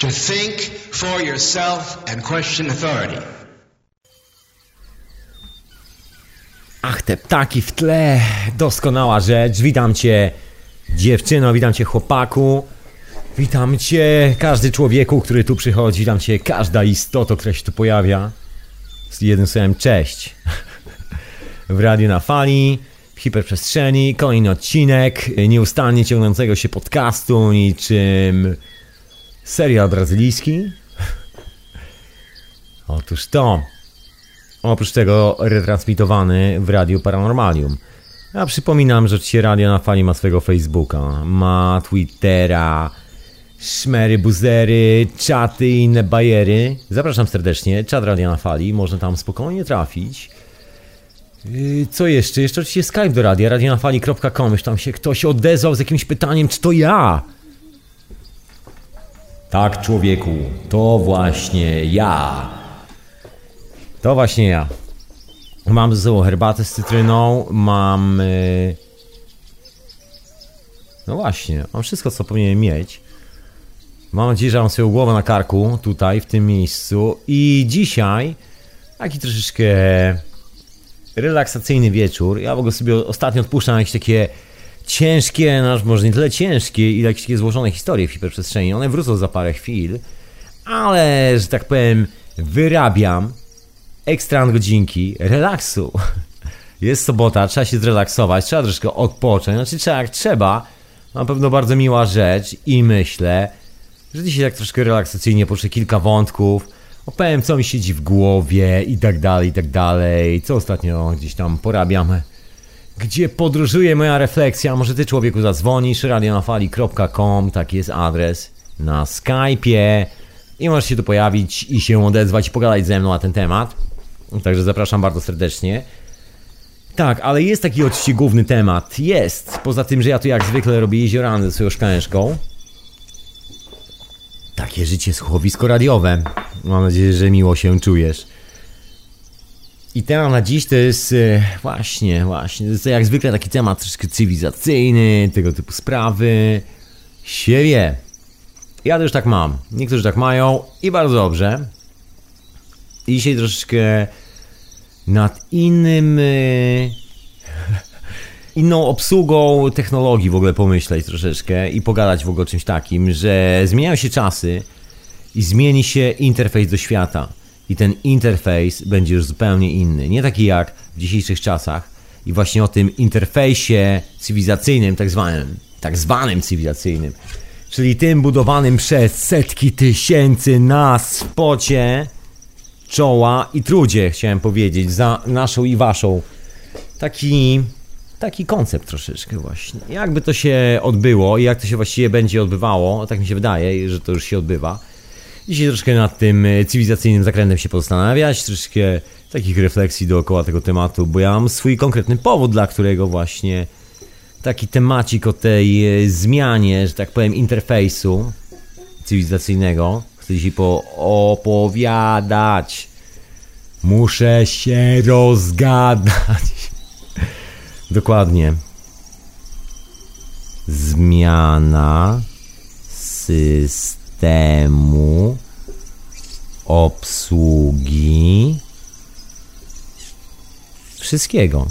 To think for yourself and question authority. Ach, te ptaki w tle, doskonała rzecz. Witam cię, dziewczyno, witam cię, chłopaku. Witam cię, każdy człowieku, który tu przychodzi. Witam cię, każda istota, która się tu pojawia. Z jednym słowem, cześć. W Radiu na Fali, w hiperprzestrzeni, kolejny odcinek nieustannie ciągnącego się podcastu, niczym serial brazylijski. Otóż to. Oprócz tego retransmitowany w Radiu Paranormalium. Ja przypominam, że oczywiście Radio na Fali ma swojego Facebooka, ma Twittera, szmery, buzery, czaty i inne bajery. Zapraszam serdecznie, czat Radio na Fali, można tam spokojnie trafić. Co jeszcze? Jeszcze oczywiście Skype do radia, radionafali.com, już tam się ktoś odezwał z jakimś pytaniem, czy to ja? Tak, człowieku, to właśnie ja. To właśnie ja. Mam ze sobą herbatę z cytryną, mam... No właśnie, mam wszystko, co powinienem mieć. Mam nadzieję, że mam swoją głowę na karku, tutaj, w tym miejscu. I dzisiaj taki troszeczkę relaksacyjny wieczór. Ja w ogóle sobie ostatnio odpuszczam jakieś takie ciężkie, no może nie tyle ciężkie, ile jakieś takie złożone historie w hiperprzestrzeni. One wrócą za parę chwil, ale, że tak powiem, wyrabiam ekstra godzinki relaksu. Jest sobota, trzeba się zrelaksować, trzeba troszkę odpocząć, znaczy trzeba jak trzeba. Na pewno bardzo miła rzecz i myślę, że dzisiaj tak troszkę relaksacyjnie poruszę kilka wątków, opowiem, co mi siedzi w głowie i tak dalej, co ostatnio gdzieś tam porabiam, gdzie podróżuje moja refleksja. Może ty, człowieku, zadzwonisz, radionafali.com, taki jest adres, na Skype'ie i możesz się tu pojawić i się odezwać i pogadać ze mną na ten temat. Także zapraszam bardzo serdecznie. Tak, ale jest taki oczywiście główny temat. Jest. Poza tym, że ja tu jak zwykle robię jeziorany ze swoją szklaneczką. Takie życie, słuchowisko radiowe. Mam nadzieję, że miło się czujesz. I temat na dziś to jest właśnie, to jest jak zwykle taki temat troszkę cywilizacyjny, tego typu sprawy. Się wie. Ja też tak mam. Niektórzy tak mają i bardzo dobrze. I dzisiaj troszeczkę nad inną obsługą technologii w ogóle pomyśleć troszeczkę i pogadać w ogóle o czymś takim, że zmieniają się czasy i zmieni się interfejs do świata. I ten interfejs będzie już zupełnie inny. Nie taki jak w dzisiejszych czasach. I właśnie o tym interfejsie cywilizacyjnym, tak zwanym cywilizacyjnym, czyli tym budowanym przez setki tysięcy nas w pocie czoła i trudzie, chciałem powiedzieć, za naszą i waszą. Taki koncept troszeczkę właśnie. Jakby to się odbyło i jak to się właściwie będzie odbywało, tak mi się wydaje, że to już się odbywa. Dzisiaj troszkę nad tym cywilizacyjnym zakrętem się pozastanawiać, troszeczkę takich refleksji dookoła tego tematu, bo ja mam swój konkretny powód, dla którego właśnie taki temacik o tej zmianie, że tak powiem, interfejsu cywilizacyjnego chcę dzisiaj opowiadać. Muszę się rozgadać. Dokładnie. Zmiana systemu obsługi wszystkiego.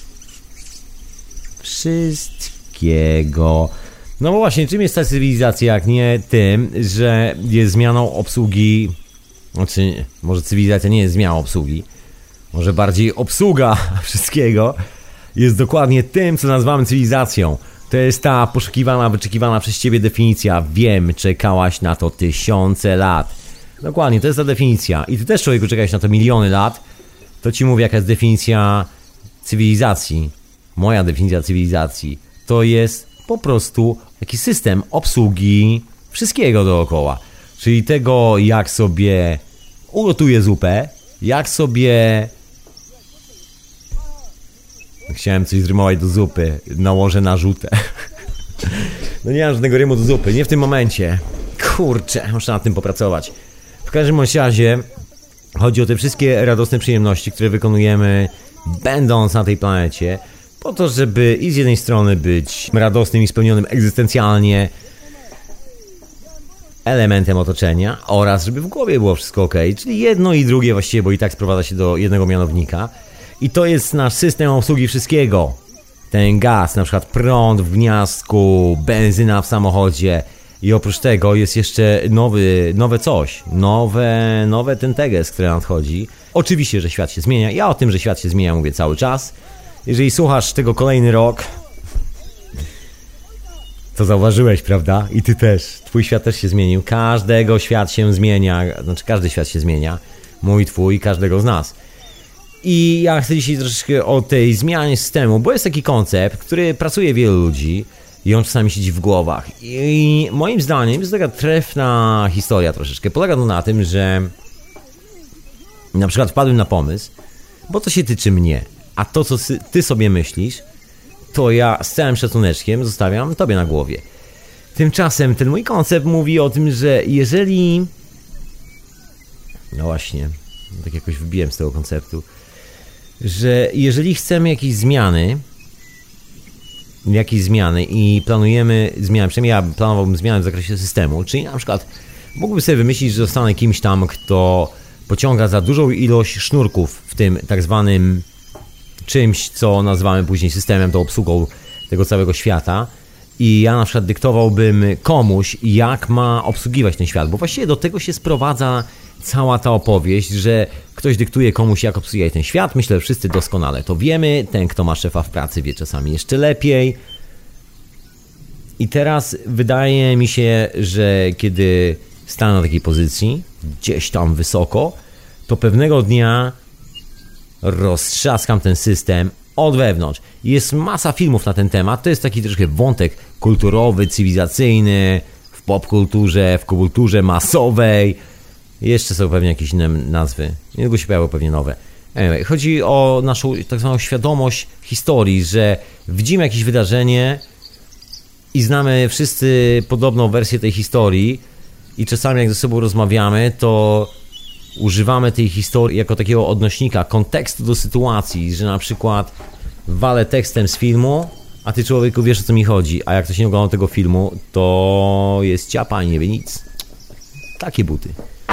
No bo właśnie, czym jest ta cywilizacja, jak nie tym, że jest zmianą obsługi. Znaczy, może cywilizacja nie jest zmianą obsługi, może bardziej obsługa wszystkiego jest dokładnie tym, co nazywamy cywilizacją. To jest ta poszukiwana, wyczekiwana przez ciebie definicja. Wiem, czekałaś na to tysiące lat. Dokładnie, to jest ta definicja. I ty też, człowieku, czekałeś na to miliony lat. To ci mówię, jaka jest definicja cywilizacji. Moja definicja cywilizacji to jest po prostu taki system obsługi wszystkiego dookoła. Czyli tego, jak sobie ugotuję zupę, jak sobie... Chciałem coś zrymować do zupy, nałożę narzutę. No nie mam żadnego rymu do zupy, nie w tym momencie. Kurczę, muszę nad tym popracować. W każdym razie chodzi o te wszystkie radosne przyjemności, które wykonujemy będąc na tej planecie, po to, żeby i z jednej strony być radosnym i spełnionym egzystencjalnie, elementem otoczenia oraz żeby w głowie było wszystko ok, czyli jedno i drugie właściwie, bo i tak sprowadza się do jednego mianownika. I to jest nasz system obsługi wszystkiego. Ten gaz, na przykład prąd w gniazdku, benzyna w samochodzie i oprócz tego jest jeszcze nowe ten teges, które nadchodzi. Oczywiście, że świat się zmienia. Ja o tym, że świat się zmienia mówię cały czas. Jeżeli słuchasz tego kolejny rok, to zauważyłeś, prawda? I ty też. Twój świat też się zmienił. Każdego świat się zmienia. Znaczy każdy świat się zmienia. Mój, twój, każdego z nas. I ja chcę dzisiaj troszeczkę o tej zmianie systemu, bo jest taki koncept, który pracuje wielu ludzi i on czasami siedzi w głowach. I moim zdaniem jest taka trefna historia troszeczkę. Polega to na tym, że na przykład wpadłem na pomysł, bo to się tyczy mnie, a to, co ty sobie myślisz, to ja z całym szacuneczkiem zostawiam tobie na głowie. Tymczasem ten mój koncept mówi o tym, że jeżeli... No właśnie, tak jakoś wybiłem z tego konceptu, że jeżeli chcemy jakieś zmiany i planujemy zmiany, przynajmniej ja planowałbym zmiany w zakresie systemu, czyli na przykład mógłbym sobie wymyślić, że zostanę kimś tam, kto pociąga za dużą ilość sznurków w tym tak zwanym czymś, co nazywamy później systemem, tą obsługą tego całego świata i ja na przykład dyktowałbym komuś, jak ma obsługiwać ten świat, bo właściwie do tego się sprowadza cała ta opowieść, że ktoś dyktuje komuś, jak obsługuje ten świat. Myślę, że wszyscy doskonale to wiemy. Ten, kto ma szefa w pracy, wie czasami jeszcze lepiej. I teraz wydaje mi się, że kiedy stanę na takiej pozycji, gdzieś tam wysoko, to pewnego dnia roztrzaskam ten system od wewnątrz. Jest masa filmów na ten temat. To jest taki troszkę wątek kulturowy, cywilizacyjny, w popkulturze, w kulturze masowej. Jeszcze są pewnie jakieś inne nazwy. Niedługo się pojawią pewnie nowe. Anyway, chodzi o naszą tak zwaną świadomość historii, że widzimy jakieś wydarzenie i znamy wszyscy podobną wersję tej historii i czasami jak ze sobą rozmawiamy, to używamy tej historii jako takiego odnośnika, kontekstu do sytuacji, że na przykład walę tekstem z filmu, a ty człowieku wiesz, o co mi chodzi, a jak ktoś nie oglądał tego filmu, to jest ciapa i nie wie nic. Takie buty.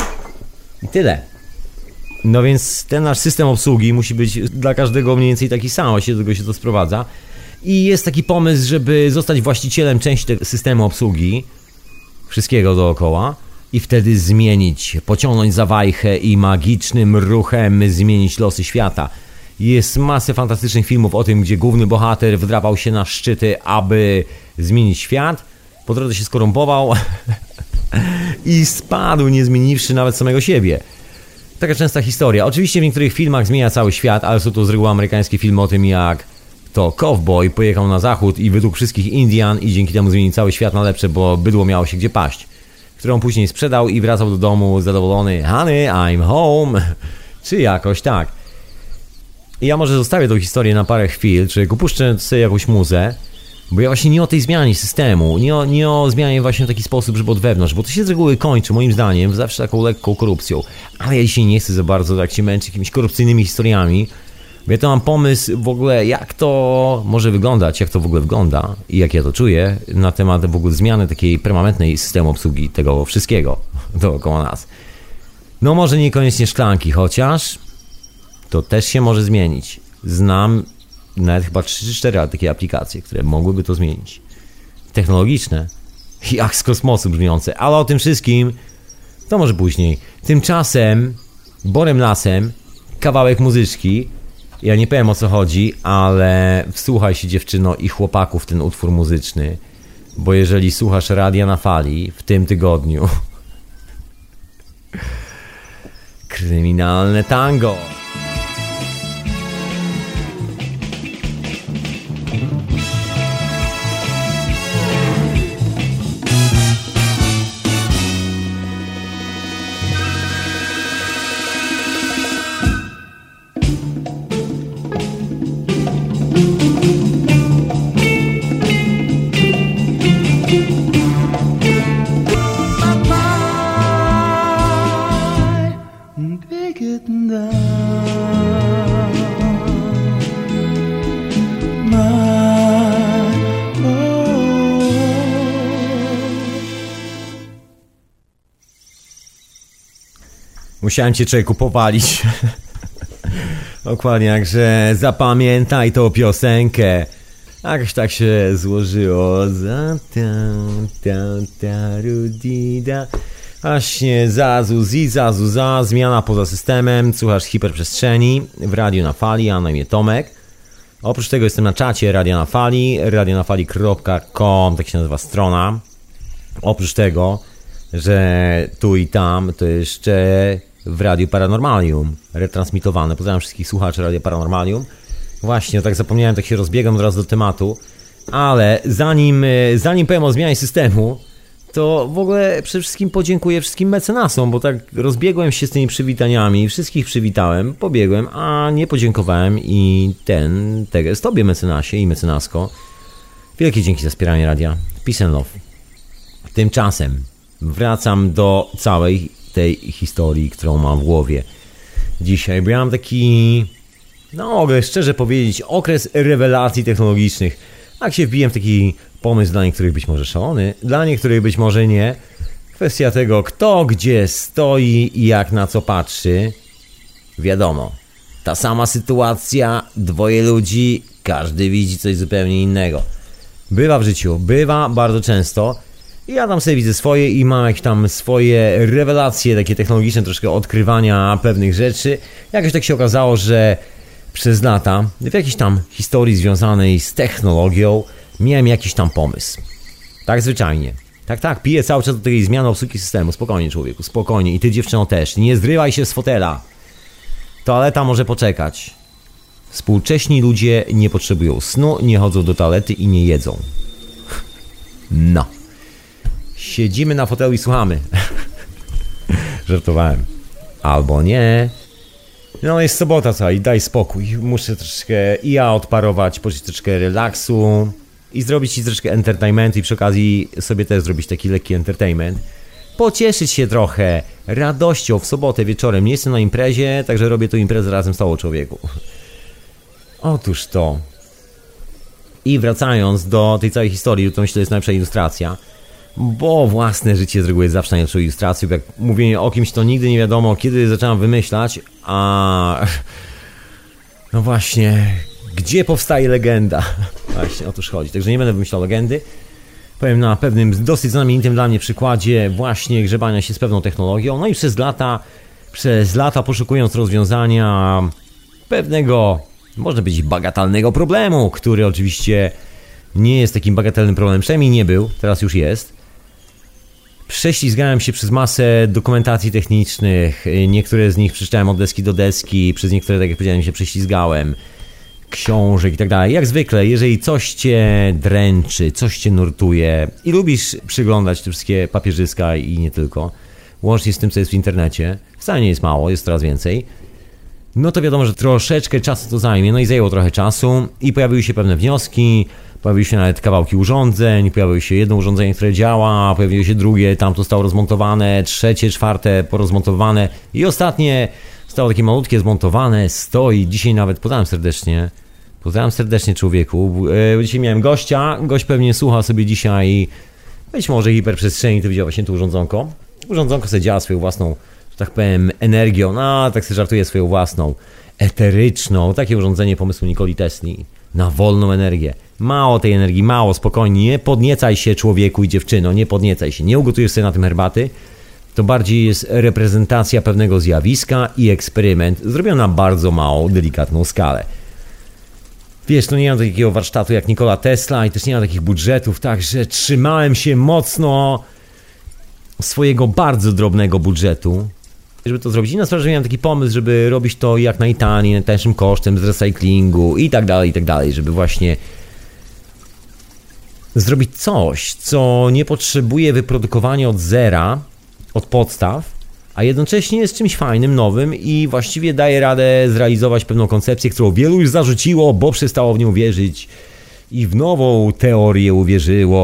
I tyle. No więc ten nasz system obsługi musi być dla każdego mniej więcej taki sam, właśnie do tego się to sprowadza. I jest taki pomysł, żeby zostać właścicielem części tego systemu obsługi, wszystkiego dookoła, i wtedy zmienić, pociągnąć za wajchę i magicznym ruchem zmienić losy świata. Jest masę fantastycznych filmów o tym, gdzie główny bohater wdrapał się na szczyty, aby zmienić świat. Po drodze się skorumpował i spadł, nie zmieniwszy nawet samego siebie. Taka częsta historia. Oczywiście w niektórych filmach zmienia cały świat, ale są to z reguły amerykańskie filmy o tym, jak to cowboy pojechał na zachód i wydług wszystkich Indian i dzięki temu zmienił cały świat na lepsze, bo bydło miało się gdzie paść. Którą później sprzedał i wracał do domu zadowolony. Honey, I'm home. Czy jakoś tak. I ja może zostawię tą historię na parę chwil, czy puszczę sobie jakąś muzę, bo ja właśnie nie o tej zmianie systemu, nie o zmianie właśnie w taki sposób, żeby od wewnątrz, bo to się z reguły kończy, moim zdaniem, zawsze taką lekką korupcją. Ale ja dzisiaj nie chcę za bardzo tak się męczyć jakimiś korupcyjnymi historiami, bo ja to mam pomysł w ogóle, jak to może wyglądać, jak to w ogóle wygląda i jak ja to czuję na temat w ogóle zmiany takiej permanentnej systemu obsługi tego wszystkiego dookoła nas. No może niekoniecznie szklanki, chociaż to też się może zmienić. Znam nawet chyba 3-4 takie aplikacje, które mogłyby to zmienić. Technologiczne, jak z kosmosu brzmiące, ale o tym wszystkim to może później. Tymczasem, borem lasem, kawałek muzyczki. Ja nie powiem, o co chodzi, ale wsłuchaj się, dziewczyno i chłopaku, w ten utwór muzyczny, bo jeżeli słuchasz Radia na Fali w tym tygodniu, kryminalne tango. Take it down. Musiałem cię, człowieku, powalić. Dokładnie, także zapamiętaj tą piosenkę. Jakoś tak się złożyło. Właśnie, zazu, zi, zazu, za, zmiana poza systemem. Słuchasz hiperprzestrzeni w Radiu na Fali, a na imię Tomek. Oprócz tego jestem na czacie Radia na Fali, radionafali.com, tak się nazywa strona. Oprócz tego, że tu i tam, to jeszcze w Radiu Paranormalium retransmitowane. Pozdrawiam wszystkich słuchaczy Radia Paranormalium. Właśnie, tak zapomniałem, tak się rozbiegam od razu do tematu. Ale zanim powiem o zmianie systemu, to w ogóle przede wszystkim podziękuję wszystkim mecenasom, bo tak rozbiegłem się z tymi przywitaniami, wszystkich przywitałem, pobiegłem, a nie podziękowałem i z tobie, mecenasie i mecenasko. Wielkie dzięki za wspieranie radia. Peace and love. Tymczasem wracam do całej tej historii, którą mam w głowie. Dzisiaj miałem taki, mogę szczerze powiedzieć, okres rewelacji technologicznych. Tak się wbiłem w taki pomysł, dla niektórych być może szalony, dla niektórych być może nie. Kwestia tego, kto gdzie stoi i jak na co patrzy. Wiadomo, ta sama sytuacja, dwoje ludzi, każdy widzi coś zupełnie innego. Bywa w życiu, bywa bardzo często. Ja tam sobie widzę swoje i mam jakieś tam swoje rewelacje takie technologiczne, troszkę odkrywania pewnych rzeczy. Jakoś tak się okazało, że przez lata w jakiejś tam historii związanej z technologią miałem jakiś tam pomysł. Tak zwyczajnie. Tak, piję cały czas do tej zmiany obsługi systemu. Spokojnie, człowieku, spokojnie. I ty, dziewczyno, też. Nie zrywaj się z fotela. Toaleta może poczekać. Współcześni ludzie nie potrzebują snu, nie chodzą do toalety i nie jedzą. No. Siedzimy na fotelu i słuchamy. Żartowałem. Albo nie. No jest sobota, słuchaj, daj spokój. Muszę troszeczkę i ja odparować, poczuć troszeczkę relaksu i zrobić ci troszeczkę entertainment i przy okazji sobie też zrobić taki lekki entertainment. Pocieszyć się trochę radością w sobotę wieczorem. Nie jestem na imprezie, także robię tu imprezę razem z tobą, człowieku. Otóż to. I wracając do tej całej historii, to myślę, że jest najlepsza ilustracja. Bo własne życie z reguły jest zawsze najlepszą ilustracją. Jak mówienie o kimś, to nigdy nie wiadomo, kiedy zaczynam wymyślać, a no właśnie, gdzie powstaje legenda? Właśnie o to chodzi. Także nie będę wymyślał legendy. Powiem na pewnym dosyć znamienitym dla mnie przykładzie właśnie grzebania się z pewną technologią. No i przez lata poszukując rozwiązania pewnego, można powiedzieć, bagatelnego problemu, który oczywiście nie jest takim bagatelnym problemem, przynajmniej nie był, teraz już jest. Prześlizgałem się przez masę dokumentacji technicznych, niektóre z nich przeczytałem od deski do deski, przez niektóre, tak jak powiedziałem, się prześlizgałem, książek i tak dalej. Jak zwykle, jeżeli coś cię dręczy, coś cię nurtuje i lubisz przyglądać te wszystkie papierzyska i nie tylko, łącznie z tym, co jest w internecie, wcale nie jest mało, jest coraz więcej, no to wiadomo, że troszeczkę czasu to zajmie, no i zajęło trochę czasu i pojawiły się pewne wnioski, pojawiły się nawet kawałki urządzeń, pojawiło się jedno urządzenie, które działa, pojawiło się drugie, tam to zostało rozmontowane, trzecie, czwarte porozmontowane i ostatnie zostało takie malutkie zmontowane, stoi, dzisiaj nawet pozdrawiam serdecznie człowieku, dzisiaj miałem gościa, gość pewnie słucha sobie dzisiaj, być może hiperprzestrzeni, to widział właśnie to urządzonko sobie działa swoją własną, że tak powiem, energią, no tak sobie żartuję, swoją własną, eteryczną, takie urządzenie pomysłu Nikoli Tesli, na wolną energię. Mało tej energii, mało, spokojnie, nie podniecaj się człowieku i dziewczyno, nie podniecaj się, nie ugotujesz sobie na tym herbaty, to bardziej jest reprezentacja pewnego zjawiska i eksperyment zrobiony na bardzo małą, delikatną skalę. Wiesz, no nie mam takiego warsztatu jak Nikola Tesla i też nie mam takich budżetów, także trzymałem się mocno swojego bardzo drobnego budżetu, żeby to zrobić. I na sprawę, że miałem taki pomysł, żeby robić to jak najtaniej, najtańszym kosztem, z recyklingu i tak dalej, żeby właśnie zrobić coś, co nie potrzebuje wyprodukowania od zera, od podstaw, a jednocześnie jest czymś fajnym, nowym i właściwie daje radę zrealizować pewną koncepcję, którą wielu już zarzuciło, bo przestało w nią wierzyć i w nową teorię uwierzyło.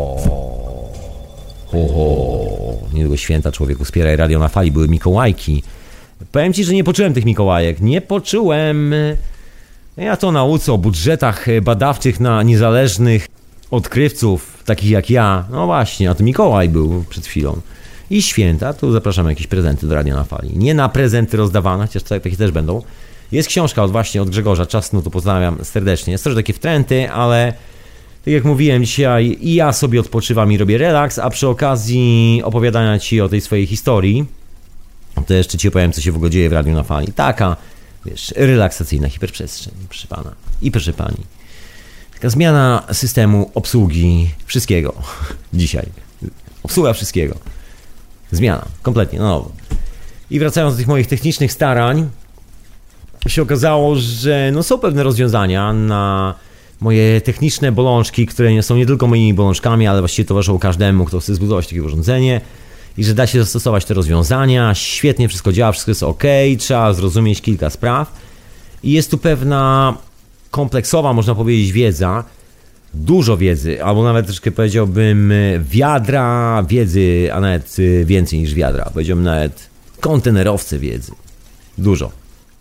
Niedługo święta, człowieku, wspieraj Radio na Fali, były Mikołajki. Powiem ci, że nie poczułem tych Mikołajek, nie poczułem. Ja to nauczę o budżetach badawczych na niezależnych odkrywców, takich jak ja. No właśnie, a to Mikołaj był przed chwilą. i święta, to zapraszamy jakieś prezenty do Radia na Fali. Nie na prezenty rozdawane, chociaż takie też będą. Jest książka od Grzegorza, Czas snu, to pozdrawiam serdecznie. Jest też takie wtręty, ale tak jak mówiłem dzisiaj, i ja sobie odpoczywam i robię relaks, a przy okazji opowiadania Ci o tej swojej historii, to jeszcze Ci opowiem, co się w ogóle dzieje w Radiu na Fali. Taka, wiesz, relaksacyjna hiperprzestrzeń, proszę Pana i proszę Pani. Taka zmiana systemu obsługi wszystkiego dzisiaj. Obsługa wszystkiego. Zmiana, kompletnie, na nowo. I wracając do tych moich technicznych starań, się okazało, że są pewne rozwiązania na moje techniczne bolączki, które nie są nie tylko moimi bolączkami, ale właściwie towarzyszą każdemu, kto chce zbudować takie urządzenie i że da się zastosować te rozwiązania, świetnie wszystko działa, wszystko jest ok, trzeba zrozumieć kilka spraw i jest tu pewna kompleksowa, można powiedzieć, wiedza, dużo wiedzy, albo nawet troszkę powiedziałbym wiadra wiedzy, a nawet więcej niż wiadra, powiedziałbym nawet kontenerowce wiedzy, dużo.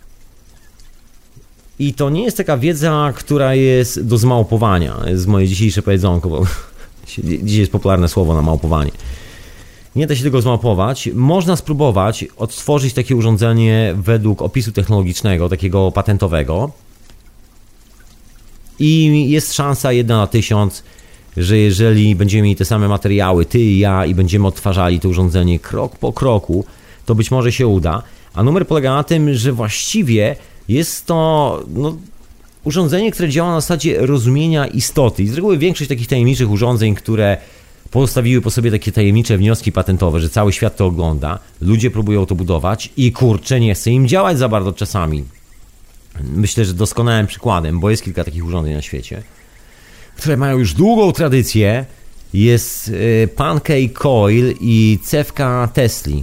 I to nie jest taka wiedza, która jest do zmałpowania. Jest moje dzisiejsze powiedzonko, bo dzisiaj jest popularne słowo na małpowanie. Nie da się tego zmałpować. Można spróbować odtworzyć takie urządzenie według opisu technologicznego, takiego patentowego. I jest szansa 1 na 1000, że jeżeli będziemy mieli te same materiały, ty i ja, i będziemy odtwarzali to urządzenie krok po kroku, to być może się uda. A numer polega na tym, że właściwie jest to urządzenie, które działa na zasadzie rozumienia istoty. I z reguły większość takich tajemniczych urządzeń, które pozostawiły po sobie takie tajemnicze wnioski patentowe, że cały świat to ogląda, ludzie próbują to budować i kurczę, nie chce im działać za bardzo czasami. Myślę, że doskonałym przykładem, bo jest kilka takich urządzeń na świecie, które mają już długą tradycję, jest Pancake Coil i cewka Tesli.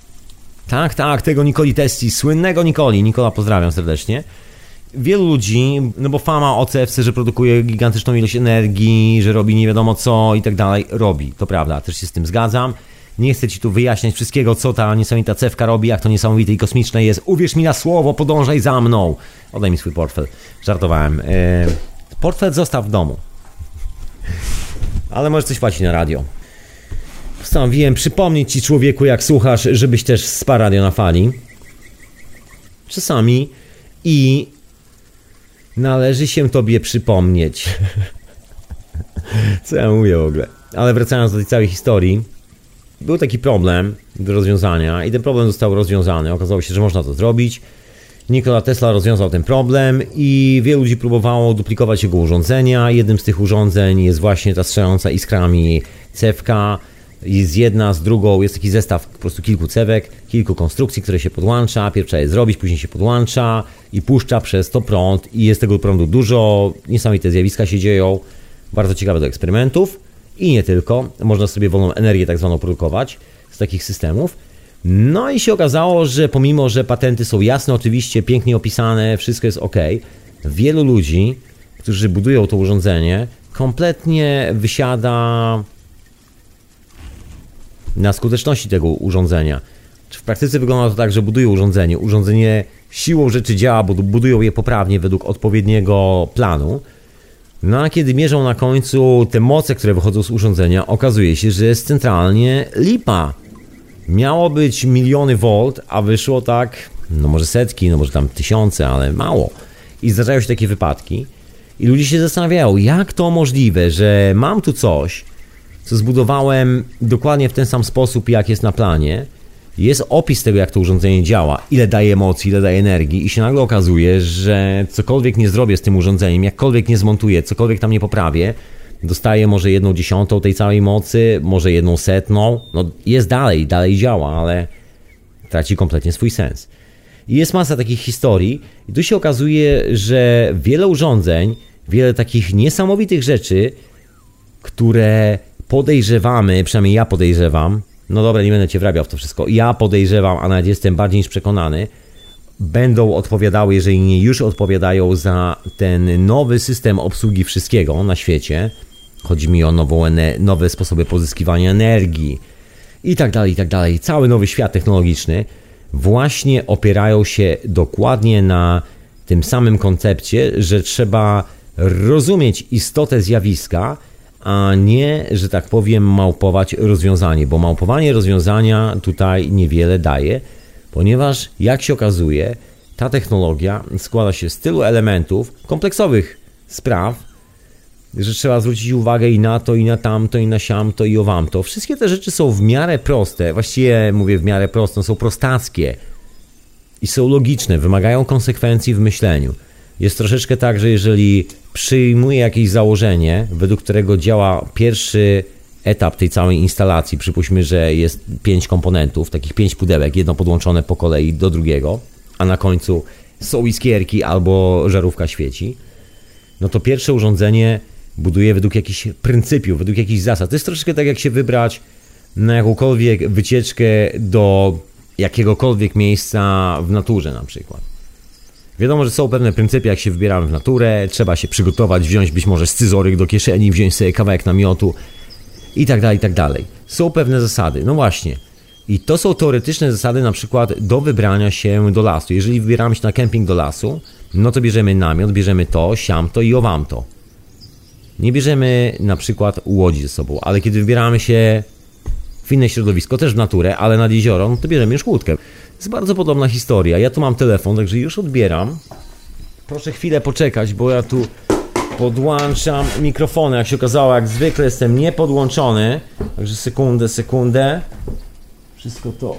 Tak, tego Nikoli Tesli, słynnego Nikoli. Nikola, pozdrawiam serdecznie. Wielu ludzi, bo fama o cewce, że produkuje gigantyczną ilość energii, że robi nie wiadomo co i tak dalej, robi. To prawda, też się z tym zgadzam. Nie chcę Ci tu wyjaśniać wszystkiego, co ta niesamowita cewka robi, jak to niesamowite i kosmiczne jest. Uwierz mi na słowo, podążaj za mną. Oddaj mi swój portfel. Żartowałem. Portfel zostaw w domu. Ale możesz coś płacić na radio. Postanowiłem przypomnieć Ci, człowieku, jak słuchasz, żebyś też wsparł Radio na Fali. Czasami i należy się Tobie przypomnieć. Co ja mówię w ogóle? Ale wracając do tej całej historii, był taki problem do rozwiązania i ten problem został rozwiązany. Okazało się, że można to zrobić. Nikola Tesla rozwiązał ten problem i wielu ludzi próbowało duplikować jego urządzenia. Jednym z tych urządzeń jest właśnie ta strzelająca iskrami cewka. Jest jedna z drugą, jest taki zestaw po prostu kilku cewek, kilku konstrukcji, które się podłącza. Pierwsza je zrobić, później się podłącza i puszcza przez to prąd i jest tego prądu dużo. Niesamowite zjawiska się dzieją. Bardzo ciekawe do eksperymentów. I nie tylko. Można sobie wolną energię tak zwaną produkować z takich systemów. No i się okazało, że pomimo, że patenty są jasne, oczywiście pięknie opisane, wszystko jest ok, wielu ludzi, którzy budują to urządzenie, kompletnie wysiada na skuteczności tego urządzenia. W praktyce wygląda to tak, że budują urządzenie siłą rzeczy działa, bo budują je poprawnie według odpowiedniego planu. No a kiedy mierzą na końcu te moce, które wychodzą z urządzenia, okazuje się, że jest centralnie lipa. Miało być miliony volt, a wyszło tak, może setki, może tam tysiące, ale mało. I zdarzają się takie wypadki. I ludzie się zastanawiają, jak to możliwe, że mam tu coś, co zbudowałem dokładnie w ten sam sposób, jak jest na planie. Jest opis tego, jak to urządzenie działa, ile daje mocy, ile daje energii i się nagle okazuje, że cokolwiek nie zrobię z tym urządzeniem, jakkolwiek nie zmontuję, cokolwiek tam nie poprawię, dostaję może 1/10 tej całej mocy, może 1/100. Jest dalej działa, ale traci kompletnie swój sens. I jest masa takich historii i tu się okazuje, że wiele urządzeń, wiele takich niesamowitych rzeczy, które podejrzewamy, przynajmniej ja podejrzewam, dobra, nie będę Cię wrabiał w to wszystko, ja podejrzewam, a nawet jestem bardziej niż przekonany, będą odpowiadały, jeżeli nie już odpowiadają za ten nowy system obsługi wszystkiego na świecie. Chodzi mi o nowe sposoby pozyskiwania energii i tak dalej. Cały nowy świat technologiczny właśnie opierają się dokładnie na tym samym koncepcie, że trzeba rozumieć istotę zjawiska, a nie, że tak powiem, małpować rozwiązanie, bo małpowanie rozwiązania tutaj niewiele daje, ponieważ jak się okazuje, ta technologia składa się z tylu elementów, kompleksowych spraw, że trzeba zwrócić uwagę i na to, i na tamto, i na siamto, i owamto. Wszystkie te rzeczy są w miarę proste, właściwie mówię w miarę proste, są prostackie i są logiczne, wymagają konsekwencji w myśleniu. Jest troszeczkę tak, że jeżeli przyjmuję jakieś założenie, według którego działa pierwszy etap tej całej instalacji, przypuśćmy, że jest 5 komponentów, takich 5 pudełek, jedno podłączone po kolei do drugiego, a na końcu są iskierki albo żarówka świeci, no to pierwsze urządzenie buduje według jakichś pryncypiów, według jakichś zasad. To jest troszeczkę tak, jak się wybrać na jakąkolwiek wycieczkę do jakiegokolwiek miejsca w naturze na przykład. Wiadomo, że są pewne pryncypy, jak się wybieramy w naturę, trzeba się przygotować, wziąć być może scyzoryk do kieszeni, wziąć sobie kawałek namiotu i tak dalej, i tak dalej. Są pewne zasady, no właśnie. I to są teoretyczne zasady na przykład do wybrania się do lasu. Jeżeli wybieramy się na kemping do lasu, no to bierzemy namiot, bierzemy to, siamto i owamto. Nie bierzemy na przykład łodzi ze sobą, ale kiedy wybieramy się w inne środowisko, też w naturę, ale nad jezioro, no to bierzemy już łódkę. To jest bardzo podobna historia. Ja tu mam telefon, także już odbieram. Proszę chwilę poczekać, bo ja tu podłączam mikrofony. Jak się okazało, jak zwykle jestem niepodłączony. Także sekundę. Wszystko to.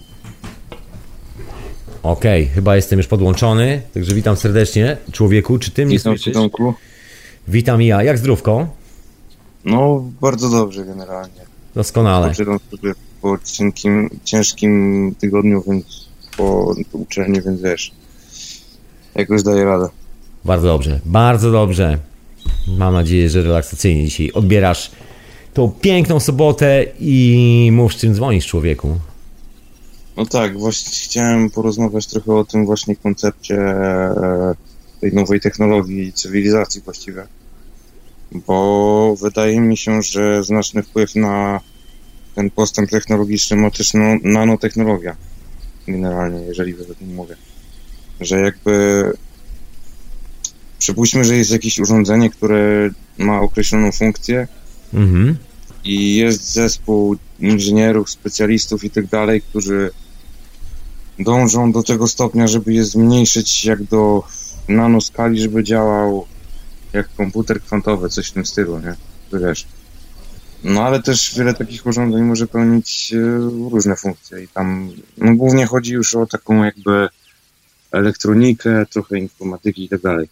Okej, chyba jestem już podłączony. Także witam serdecznie. Człowieku, czy ty mnie słyszysz? Witam i ja. Jak zdrówko? No, bardzo dobrze generalnie. Doskonale. Poczekam sobie po ciężkim tygodniu, więc po uczelni, więc wiesz, jakoś daję radę. Bardzo dobrze, bardzo dobrze. Mam nadzieję, że relaksacyjnie dzisiaj odbierasz tą piękną sobotę i mów, z czym dzwonisz, człowieku. No tak, właśnie chciałem porozmawiać trochę o tym właśnie koncepcie tej nowej technologii i cywilizacji właściwie. Bo wydaje mi się, że znaczny wpływ na ten postęp technologiczny ma też nanotechnologia. Generalnie, jeżeli o tym mówię. Że jakby przypuśćmy, że jest jakieś urządzenie, które ma określoną funkcję i jest zespół inżynierów, specjalistów i tak dalej, którzy dążą do tego stopnia, żeby je zmniejszyć jak do nanoskali, żeby działał jak komputer kwantowy, coś w tym stylu, nie? Wiesz. No ale też wiele takich urządzeń może pełnić różne funkcje i tam no, głównie chodzi już o taką jakby elektronikę, trochę informatyki i tak dalej.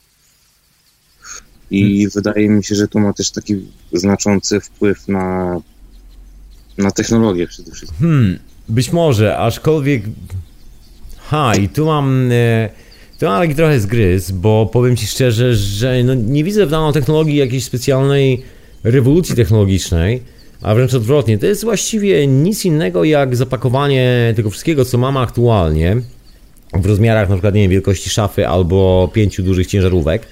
I wydaje mi się, że to ma też taki znaczący wpływ na technologię przede wszystkim. Być może, aczkolwiek... i tu mam taki trochę zgryz, bo powiem Ci szczerze, że no nie widzę w nanotechnologii jakiejś specjalnej rewolucji technologicznej, a wręcz odwrotnie. To jest właściwie nic innego jak zapakowanie tego wszystkiego, co mamy aktualnie w rozmiarach na przykład, nie wiem, wielkości szafy albo 5 dużych ciężarówek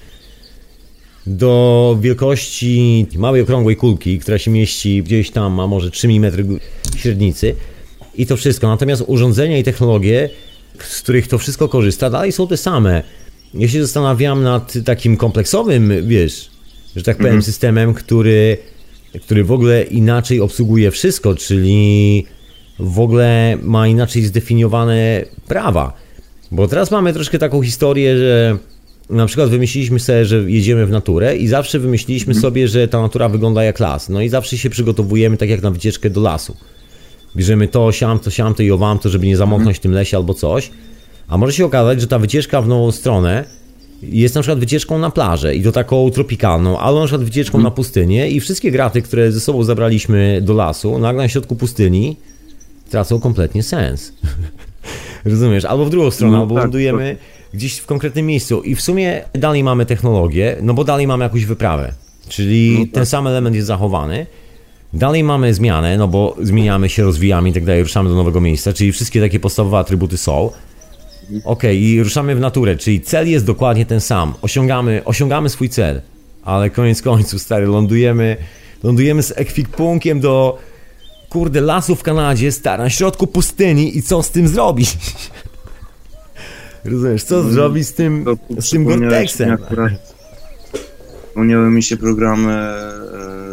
do wielkości małej okrągłej kulki, która się mieści gdzieś tam, a może 3 mm średnicy i to wszystko. Natomiast urządzenia i technologie, z których to wszystko korzysta, dalej są te same. Ja się zastanawiam nad takim kompleksowym, wiesz, że tak powiem, systemem, który w ogóle inaczej obsługuje wszystko, czyli w ogóle ma inaczej zdefiniowane prawa. Bo teraz mamy troszkę taką historię, że na przykład wymyśliliśmy sobie, że jedziemy w naturę i zawsze wymyśliliśmy sobie, że ta natura wygląda jak las. No i zawsze się przygotowujemy tak jak na wycieczkę do lasu. Bierzemy to, siamto i owamto, żeby nie zamoknąć w tym lesie albo coś. A może się okazać, że ta wycieczka w nową stronę jest na przykład wycieczką na plażę i to taką tropikalną, albo na przykład wycieczką na pustynię i wszystkie graty, które ze sobą zabraliśmy do lasu, nagle na środku pustyni tracą kompletnie sens. Rozumiesz? Albo w drugą stronę, albo lądujemy gdzieś w konkretnym miejscu i w sumie dalej mamy technologię, no bo dalej mamy jakąś wyprawę, czyli ten sam element jest zachowany. Dalej mamy zmianę, no bo zmieniamy się, rozwijamy i tak dalej, ruszamy do nowego miejsca, czyli wszystkie takie podstawowe atrybuty są. I ruszamy w naturę, czyli cel jest dokładnie ten sam. Osiągamy swój cel, ale koniec końców, stary, lądujemy z ekwipunkiem do lasu w Kanadzie, stary, na środku pustyni i co z tym zrobić? Rozumiesz, co zrobić z tym Gore-Texem? Wspomniały mi się programy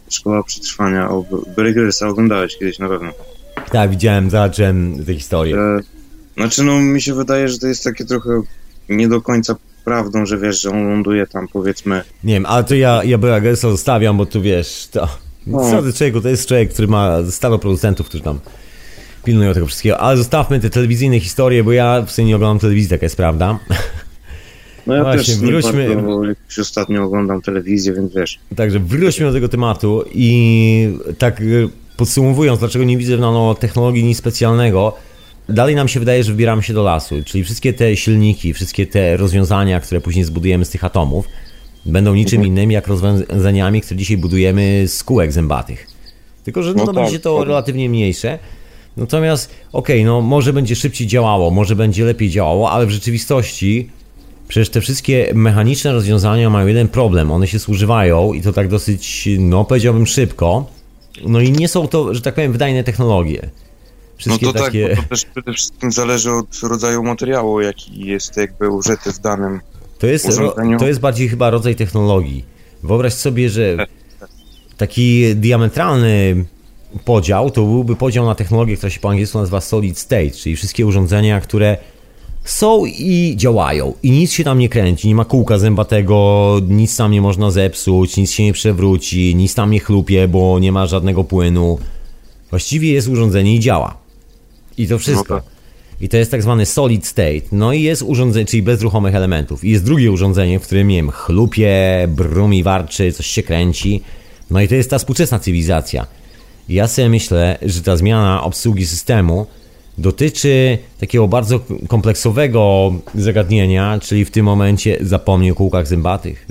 Szkoła Przetrwania. O Breakersa oglądałeś kiedyś na pewno. Tak, widziałem, zobaczyłem tę historię. Znaczy, no mi się wydaje, że to jest takie trochę nie do końca prawdą, że wiesz, że on ląduje tam, powiedzmy... Nie wiem, ale to ja Breakersa zostawiam, bo tu wiesz, to... Co człowieku, to jest człowiek, który ma stado producentów, którzy tam pilnują tego wszystkiego, ale zostawmy te telewizyjne historie, bo ja w sumie nie oglądam telewizji, taka jest prawda. No ja właśnie, też wróćmy... bo już ostatnio oglądam telewizję, więc wiesz. Także wróćmy do tego tematu i tak podsumowując, dlaczego nie widzę w nanotechnologii nic specjalnego, dalej nam się wydaje, że wybieramy się do lasu, czyli wszystkie te silniki, wszystkie te rozwiązania, które później zbudujemy z tych atomów, będą niczym innym jak rozwiązaniami, które dzisiaj budujemy z kółek zębatych. Tylko, że będzie to relatywnie mniejsze. Natomiast, no może będzie szybciej działało, może będzie lepiej działało, ale w rzeczywistości przecież te wszystkie mechaniczne rozwiązania mają jeden problem. One się zużywają i to tak dosyć, powiedziałbym szybko. No i nie są to, że tak powiem, wydajne technologie. Wszystkie no to takie... tak, bo to też przede wszystkim zależy od rodzaju materiału, jaki jest jakby użyty w danym urządzeniu. To jest bardziej chyba rodzaj technologii. Wyobraź sobie, że taki diametralny podział to byłby podział na technologię, która się po angielsku nazywa solid state, czyli wszystkie urządzenia, które są i działają i nic się tam nie kręci, nie ma kółka zębatego, nic tam nie można zepsuć, nic się nie przewróci, nic tam nie chlupie, bo nie ma żadnego płynu. Właściwie jest urządzenie i działa. I to wszystko. No tak. I to jest tak zwany solid state. No i jest urządzenie, czyli bez ruchomych elementów. I jest drugie urządzenie, w którym, nie wiem, chlupie, brumi, warczy, coś się kręci. No i to jest ta współczesna cywilizacja. I ja sobie myślę, że ta zmiana obsługi systemu dotyczy takiego bardzo kompleksowego zagadnienia, czyli w tym momencie zapomnij o kółkach zębatych,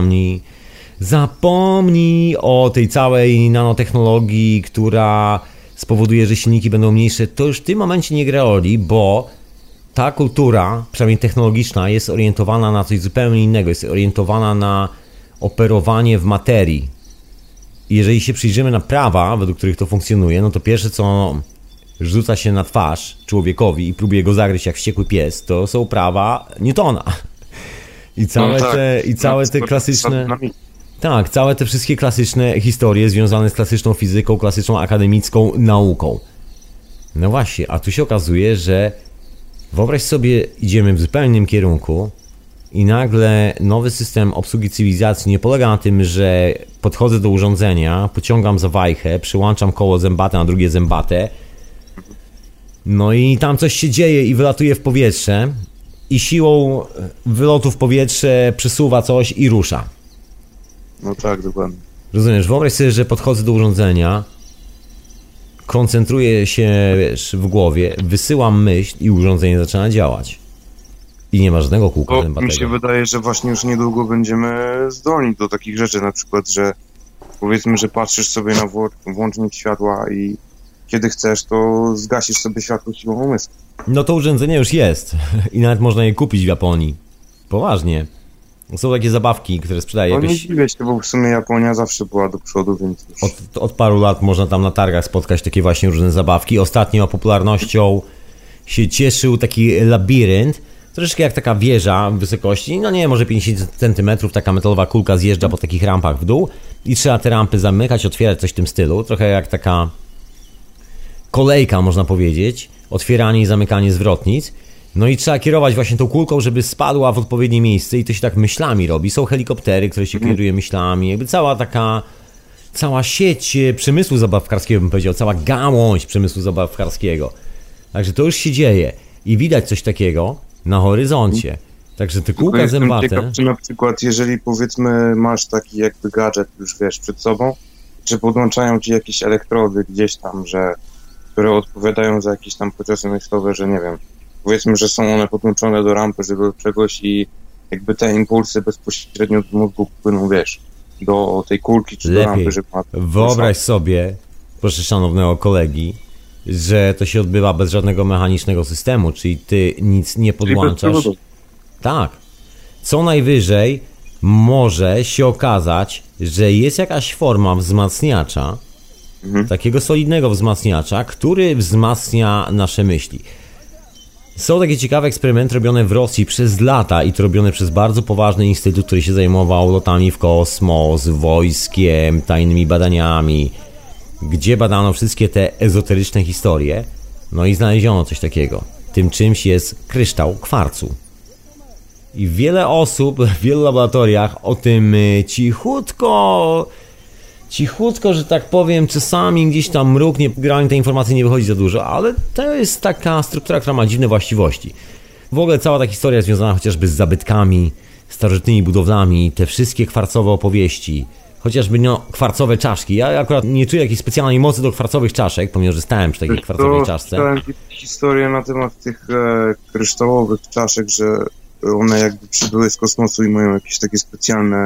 zapomnij o tej całej nanotechnologii, która spowoduje, że silniki będą mniejsze. To już w tym momencie nie gra roli, bo ta kultura, przynajmniej technologiczna, jest orientowana na coś zupełnie innego, jest orientowana na operowanie w materii. I jeżeli się przyjrzymy na prawa, według których to funkcjonuje, no to pierwsze co rzuca się na twarz człowiekowi i próbuje go zagryźć jak wściekły pies, to są prawa Newtona. I całe te klasyczne... Tak, całe te wszystkie klasyczne historie związane z klasyczną fizyką, klasyczną akademicką nauką. No właśnie, a tu się okazuje, że wyobraź sobie, idziemy w zupełnie innym kierunku i nagle nowy system obsługi cywilizacji nie polega na tym, że podchodzę do urządzenia, pociągam za wajchę, przyłączam koło zębate na drugie zębate, no i tam coś się dzieje i wylatuje w powietrze i siłą wylotu w powietrze przesuwa coś i rusza. No tak, dokładnie. Rozumiesz, wyobraź sobie, że podchodzę do urządzenia, koncentruję się, w głowie, wysyłam myśl i urządzenie zaczyna działać. I nie ma żadnego kółka zębatego. Mi się wydaje, że właśnie już niedługo będziemy zdolni do takich rzeczy, na przykład, że powiedzmy, że patrzysz sobie na włącznik światła i kiedy chcesz, to zgasisz sobie światło siłą umysłu. No to urządzenie już jest i nawet można je kupić w Japonii. Poważnie. Są takie zabawki, które sprzedaje No nie dziwię się, bo w sumie Japonia zawsze była do przodu, więc już... Od paru lat można tam na targach spotkać takie właśnie różne zabawki. Ostatnio popularnością się cieszył taki labirynt, troszeczkę jak taka wieża w wysokości, no nie, może 50 cm, taka metalowa kulka zjeżdża po takich rampach w dół i trzeba te rampy zamykać, otwierać, coś w tym stylu. Trochę jak taka kolejka, można powiedzieć, otwieranie i zamykanie zwrotnic. No i trzeba kierować właśnie tą kulką, żeby spadła w odpowiednie miejsce i to się tak myślami robi. Są helikoptery, które się kieruje myślami, jakby cała sieć przemysłu zabawkarskiego, bym powiedział, cała gałąź przemysłu zabawkarskiego. Także to już się dzieje i widać coś takiego na horyzoncie. Także te kółka zębate... Ciekaw, czy na przykład, jeżeli powiedzmy masz taki jakby gadżet już wiesz przed sobą, czy podłączają ci jakieś elektrody gdzieś tam, które odpowiadają za jakieś tam procesy myślowe, że nie wiem, powiedzmy, że są one podłączone do rampy, żeby do czegoś i jakby te impulsy bezpośrednio do mózgu płyną, wiesz, do tej kulki czy lepiej. Do rampy, żeby... Wyobraź sobie, proszę szanownego kolegi, że to się odbywa bez żadnego mechanicznego systemu, czyli ty nic nie podłączasz. Tak. Co najwyżej może się okazać, że jest jakaś forma wzmacniacza, takiego solidnego wzmacniacza, który wzmacnia nasze myśli. Są takie ciekawe eksperymenty robione w Rosji przez lata i to robione przez bardzo poważny instytut, który się zajmował lotami w kosmos, wojskiem, tajnymi badaniami, gdzie badano wszystkie te ezoteryczne historie. No i znaleziono coś takiego. Tym czymś jest kryształ kwarcu. I wiele osób w wielu laboratoriach o tym cichutko, że tak powiem, czasami gdzieś tam mrugnie, generalnie tej informacji nie wychodzi za dużo, ale to jest taka struktura, która ma dziwne właściwości. W ogóle cała ta historia jest związana chociażby z zabytkami, starożytnymi budowlami, te wszystkie kwarcowe opowieści, chociażby kwarcowe czaszki. Ja akurat nie czuję jakiejś specjalnej mocy do kwarcowych czaszek, pomimo że stałem przy takiej kwarcowej czaszce. Czytałem historię na temat tych kryształowych czaszek, że one jakby przybyły z kosmosu i mają jakieś takie specjalne...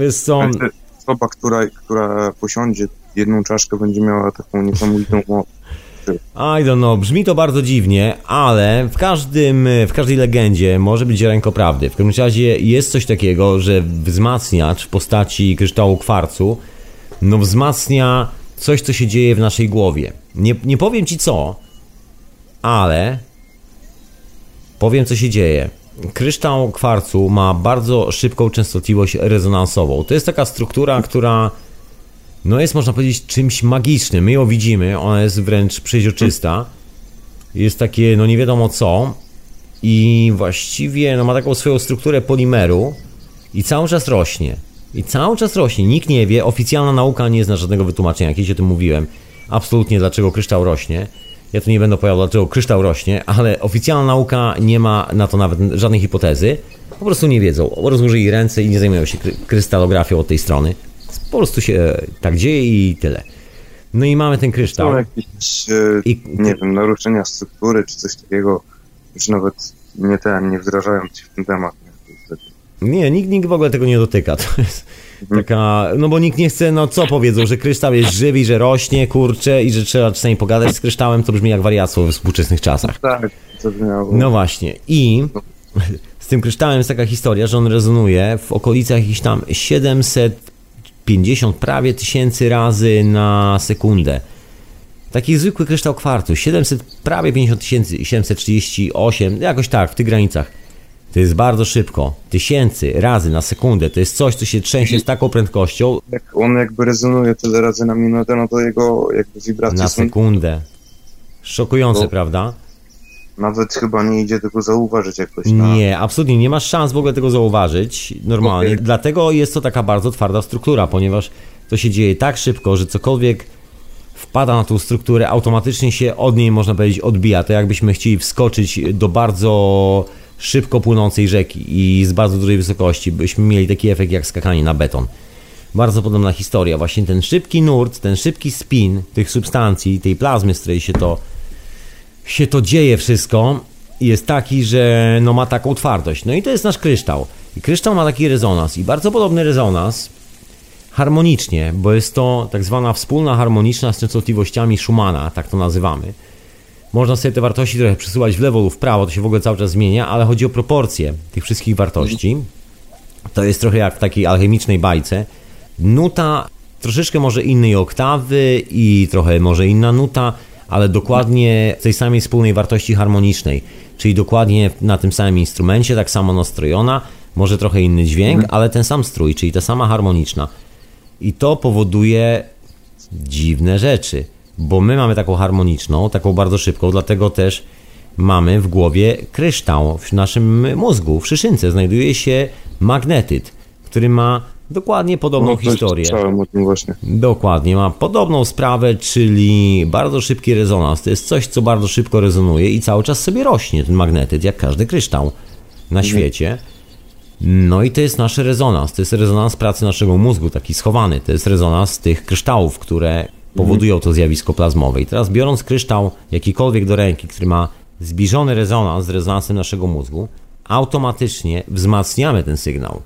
Osoba, która posiądzie jedną czaszkę, będzie miała taką niesamowitą moc. I don't know, brzmi to bardzo dziwnie, ale w każdej legendzie może być ziarenko prawdy. W każdym razie jest coś takiego, że wzmacniacz w postaci kryształu kwarcu wzmacnia coś, co się dzieje w naszej głowie. Nie powiem ci co, ale powiem, co się dzieje. Kryształ kwarcu ma bardzo szybką częstotliwość rezonansową. To jest taka struktura, która jest, można powiedzieć, czymś magicznym. My ją widzimy, ona jest wręcz przeźroczysta. Jest takie, nie wiadomo co. I właściwie ma taką swoją strukturę polimeru i cały czas rośnie. Nikt nie wie, oficjalna nauka nie zna żadnego wytłumaczenia. Kiedyś o tym mówiłem. Absolutnie dlaczego kryształ rośnie. Ja tu nie będę opowiadał, dlaczego kryształ rośnie, ale oficjalna nauka nie ma na to nawet żadnej hipotezy. Po prostu nie wiedzą. Rozłożyli ręce i nie zajmują się krystalografią od tej strony. Po prostu się tak dzieje i tyle. No i mamy ten kryształ. Są jakieś, nie wiem, naruszenia struktury czy coś takiego. Już nawet nie wdrażają się w ten temat. Nie, nikt w ogóle tego nie dotyka. To jest taka, bo nikt nie chce, co powiedzą, że kryształ jest żywy, że rośnie, kurczę i że trzeba czasami pogadać z kryształem, to brzmi jak wariactwo we współczesnych czasach. Tak, to brzmiało. No właśnie. I z tym kryształem jest taka historia, że on rezonuje w okolicach jakichś tam 750 prawie tysięcy razy na sekundę. Taki zwykły kryształ kwarcu, 700 prawie 50 tysięcy, 738, jakoś tak, w tych granicach. To jest bardzo szybko. 1000 razy na sekundę. To jest coś, co się trzęsie z taką prędkością. Jak on jakby rezonuje tyle razy na minutę, to jego jakby wibracje na sekundę. Szokujące, prawda? Nawet chyba nie idzie tego zauważyć jakoś. Nie, absolutnie nie masz szans w ogóle tego zauważyć normalnie. Okay. Dlatego jest to taka bardzo twarda struktura, ponieważ to się dzieje tak szybko, że cokolwiek wpada na tą strukturę, automatycznie się od niej, można powiedzieć, odbija. To jakbyśmy chcieli wskoczyć do bardzo szybko płynącej rzeki i z bardzo dużej wysokości, byśmy mieli taki efekt jak skakanie na beton. Bardzo podobna historia. Właśnie ten szybki nurt, ten szybki spin tych substancji, tej plazmy, z której się to dzieje wszystko, jest taki, że ma taką twardość. No i to jest nasz kryształ. I kryształ ma taki rezonans i bardzo podobny rezonans harmonicznie, bo jest to tak zwana wspólna harmoniczna z częstotliwościami Schumana, tak to nazywamy. Można sobie te wartości trochę przesuwać w lewo lub w prawo, to się w ogóle cały czas zmienia, ale chodzi o proporcje tych wszystkich wartości. To jest trochę jak w takiej alchemicznej bajce. Nuta troszeczkę może innej oktawy i trochę może inna nuta, ale dokładnie tej samej wspólnej wartości harmonicznej, czyli dokładnie na tym samym instrumencie, tak samo nastrojona, może trochę inny dźwięk, ale ten sam strój, czyli ta sama harmoniczna. I to powoduje dziwne rzeczy. Bo my mamy taką harmoniczną, taką bardzo szybką, dlatego też mamy w głowie kryształ. W naszym mózgu, w szyszynce znajduje się magnetyt, który ma dokładnie podobną historię. Słyszałem o tym właśnie. Dokładnie, ma podobną sprawę, czyli bardzo szybki rezonans. To jest coś, co bardzo szybko rezonuje i cały czas sobie rośnie ten magnetyt, jak każdy kryształ na świecie. No i to jest nasz rezonans. To jest rezonans pracy naszego mózgu, taki schowany. To jest rezonans tych kryształów, które powodują to zjawisko plazmowe. I teraz biorąc kryształ jakikolwiek do ręki, który ma zbliżony rezonans z rezonansem naszego mózgu, automatycznie wzmacniamy ten sygnał.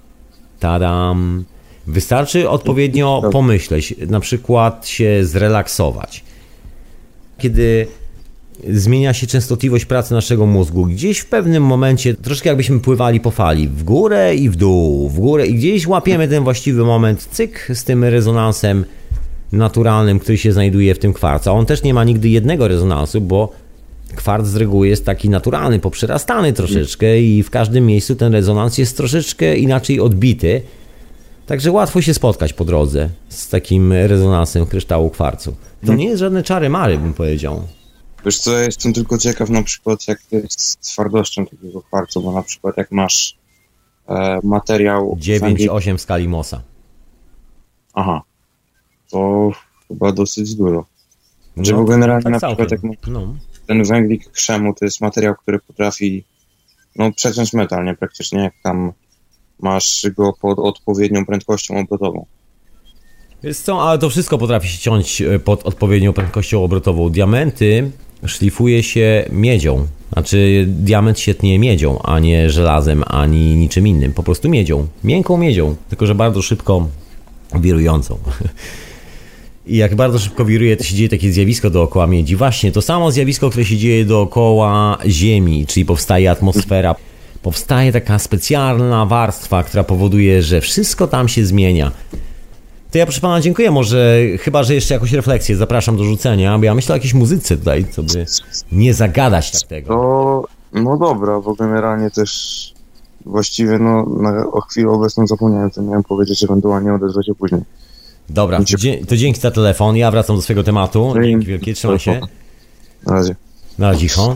Tadam! Wystarczy odpowiednio pomyśleć, na przykład się zrelaksować. Kiedy zmienia się częstotliwość pracy naszego mózgu, gdzieś w pewnym momencie, troszkę jakbyśmy pływali po fali, w górę i w dół, w górę i gdzieś łapiemy ten właściwy moment, cyk, z tym rezonansem naturalnym, który się znajduje w tym kwarcu. A on też nie ma nigdy jednego rezonansu, bo Kwarc z reguły jest taki naturalny, poprzerastany troszeczkę i w każdym miejscu ten rezonans jest troszeczkę inaczej odbity. Także łatwo się spotkać po drodze z takim rezonansem kryształu kwarcu. To nie jest żadne czary-mary, bym powiedział. Wiesz co, ja jestem tylko ciekaw na przykład, jak to jest z twardością takiego kwarcu, bo na przykład jak masz materiał... 9,8 w skali Mohsa. Aha, to chyba dosyć dużo. Znaczy, bo generalnie tak na przykład jak no. ten węglik krzemu to jest materiał, który potrafi przeciąć metal, nie? Praktycznie jak tam masz go pod odpowiednią prędkością obrotową. Jest co, ale to wszystko potrafi się ciąć pod odpowiednią prędkością obrotową. Diamenty szlifuje się miedzią. Znaczy diament się tnie miedzią, a nie żelazem, ani niczym innym. Po prostu miedzią. Miękką miedzią, tylko że bardzo szybko wirującą. I jak bardzo szybko wiruje, to się dzieje takie zjawisko dookoła miedzi. Właśnie to samo zjawisko, które się dzieje dookoła Ziemi, czyli powstaje atmosfera. Powstaje taka specjalna warstwa, która powoduje, że wszystko tam się zmienia. To ja, proszę pana, dziękuję. Może, chyba że jeszcze jakąś refleksję zapraszam do rzucenia, bo ja myślę o jakiejś muzyce tutaj, co by nie zagadać tak tego. No dobra, bo generalnie też właściwie o chwilę obecną zapomniałem, co miałem powiedzieć, ewentualnie odezwać się później. Dobra, to dzięki za telefon. Ja wracam do swojego tematu. Dzięki wielkie, trzymaj się. Na razie. Na razie, cicho.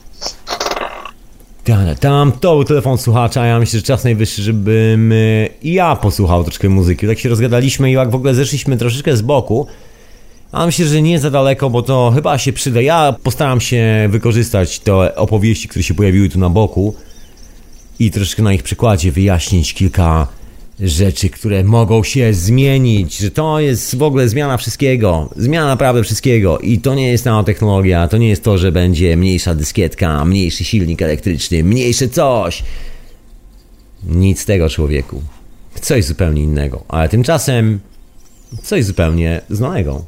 Tam to był telefon słuchacza, ja myślę, że czas najwyższy, żebym ja posłuchał troszkę muzyki. Tak się rozgadaliśmy i jak w ogóle zeszliśmy troszeczkę z boku, ale myślę, że nie za daleko, bo to chyba się przyda. Ja postaram się wykorzystać te opowieści, które się pojawiły tu na boku i troszeczkę na ich przykładzie wyjaśnić kilka rzeczy, które mogą się zmienić, że to jest w ogóle zmiana wszystkiego, zmiana naprawdę wszystkiego i to nie jest nanotechnologia, to nie jest to, że będzie mniejsza dyskietka, mniejszy silnik elektryczny, mniejsze coś. Nic z tego, człowieku. Coś zupełnie innego, ale tymczasem coś zupełnie znanego.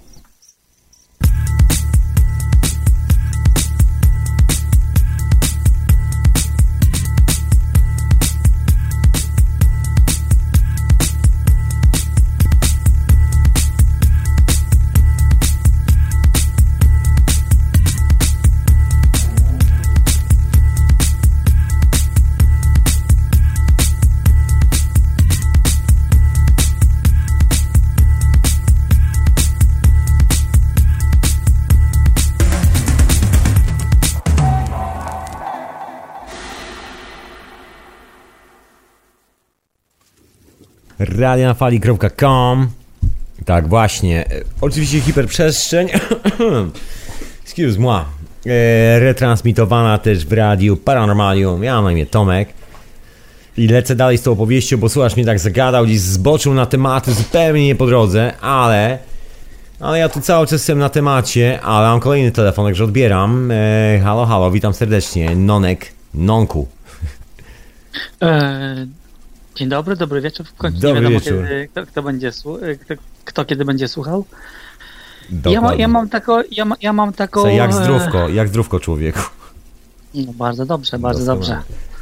radionafali.com. Tak, właśnie. Oczywiście hiperprzestrzeń. Excuse moi. Retransmitowana też w radiu Paranormalium. Ja mam na imię Tomek. I lecę dalej z tą opowieścią, bo słuchacz mnie tak zagadał, gdzieś zboczył na tematy zupełnie nie po drodze, ale ja tu cały czas jestem na temacie, ale mam kolejny telefon, także odbieram. Halo, halo, witam serdecznie. Nonku. Dzień dobry, dobry wieczór. W końcu dobry nie wiadomo, wieczór. Kto kiedy będzie słuchał. Dokładnie. Ja mam taką... Jak zdrówko człowieku. No, bardzo dobrze, bardzo dobrze.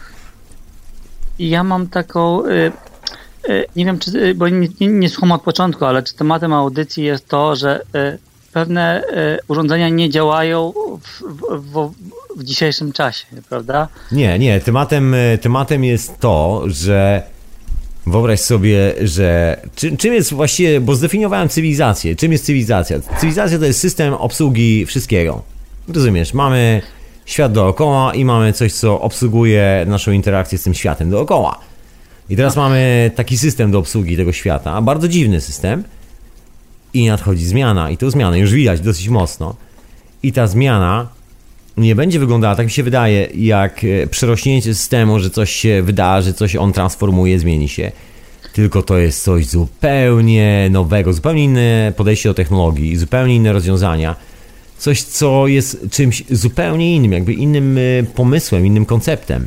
I ja mam taką... nie wiem, czy, bo nie słucham od początku, ale czy tematem audycji jest to, że pewne urządzenia nie działają w dzisiejszym czasie, prawda? Nie. Tematem jest to, że wyobraź sobie, że czym jest właściwie, bo zdefiniowałem cywilizację. Czym jest cywilizacja? Cywilizacja to jest system obsługi wszystkiego. Rozumiesz? Mamy świat dookoła i mamy coś, co obsługuje naszą interakcję z tym światem dookoła. I teraz mamy taki system do obsługi tego świata, bardzo dziwny system i nadchodzi zmiana i tą zmianę już widać dosyć mocno i ta zmiana nie będzie wyglądała, tak mi się wydaje, jak przerośnięcie systemu, że coś się wydarzy, coś on transformuje, zmieni się, tylko to jest coś zupełnie nowego, zupełnie inne podejście do technologii, zupełnie inne rozwiązania, coś, co jest czymś zupełnie innym, jakby innym pomysłem, innym konceptem.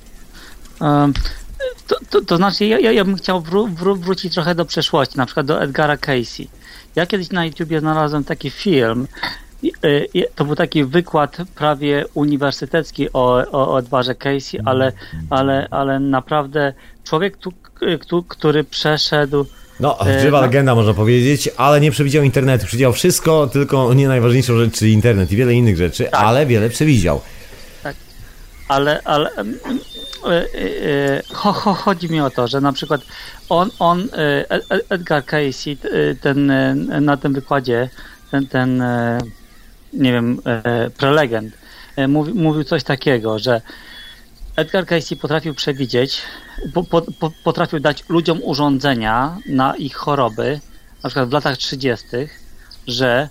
To znaczy, ja bym chciał wrócić trochę do przeszłości, na przykład do Edgara Cayce. Ja kiedyś na YouTubie znalazłem taki film, to był taki wykład prawie uniwersytecki o Edgarze Cayce, ale naprawdę człowiek, który przeszedł No, żywa legenda można powiedzieć, ale nie przewidział internetu. Przewidział wszystko, tylko nie najważniejszą rzecz, czyli internet i wiele innych rzeczy, tak. Ale wiele przewidział. Tak, ale chodzi mi o to, że na przykład Edgar Cayce, na tym wykładzie, nie wiem, prelegent, mówił coś takiego, że Edgar Cayce potrafił przewidzieć, potrafił dać ludziom urządzenia na ich choroby, na przykład w latach 30., że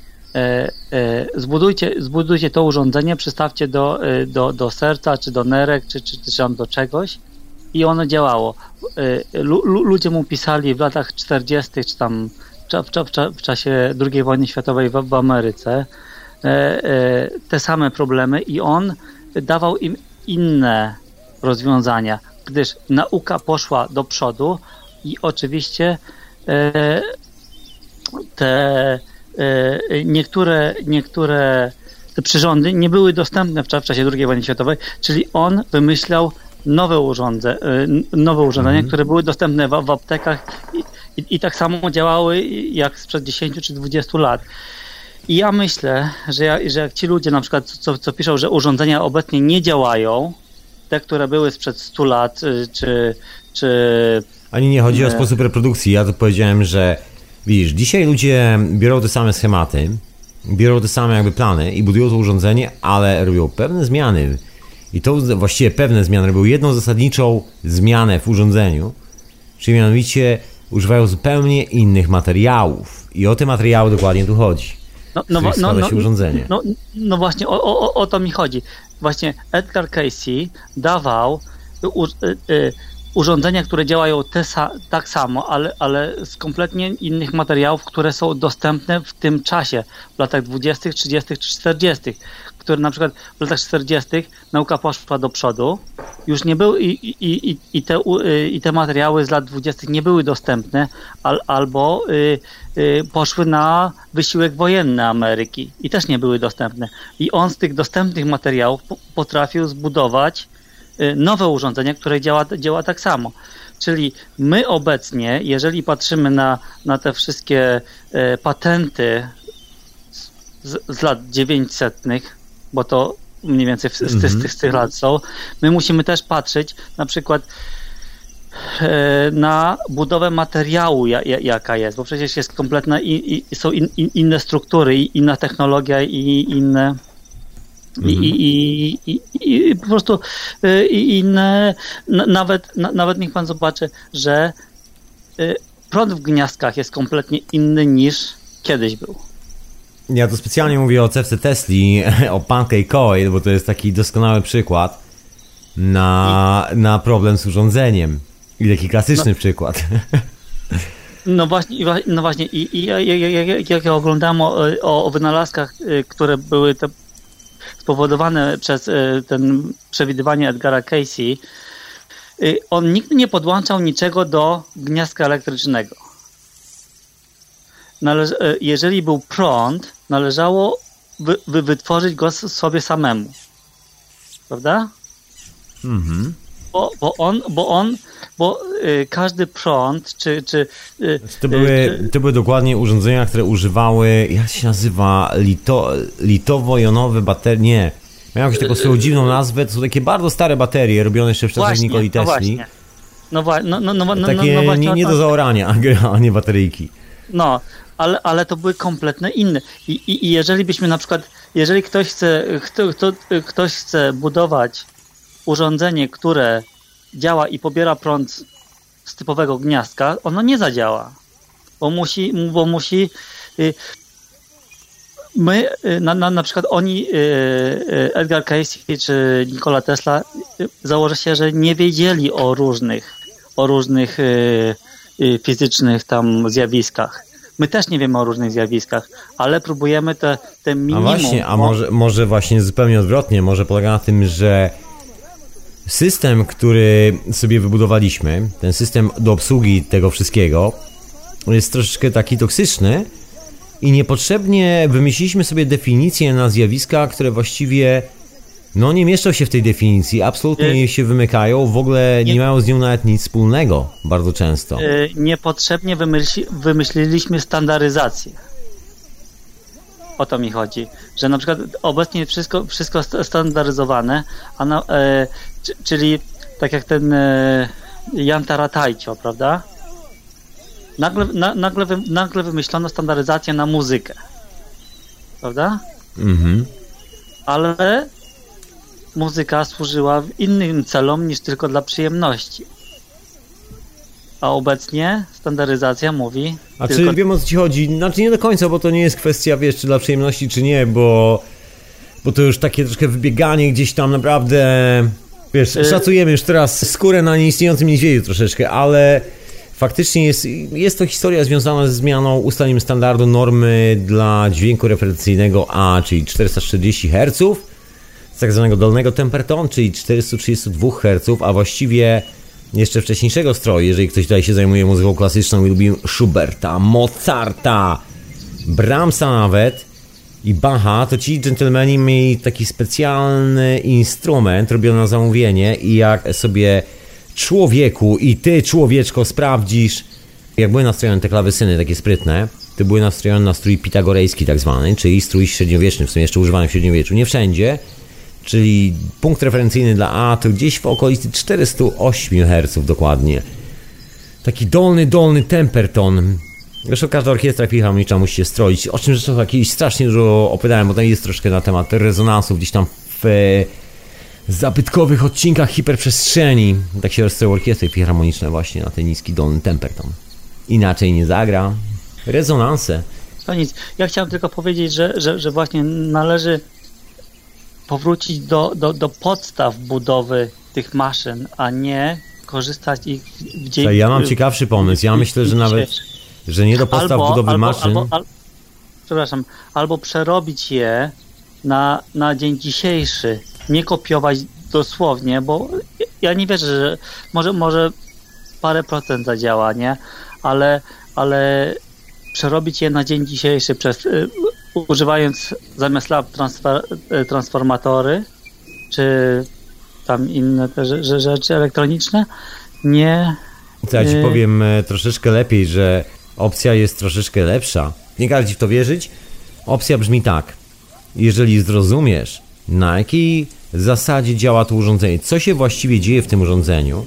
zbudujcie to urządzenie, przystawcie do serca, czy do nerek, czy tam do czegoś i ono działało. Ludzie mu pisali w latach 40., czy tam w czasie II wojny światowej w Ameryce te same problemy i on dawał im inne rozwiązania, gdyż nauka poszła do przodu i oczywiście te niektóre te przyrządy nie były dostępne w czasie II wojny światowej, czyli on wymyślał nowe urządzenia, które były dostępne w aptekach i tak samo działały jak sprzed 10 czy 20 lat. I ja myślę, że jak ci ludzie na przykład, co piszą, że urządzenia obecnie nie działają, te, które były sprzed 100 lat, czy... Ani nie chodzi o sposób reprodukcji. Ja to powiedziałem, że widzisz, dzisiaj ludzie biorą te same schematy, biorą te same jakby plany i budują to urządzenie, ale robią pewne zmiany. I to właściwie pewne zmiany robią jedną zasadniczą zmianę w urządzeniu, czyli mianowicie używają zupełnie innych materiałów. I o te materiały dokładnie tu chodzi. Składa się urządzenie. No właśnie, o to mi chodzi. Właśnie Edgar Cayce dawał urządzenia, które działają tak samo, ale z kompletnie innych materiałów, które są dostępne w tym czasie, w latach 20., 30. czy 40., które na przykład w latach 40. nauka poszła do przodu, już nie były i te materiały z lat 20. nie były dostępne, albo poszły na wysiłek wojenny Ameryki i też nie były dostępne. I on z tych dostępnych materiałów potrafił zbudować nowe urządzenie, które działa tak samo. Czyli my obecnie, jeżeli patrzymy na te wszystkie patenty z lat 900., bo to mniej więcej z tych lat są, my musimy też patrzeć na przykład na budowę materiału, jaka jest, bo przecież jest kompletna są inne struktury, inna technologia i inne i po prostu inne, nawet niech pan zobaczy, że prąd w gniazdkach jest kompletnie inny niż kiedyś był. Ja tu specjalnie mówię o cewce Tesli, o Pancake Oil, bo to jest taki doskonały przykład na problem z urządzeniem. I taki klasyczny przykład. No właśnie i jak ja oglądałem o wynalazkach, które były spowodowane przez ten przewidywanie Edgara Cayce, on nigdy nie podłączał niczego do gniazdka elektrycznego. Jeżeli był prąd, należało wytworzyć go sobie samemu. Prawda? Mhm. Bo każdy prąd, To były dokładnie urządzenia, które używały, jak się nazywa, litowo-jonowe baterie, nie, mają jakąś taką swoją dziwną nazwę, to są takie bardzo stare baterie, robione jeszcze w czasach Nikoli Tesli. Takie nie do zaorania, a nie bateryjki. No, ale to były kompletnie inne. I jeżeli byśmy na przykład, jeżeli ktoś chce budować urządzenie, które działa i pobiera prąd z typowego gniazdka, ono nie zadziała. Bo musi my, na przykład oni, Edgar Cayce czy Nikola Tesla, założę się, że nie wiedzieli o różnych fizycznych tam zjawiskach. My też nie wiemy o różnych zjawiskach, ale próbujemy te minimum... A może właśnie zupełnie odwrotnie, może polega na tym, że system, który sobie wybudowaliśmy, ten system do obsługi tego wszystkiego, jest troszeczkę taki toksyczny i niepotrzebnie wymyśliliśmy sobie definicję na zjawiska, które właściwie No nie mieszczą się w tej definicji, absolutnie się wymykają, w ogóle nie mają z nią nawet nic wspólnego, bardzo często. Niepotrzebnie wymyśliliśmy standaryzację. O to mi chodzi, że na przykład obecnie wszystko standaryzowane, czyli tak jak ten Jan Taratajcio, prawda? Nagle wymyślono standaryzację na muzykę, prawda? Mhm. Ale muzyka służyła innym celom niż tylko dla przyjemności. A obecnie standaryzacja mówi... A czy wiem, o co ci chodzi? Znaczy nie do końca, bo to nie jest kwestia, wiesz, czy dla przyjemności, czy nie, bo to już takie troszkę wybieganie gdzieś tam naprawdę... Wiesz, szacujemy już teraz skórę na nieistniejącym niedźwiedziu troszeczkę, ale faktycznie jest to historia związana ze zmianą, ustaleniem standardu normy dla dźwięku referencyjnego A, czyli 440 Hz, z tak zwanego dolnego temperton, czyli 432 Hz, a właściwie jeszcze wcześniejszego stroju, jeżeli ktoś tutaj się zajmuje muzyką klasyczną i lubi Schuberta, Mozarta, Brahmsa nawet i Bacha, to ci dżentelmeni mieli taki specjalny instrument robiony na zamówienie i jak sobie człowieku i ty człowieczko sprawdzisz, jak były nastrojone te klawesyny takie sprytne, to były nastrojone na strój pitagorejski tak zwany, czyli strój średniowieczny, w sumie jeszcze używany w średniowieczu, nie wszędzie, czyli punkt referencyjny dla A to gdzieś w okolicy 408 Hz dokładnie. Taki dolny temperton. Zresztą każda orkiestra filharmoniczna musi się stroić, o czym zresztą kiedyś strasznie dużo opowiadałem, bo tam jest troszkę na temat rezonansów gdzieś tam w zabytkowych odcinkach hiperprzestrzeni. Tak się rozstroją orkiestry filharmoniczne właśnie na ten niski dolny temperton. Inaczej nie zagra. Rezonanse. To nic. Ja chciałem tylko powiedzieć, że właśnie należy powrócić do podstaw budowy tych maszyn, a nie korzystać ich w dzień. Ja mam ciekawszy pomysł. Ja myślę, że nawet, że nie do podstaw budowy maszyn. Albo przerobić je na dzień dzisiejszy. Nie kopiować dosłownie, bo ja nie wierzę, że może parę procent zadziała, nie? Ale przerobić je na dzień dzisiejszy używając zamiast lamp transformatory, czy tam inne te rzeczy elektroniczne, nie... To ja ci powiem troszeczkę lepiej, że opcja jest troszeczkę lepsza. Nie każę ci w to wierzyć. Opcja brzmi tak. Jeżeli zrozumiesz, na jakiej zasadzie działa to urządzenie, co się właściwie dzieje w tym urządzeniu,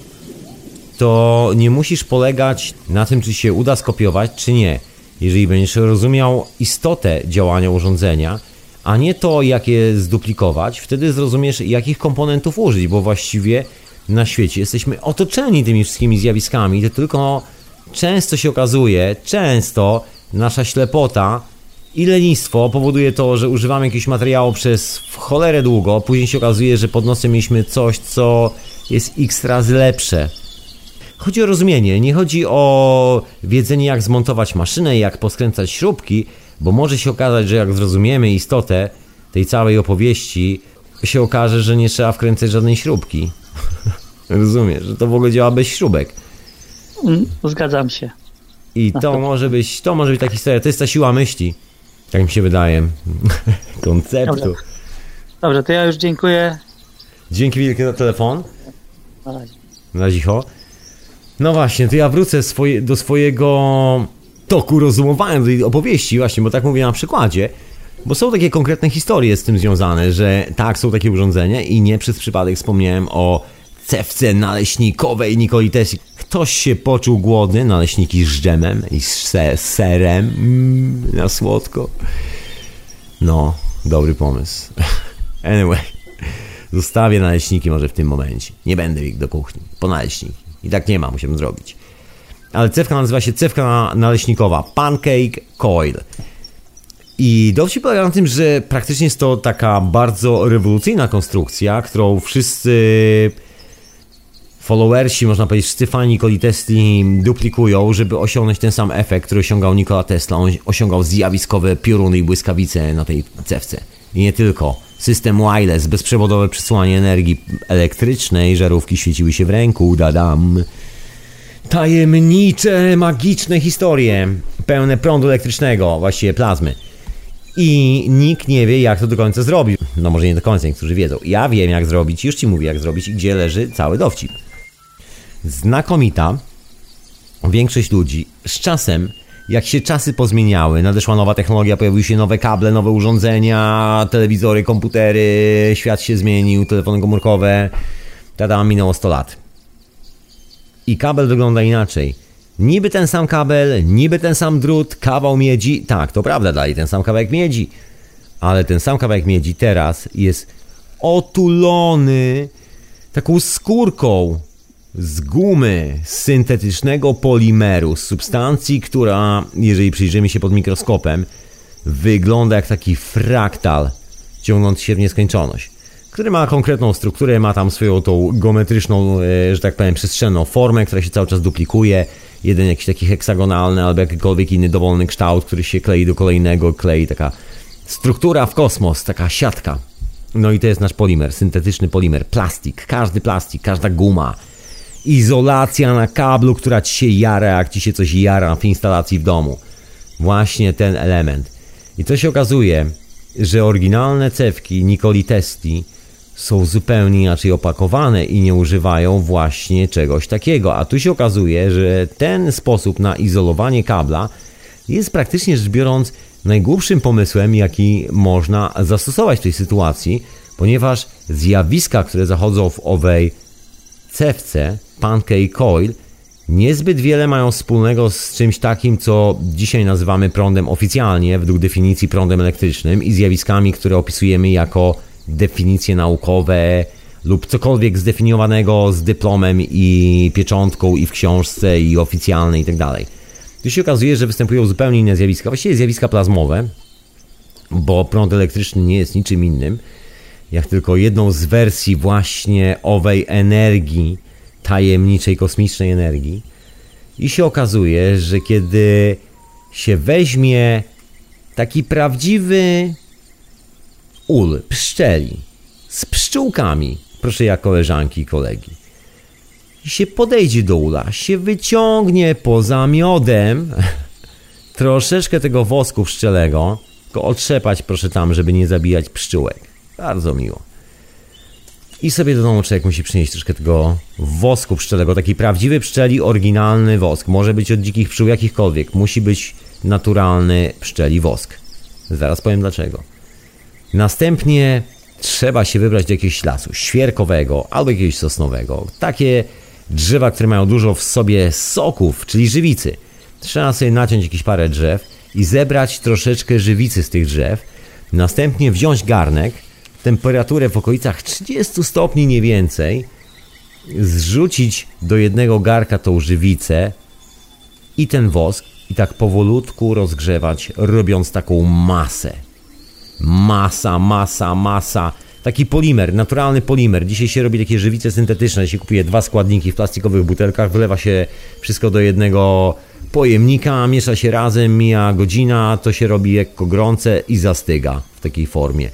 to nie musisz polegać na tym, czy się uda skopiować, czy nie. Jeżeli będziesz rozumiał istotę działania urządzenia, a nie to, jak je zduplikować, wtedy zrozumiesz, jakich komponentów użyć, bo właściwie na świecie jesteśmy otoczeni tymi wszystkimi zjawiskami, to tylko często się okazuje, nasza ślepota i lenistwo powoduje to, że używamy jakiegoś materiału przez w cholerę długo, później się okazuje, że pod nosem mieliśmy coś, co jest x razy lepsze. Chodzi o rozumienie, nie chodzi o wiedzenie, jak zmontować maszynę, jak poskręcać śrubki, bo może się okazać, że jak zrozumiemy istotę tej całej opowieści, się okaże, że nie trzeba wkręcać żadnej śrubki. Rozumiesz, że to w ogóle działa bez śrubek. Zgadzam się. I to może być ta historia, to jest ta siła myśli. Tak mi się wydaje. Konceptu. Dobrze, to ja już dziękuję. Dzięki wielkie za telefon. Na razie. Na razie. No właśnie, to ja wrócę do swojego toku rozumowania, do tej opowieści właśnie, bo tak mówię na przykładzie, bo są takie konkretne historie z tym związane, że tak, są takie urządzenia i nie przez przypadek wspomniałem o cewce naleśnikowej Nikoli Tesli. Ktoś się poczuł głodny, naleśniki z dżemem i z serem, na słodko. No, dobry pomysł. Anyway, zostawię naleśniki może w tym momencie. Nie będę ich do kuchni, po naleśniki. I tak nie ma, musimy zrobić. Ale cewka nazywa się cewka naleśnikowa Pancake Coil. I dowcip polega na tym, że praktycznie jest to taka bardzo rewolucyjna konstrukcja, którą wszyscy followersi, można powiedzieć, wszyscy fani Nikoli Tesli duplikują, żeby osiągnąć ten sam efekt, który osiągał Nikola Tesla. On osiągał zjawiskowe pioruny i błyskawice na tej cewce. I nie tylko. System wireless, bezprzewodowe przesyłanie energii elektrycznej, żarówki świeciły się w ręku, dadam. Tajemnicze, magiczne historie, pełne prądu elektrycznego, właściwie plazmy. I nikt nie wie, jak to do końca zrobić. No może nie do końca, niektórzy wiedzą. Ja wiem, jak zrobić, już ci mówię, jak zrobić i gdzie leży cały dowcip. Znakomita większość ludzi z czasem, jak się czasy pozmieniały, nadeszła nowa technologia, pojawiły się nowe kable, nowe urządzenia, telewizory, komputery, świat się zmienił, telefony komórkowe, minęło 100 lat. I kabel wygląda inaczej. Niby ten sam kabel, niby ten sam drut, kawał miedzi, tak, to prawda, dalej ten sam kawałek miedzi, ale ten sam kawałek miedzi teraz jest otulony taką skórką z gumy, z syntetycznego polimeru, z substancji, która, jeżeli przyjrzymy się pod mikroskopem, wygląda jak taki fraktal ciągnący się w nieskończoność, który ma konkretną strukturę, ma tam swoją tą geometryczną, że tak powiem, przestrzenną formę, która się cały czas duplikuje, jeden jakiś taki heksagonalny albo jakikolwiek inny dowolny kształt, który się klei do kolejnego, klei taka struktura w kosmos, taka siatka. No i to jest nasz polimer, syntetyczny polimer, plastik, każda guma, izolacja na kablu, która ci się jara, jak ci się coś jara w instalacji w domu. Właśnie ten element. I to się okazuje, że oryginalne cewki Nikoli Tesli są zupełnie inaczej opakowane i nie używają właśnie czegoś takiego. A tu się okazuje, że ten sposób na izolowanie kabla jest praktycznie rzecz biorąc najgłupszym pomysłem, jaki można zastosować w tej sytuacji, ponieważ zjawiska, które zachodzą w owej cewce, pancake coil, niezbyt wiele mają wspólnego z czymś takim, co dzisiaj nazywamy prądem oficjalnie, według definicji prądem elektrycznym i zjawiskami, które opisujemy jako definicje naukowe lub cokolwiek zdefiniowanego z dyplomem i pieczątką i w książce i oficjalne i tak dalej. Tu się okazuje, że występują zupełnie inne zjawiska, właściwie zjawiska plazmowe, bo prąd elektryczny nie jest niczym innym, jak tylko jedną z wersji właśnie owej energii, tajemniczej, kosmicznej energii. I się okazuje, że kiedy się weźmie taki prawdziwy ul pszczeli z pszczółkami, proszę jak koleżanki i kolegi, i się podejdzie do ula, się wyciągnie poza miodem troszeczkę tego wosku pszczelego, tylko otrzepać proszę tam, żeby nie zabijać pszczółek. Bardzo miło. I sobie do domu człowiek musi przynieść troszkę tego wosku pszczelego, taki prawdziwy pszczeli, oryginalny wosk. Może być od dzikich pszczół jakichkolwiek. Musi być naturalny pszczeli wosk. Zaraz powiem dlaczego. Następnie trzeba się wybrać do jakiegoś lasu świerkowego albo jakiegoś sosnowego. Takie drzewa, które mają dużo w sobie soków, czyli żywicy. Trzeba sobie naciąć jakieś parę drzew i zebrać troszeczkę żywicy z tych drzew. Następnie wziąć garnek, temperaturę w okolicach 30 stopni nie więcej, zrzucić do jednego garka tą żywicę i ten wosk i tak powolutku rozgrzewać, robiąc taką masę. Masa. Taki polimer, naturalny polimer. Dzisiaj się robi takie żywice syntetyczne, się kupuje 2 składniki w plastikowych butelkach, wlewa się wszystko do jednego pojemnika, miesza się razem, mija godzina, to się robi lekko gorące i zastyga w takiej formie.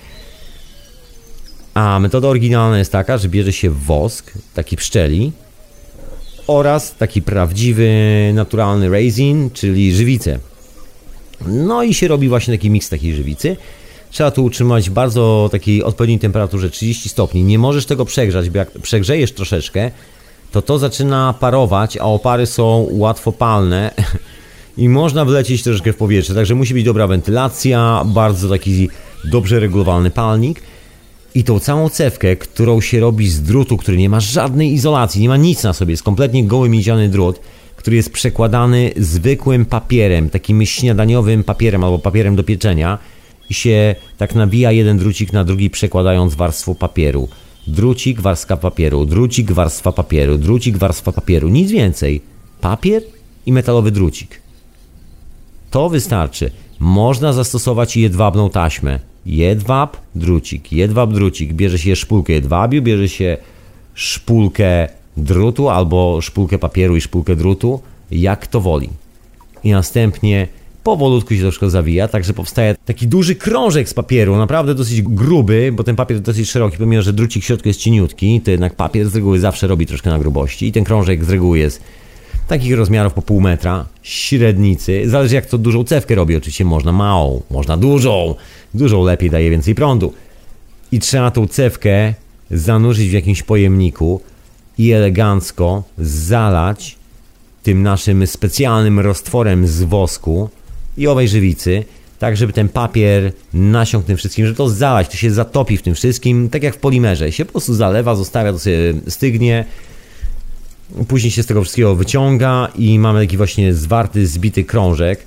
A metoda oryginalna jest taka, że bierze się wosk, taki pszczeli oraz taki prawdziwy, naturalny resin, czyli żywicę. No i się robi właśnie taki miks takiej żywicy. Trzeba tu utrzymać w bardzo takiej odpowiedniej temperaturze 30 stopni. Nie możesz tego przegrzać, bo jak przegrzejesz troszeczkę, to zaczyna parować, a opary są łatwopalne i można wlecieć troszeczkę w powietrze. Także musi być dobra wentylacja, bardzo taki dobrze regulowalny palnik. I tą całą cewkę, którą się robi z drutu, który nie ma żadnej izolacji, nie ma nic na sobie, jest kompletnie goły miedziany drut, który jest przekładany zwykłym papierem, takim śniadaniowym papierem albo papierem do pieczenia i się tak nawija jeden drucik na drugi, przekładając warstwą papieru. Drucik, warstwa papieru, drucik, warstwa papieru, drucik, warstwa papieru, nic więcej. Papier i metalowy drucik. To wystarczy. Można zastosować jedwabną taśmę. Jedwab, drucik. Bierze się szpulkę jedwabiu, bierze się szpulkę drutu albo szpulkę papieru i szpulkę drutu, jak to woli. I następnie powolutku się to wszystko zawija, tak że powstaje taki duży krążek z papieru, naprawdę dosyć gruby, bo ten papier jest dosyć szeroki, pomimo że drucik w środku jest cieniutki, to jednak papier z reguły zawsze robi troszkę na grubości i ten krążek z reguły jest takich rozmiarów po pół metra, średnicy, zależy jak to dużą cewkę robi, oczywiście można małą, można dużą lepiej daje więcej prądu. I trzeba tą cewkę zanurzyć w jakimś pojemniku i elegancko zalać tym naszym specjalnym roztworem z wosku i owej żywicy, tak żeby ten papier nasiąkł tym wszystkim, że to zalać, to się zatopi w tym wszystkim, tak jak w polimerze, się po prostu zalewa, zostawia, to sobie stygnie, później się z tego wszystkiego wyciąga i mamy taki właśnie zwarty, zbity krążek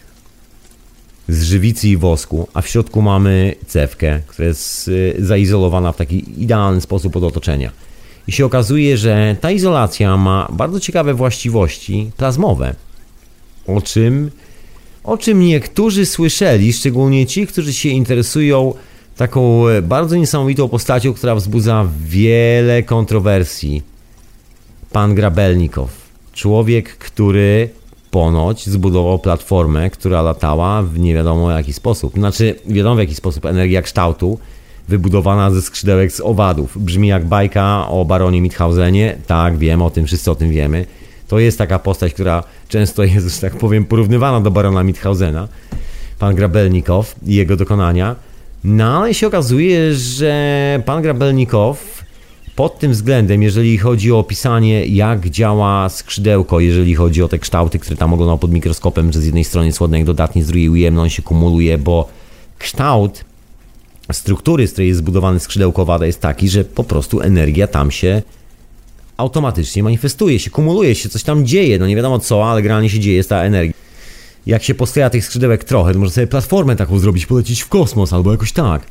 z żywicy i wosku, a w środku mamy cewkę, która jest zaizolowana w taki idealny sposób od otoczenia. I się okazuje, że ta izolacja ma bardzo ciekawe właściwości plazmowe, o czym niektórzy słyszeli, szczególnie ci, którzy się interesują taką bardzo niesamowitą postacią, która wzbudza wiele kontrowersji. Pan Grabelnikow. Człowiek, który ponoć zbudował platformę, która latała w nie wiadomo jaki sposób. Znaczy, wiadomo w jaki sposób, energia kształtu wybudowana ze skrzydełek z owadów. Brzmi jak bajka o baronie Münchhausenie. Tak, wiem o tym, wszyscy o tym wiemy. To jest taka postać, która często jest, że tak powiem, porównywana do barona Münchhausena. Pan Grabelnikow i jego dokonania. No ale się okazuje, że pan Grabelnikow pod tym względem, jeżeli chodzi o opisanie, jak działa skrzydełko, jeżeli chodzi o te kształty, które tam oglądał pod mikroskopem, że z jednej strony jest ładny, dodatnie, z drugiej ujemny, on się kumuluje, bo kształt struktury, z której jest zbudowany skrzydełko owada, jest taki, że po prostu energia tam się automatycznie manifestuje się, kumuluje się, coś tam dzieje, no nie wiadomo co, ale generalnie się dzieje, jest ta energia. Jak się poskleja tych skrzydełek trochę, to można sobie platformę taką zrobić, polecieć w kosmos albo jakoś tak.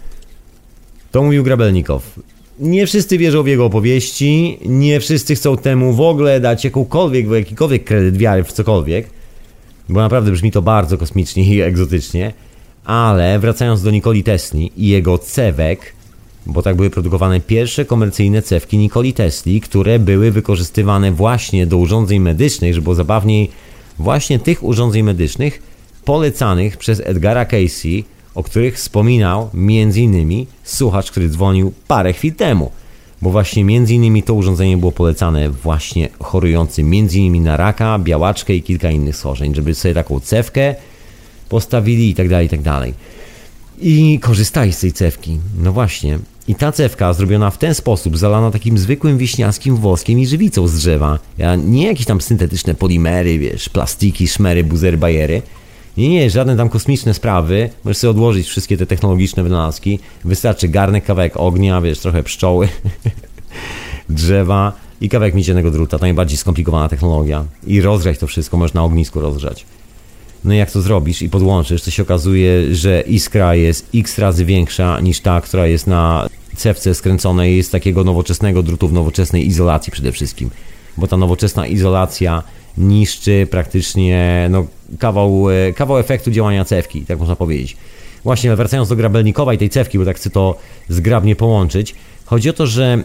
To mówił Grabelnikow. Nie wszyscy wierzą w jego opowieści, nie wszyscy chcą temu w ogóle dać jakikolwiek kredyt wiary w cokolwiek, bo naprawdę brzmi to bardzo kosmicznie i egzotycznie, ale wracając do Nikoli Tesli i jego cewek, bo tak były produkowane pierwsze komercyjne cewki Nikoli Tesli, które były wykorzystywane właśnie do urządzeń medycznych, żeby było zabawniej, właśnie tych urządzeń medycznych polecanych przez Edgara Cayce, o których wspominał m.in. słuchacz, który dzwonił parę chwil temu, bo właśnie m.in. to urządzenie było polecane właśnie chorującym m.in. na raka, białaczkę i kilka innych schorzeń, żeby sobie taką cewkę postawili i tak dalej. I korzystali z tej cewki. No właśnie. I ta cewka zrobiona w ten sposób, zalana takim zwykłym wiśniarskim woskiem i żywicą z drzewa. Nie jakieś tam syntetyczne polimery, wiesz, plastiki, szmery, buzery, bajery. Nie, żadne tam kosmiczne sprawy. Możesz sobie odłożyć wszystkie te technologiczne wynalazki. Wystarczy garnek, kawałek ognia, wiesz, trochę pszczoły, drzewa i kawałek miedzianego druta. To najbardziej skomplikowana technologia. I rozgrzać to wszystko, możesz na ognisku rozgrzać. No i jak to zrobisz i podłączysz, to się okazuje, że iskra jest x razy większa niż ta, która jest na cewce skręconej z takiego nowoczesnego drutu w nowoczesnej izolacji przede wszystkim. Bo ta nowoczesna izolacja niszczy praktycznie no, kawał efektu działania cewki, tak można powiedzieć. Właśnie wracając do Grabelnikowa i tej cewki, bo tak chcę to zgrabnie połączyć, chodzi o to, że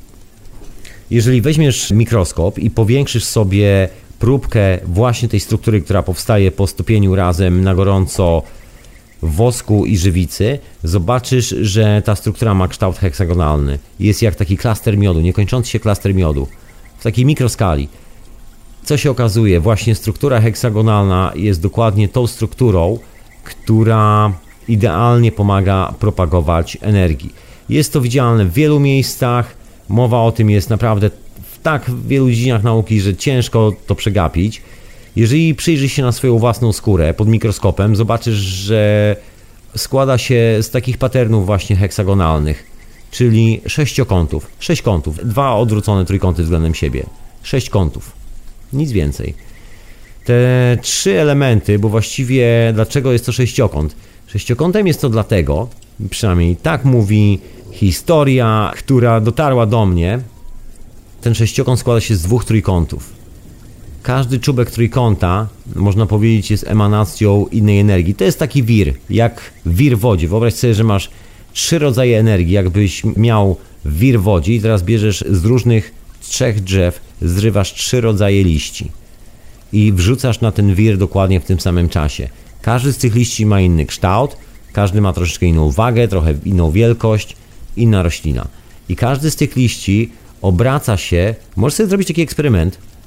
jeżeli weźmiesz mikroskop i powiększysz sobie próbkę właśnie tej struktury, która powstaje po stopieniu razem na gorąco wosku i żywicy, zobaczysz, że ta struktura ma kształt heksagonalny. Jest jak taki klaster miodu, niekończący się klaster miodu, w takiej mikroskali. Co się okazuje? Właśnie struktura heksagonalna jest dokładnie tą strukturą, która idealnie pomaga propagować energii. Jest to widzialne w wielu miejscach, mowa o tym jest naprawdę w tak wielu dziedzinach nauki, że ciężko to przegapić. Jeżeli przyjrzysz się na swoją własną skórę pod mikroskopem, zobaczysz, że składa się z takich patternów właśnie heksagonalnych, czyli 6 kątów, 2 odwrócone trójkąty względem siebie, 6 kątów, nic więcej. Te 3 elementy, bo właściwie dlaczego jest to sześciokąt? Sześciokątem jest to dlatego, przynajmniej tak mówi historia, która dotarła do mnie, ten sześciokąt składa się z 2 trójkątów. Każdy czubek trójkąta, można powiedzieć, jest emanacją innej energii. To jest taki wir, jak wir w wodzie. Wyobraź sobie, że masz 3 rodzaje energii, jakbyś miał wir w wodzie i teraz bierzesz z różnych 3 drzew, zrywasz 3 rodzaje liści i wrzucasz na ten wir dokładnie w tym samym czasie. Każdy z tych liści ma inny kształt, każdy ma troszeczkę inną wagę, trochę inną wielkość, inna roślina. I każdy z tych liści obraca się, możesz sobie zrobić taki eksperyment,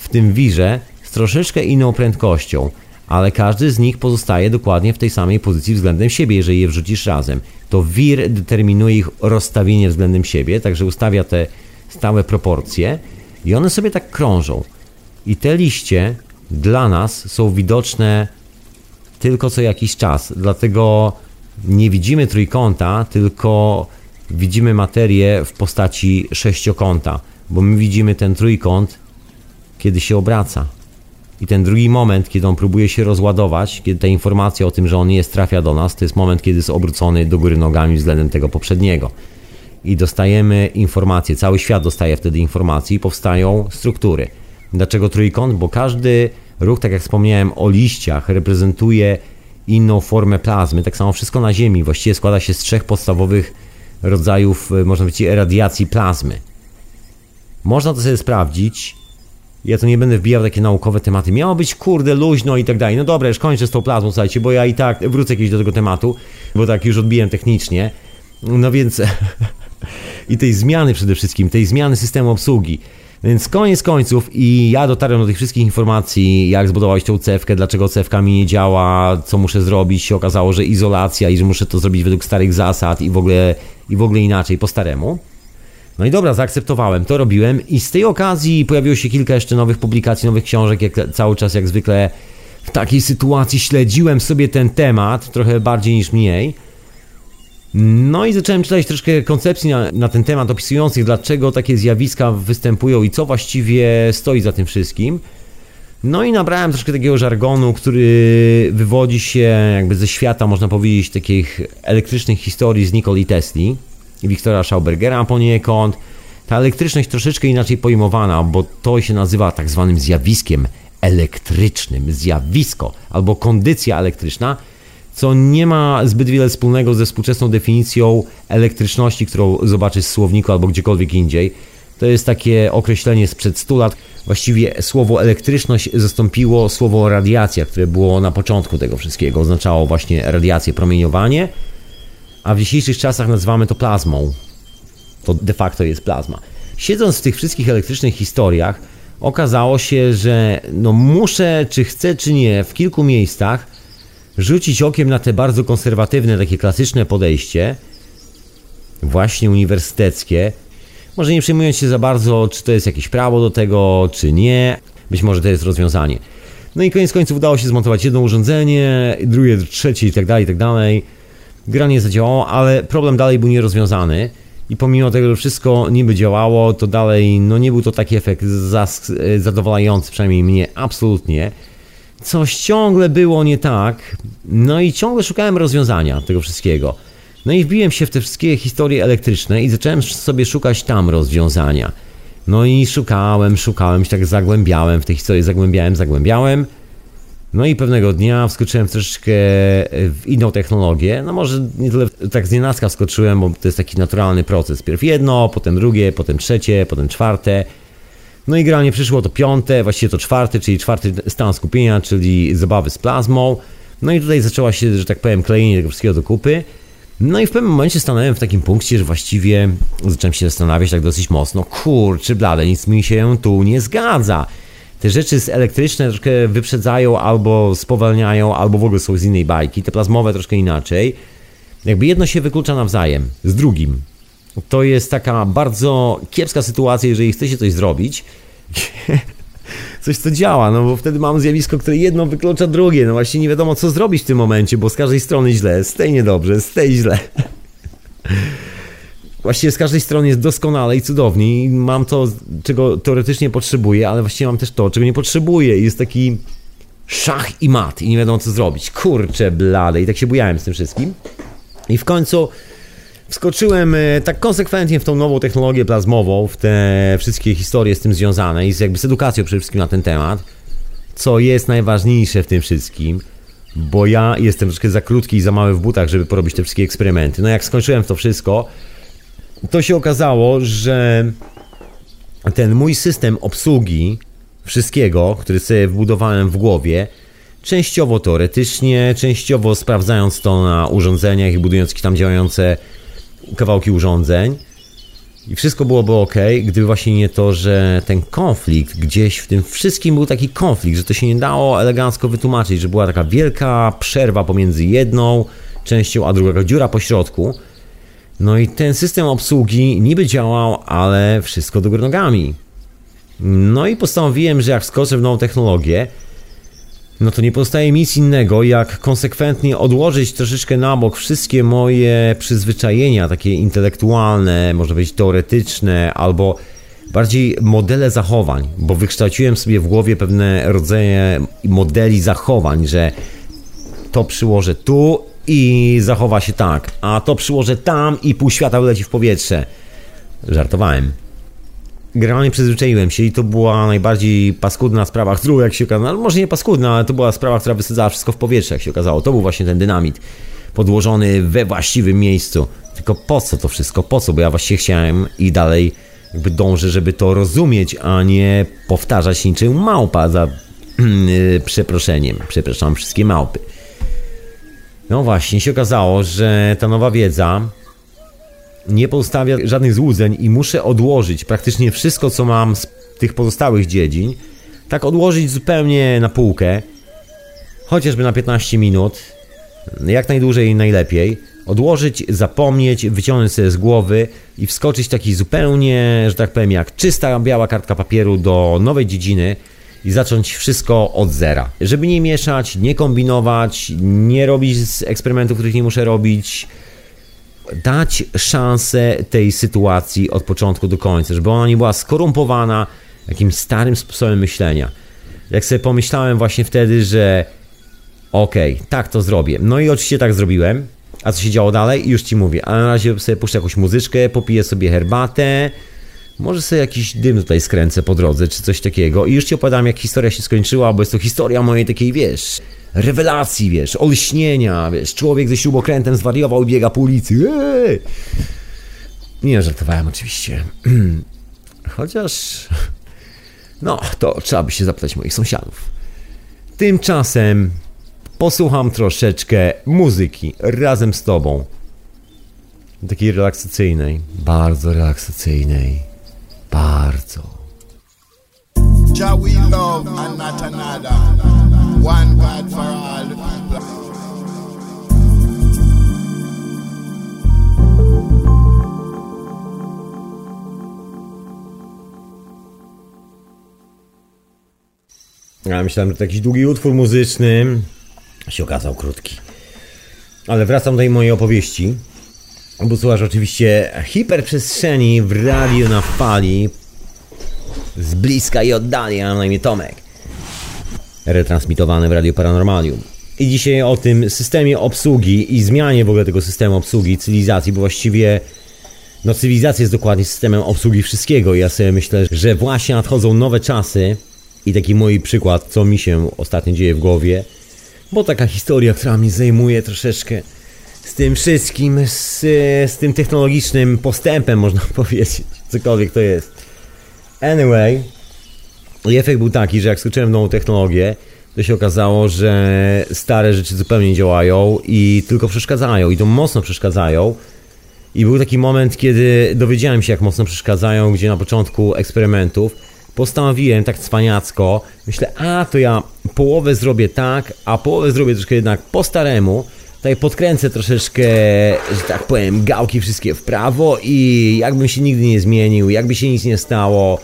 w tym wirze z troszeczkę inną prędkością, ale każdy z nich pozostaje dokładnie w tej samej pozycji względem siebie, jeżeli je wrzucisz razem. To wir determinuje ich rozstawienie względem siebie, także ustawia te stałe proporcje i one sobie tak krążą. I te liście dla nas są widoczne tylko co jakiś czas, dlatego nie widzimy trójkąta, tylko widzimy materię w postaci sześciokąta, bo my widzimy ten trójkąt, kiedy się obraca. I ten drugi moment, kiedy on próbuje się rozładować, kiedy ta informacja o tym, że on jest, trafia do nas, to jest moment, kiedy jest obrócony do góry nogami względem tego poprzedniego. I dostajemy informacje, cały świat dostaje wtedy informacje i powstają struktury. Dlaczego trójkąt? Bo każdy ruch, tak jak wspomniałem o liściach, reprezentuje inną formę plazmy. Tak samo wszystko na Ziemi właściwie składa się z 3 podstawowych rodzajów, można powiedzieć, radiacji plazmy. Można to sobie sprawdzić. Ja tu nie będę wbijał takie naukowe tematy. Miało być kurde luźno i tak dalej. No dobra, już kończę z tą plazmą, słuchajcie, bo ja i tak wrócę kiedyś do tego tematu, bo tak już odbiłem technicznie. No więc i tej zmiany przede wszystkim, tej zmiany systemu obsługi. Więc koniec końców i ja dotarłem do tych wszystkich informacji, jak zbudować tą cewkę, dlaczego cewka mi nie działa, co muszę zrobić. Się okazało, że izolacja i że muszę to zrobić według starych zasad i w ogóle inaczej, po staremu. No i dobra, zaakceptowałem, to robiłem i z tej okazji pojawiło się kilka jeszcze nowych publikacji, nowych książek, jak cały czas jak zwykle w takiej sytuacji śledziłem sobie ten temat, trochę bardziej niż mniej. No i zacząłem czytać troszkę koncepcji na ten temat opisujących, dlaczego takie zjawiska występują i co właściwie stoi za tym wszystkim. No i nabrałem troszkę takiego żargonu, który wywodzi się jakby ze świata, można powiedzieć, takich elektrycznych historii z Nikoli Tesli i Wiktora Schaubergera poniekąd. Ta elektryczność troszeczkę inaczej pojmowana, bo to się nazywa tak zwanym zjawiskiem elektrycznym, zjawisko albo kondycja elektryczna, co nie ma zbyt wiele wspólnego ze współczesną definicją elektryczności, którą zobaczysz w słowniku albo gdziekolwiek indziej. To jest takie określenie sprzed 100 lat. Właściwie słowo elektryczność zastąpiło słowo radiacja, które było na początku tego wszystkiego. Oznaczało właśnie radiację, promieniowanie, a w dzisiejszych czasach nazywamy to plazmą. To de facto jest plazma. Siedząc w tych wszystkich elektrycznych historiach, okazało się, że no muszę, czy chcę, czy nie, w kilku miejscach rzucić okiem na te bardzo konserwatywne, takie klasyczne podejście, właśnie uniwersyteckie, może nie przejmując się za bardzo, czy to jest jakieś prawo do tego, czy nie, być może to jest rozwiązanie. No i koniec końców udało się zmontować jedno urządzenie, drugie, trzecie i tak dalej. Gra nie zadziałała, ale problem dalej był nierozwiązany i pomimo tego, że wszystko niby działało, to dalej no nie był to taki efekt zadowalający, przynajmniej mnie absolutnie. Coś ciągle było nie tak, no i ciągle szukałem rozwiązania tego wszystkiego. No i wbiłem się w te wszystkie historie elektryczne i zacząłem sobie szukać tam rozwiązania. No i szukałem, się tak zagłębiałem w te historie, zagłębiałem. No i pewnego dnia wskoczyłem troszeczkę w inną technologię. No może nie tyle tak znienacka wskoczyłem, bo to jest taki naturalny proces. Pierw jedno, potem drugie, potem trzecie, potem czwarte. No i generalnie przyszło to 5, właściwie to 4, czyli 4 stan skupienia, czyli zabawy z plazmą. No i tutaj zaczęła się, że tak powiem, klejenie tego wszystkiego do kupy. No i w pewnym momencie stanąłem w takim punkcie, że właściwie zacząłem się zastanawiać tak dosyć mocno. Kurczę blade, nic mi się tu nie zgadza. Te rzeczy elektryczne troszkę wyprzedzają albo spowalniają, albo w ogóle są z innej bajki. Te plazmowe troszkę inaczej. Jakby jedno się wyklucza nawzajem z drugim. To jest taka bardzo kiepska sytuacja, jeżeli chce się coś zrobić. Coś co działa, no bo wtedy mam zjawisko, które jedno wyklucza drugie. No właśnie nie wiadomo co zrobić w tym momencie, bo z każdej strony źle, z tej niedobrze, z tej źle. Właściwie z każdej strony jest doskonale i cudownie i mam to, czego teoretycznie potrzebuję, ale właściwie mam też to, czego nie potrzebuję. Jest taki szach i mat i nie wiadomo co zrobić. Kurczę blade. I tak się bujałem z tym wszystkim. I w końcu wskoczyłem tak konsekwentnie w tą nową technologię plazmową, w te wszystkie historie z tym związane i z edukacją przede wszystkim na ten temat, co jest najważniejsze w tym wszystkim, bo ja jestem troszkę za krótki i za mały w butach, żeby porobić te wszystkie eksperymenty. No jak skończyłem to wszystko, to się okazało, że ten mój system obsługi wszystkiego, który sobie wbudowałem w głowie, częściowo teoretycznie, częściowo sprawdzając to na urządzeniach i budując jakieś tam działające kawałki urządzeń, I wszystko byłoby ok, gdyby właśnie nie to, że ten konflikt, gdzieś w tym wszystkim był taki konflikt, że to się nie dało elegancko wytłumaczyć, że była taka wielka przerwa pomiędzy jedną częścią, a drugą, dziura po środku. No i ten system obsługi niby działał, ale wszystko do góry nogami. No i postanowiłem, że jak wskoczę w nową technologię, no to nie pozostaje mi nic innego, jak konsekwentnie odłożyć troszeczkę na bok wszystkie moje przyzwyczajenia, takie intelektualne, może być teoretyczne, albo bardziej modele zachowań, bo wykształciłem sobie w głowie pewne rodzaje modeli zachowań, że to przyłożę tu i zachowa się tak, a to przyłożę tam i pół świata wyleci w powietrze. Żartowałem. Generalnie przyzwyczaiłem się i to była najbardziej paskudna sprawa, którą jak się okazało, może nie paskudna, ale to była sprawa, która wysadzała wszystko w powietrze, jak się okazało. To był właśnie ten dynamit podłożony we właściwym miejscu. Tylko po co to wszystko? Po co? Bo ja właściwie chciałem i dalej jakby dążę, żeby to rozumieć, a nie powtarzać niczym małpa za przeproszeniem. Przepraszam wszystkie małpy. No właśnie, się okazało, że ta nowa wiedza nie pozostawia żadnych złudzeń i muszę odłożyć praktycznie wszystko, co mam z tych pozostałych dziedzin, tak odłożyć zupełnie na półkę, chociażby na 15 minut, jak najdłużej i najlepiej, odłożyć, zapomnieć, wyciągnąć sobie z głowy i wskoczyć taki zupełnie, że tak powiem, jak czysta biała kartka papieru do nowej dziedziny i zacząć wszystko od zera. Żeby nie mieszać, nie kombinować, nie robić eksperymentów, których nie muszę robić, dać szansę tej sytuacji od początku do końca, żeby ona nie była skorumpowana jakimś starym sposobem myślenia. Jak sobie pomyślałem właśnie wtedy, że okej, tak to zrobię. No i oczywiście tak zrobiłem. A co się działo dalej? Już ci mówię. A na razie sobie puszczę jakąś muzyczkę, popiję sobie herbatę, może sobie jakiś dym tutaj skręcę po drodze, czy coś takiego. I już ci opowiadam, jak historia się skończyła, bo jest to historia mojej takiej, wiesz, rewelacji, wiesz, olśnienia, wiesz, człowiek ze śrubokrętem zwariował i biega po ulicy. Nie, żartowałem oczywiście. Chociaż, no, to trzeba by się zapytać moich sąsiadów. Tymczasem posłucham troszeczkę muzyki razem z tobą. Takiej relaksacyjnej, bardzo relaksacyjnej, bardzo. Jah we love and not another. One God for all the people. Ja myślałem, że to jakiś długi utwór muzyczny, a się okazał krótki. Ale wracam do tej mojej opowieści. Bo słuchasz oczywiście hiperprzestrzeni w radiu na fali. Z bliska i oddali, a na imię Tomek. Retransmitowane w Radiu Paranormalium. I dzisiaj o tym systemie obsługi i zmianie w ogóle tego systemu obsługi cywilizacji, bo właściwie no cywilizacja jest dokładnie systemem obsługi wszystkiego. Ja sobie myślę, że właśnie nadchodzą nowe czasy i taki mój przykład, co mi się ostatnio dzieje w głowie, bo taka historia, która mnie zajmuje troszeczkę z tym wszystkim, z tym technologicznym postępem, można powiedzieć, cokolwiek to jest. Anyway, i efekt był taki, że jak skoczyłem w nową technologię, to się okazało, że stare rzeczy zupełnie nie działają i tylko przeszkadzają, i to mocno przeszkadzają. I był taki moment, kiedy dowiedziałem się, jak mocno przeszkadzają, gdzie na początku eksperymentów postanowiłem tak cwaniacko, myślę, a to ja połowę zrobię tak, a połowę zrobię troszkę jednak po staremu, tutaj podkręcę troszeczkę, że tak powiem, gałki wszystkie w prawo i jakbym się nigdy nie zmienił, jakby się nic nie stało,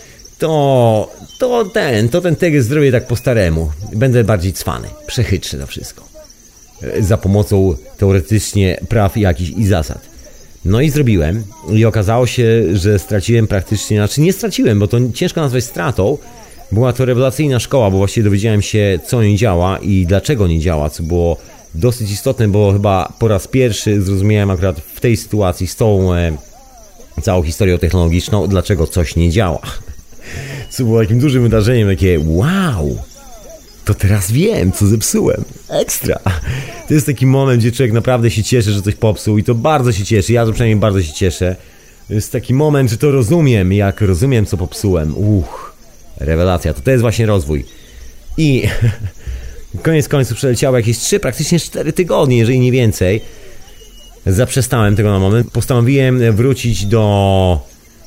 to ten tekst zrobię tak po staremu. Będę bardziej cwany, przechytrzę to wszystko. Za pomocą teoretycznie praw jakichś i zasad. No i zrobiłem i okazało się, że straciłem praktycznie, znaczy nie straciłem, bo to ciężko nazwać stratą. Była to rewelacyjna szkoła, bo właściwie dowiedziałem się, co nie działa i dlaczego nie działa, co było dosyć istotne, bo chyba po raz pierwszy zrozumiałem akurat w tej sytuacji z tą całą historią technologiczną, dlaczego coś nie działa. Co było takim dużym wydarzeniem, takie wow, to teraz wiem, co zepsułem. Ekstra. To jest taki moment, gdzie człowiek naprawdę się cieszy, że coś popsuł i to bardzo się cieszy. Ja to przynajmniej bardzo się cieszę. To jest taki moment, że to rozumiem, jak rozumiem, co popsułem. Rewelacja. To jest właśnie rozwój. I koniec końców przeleciało jakieś 3, praktycznie 4 tygodnie, jeżeli nie więcej. Zaprzestałem tego na moment. Postanowiłem wrócić do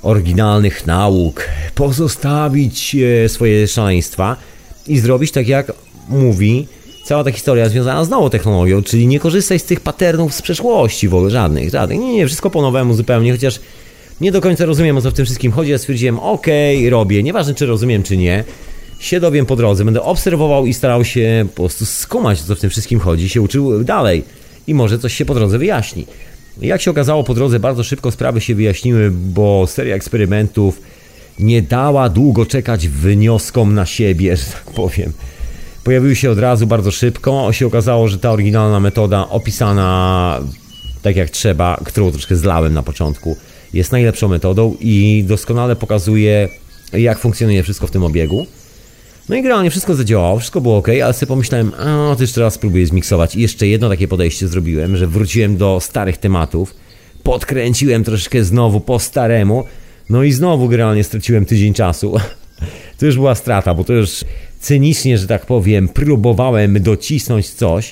oryginalnych nauk, pozostawić swoje szaleństwa i zrobić tak, jak mówi cała ta historia związana z nową technologią, czyli nie korzystać z tych patternów z przeszłości w ogóle, żadnych. Nie, wszystko po nowemu zupełnie, chociaż nie do końca rozumiem, o co w tym wszystkim chodzi. Ja stwierdziłem, okej, robię, nieważne czy rozumiem, czy nie, się dowiem po drodze, będę obserwował i starał się po prostu skumać, o co w tym wszystkim chodzi, się uczył dalej i może coś się po drodze wyjaśni. Jak się okazało, po drodze bardzo szybko sprawy się wyjaśniły, bo seria eksperymentów nie dała długo czekać wnioskom na siebie, że tak powiem. Pojawiły się od razu bardzo szybko, się okazało, że ta oryginalna metoda opisana tak jak trzeba, którą troszkę zlałem na początku, jest najlepszą metodą i doskonale pokazuje, jak funkcjonuje wszystko w tym obiegu. No i generalnie wszystko zadziałało, wszystko było ok, ale sobie pomyślałem, to jeszcze raz spróbuję zmiksować. I jeszcze jedno takie podejście zrobiłem, że wróciłem do starych tematów, podkręciłem troszkę znowu po staremu, no i znowu generalnie straciłem tydzień czasu. To już była strata, bo to już cynicznie, że tak powiem, próbowałem docisnąć coś,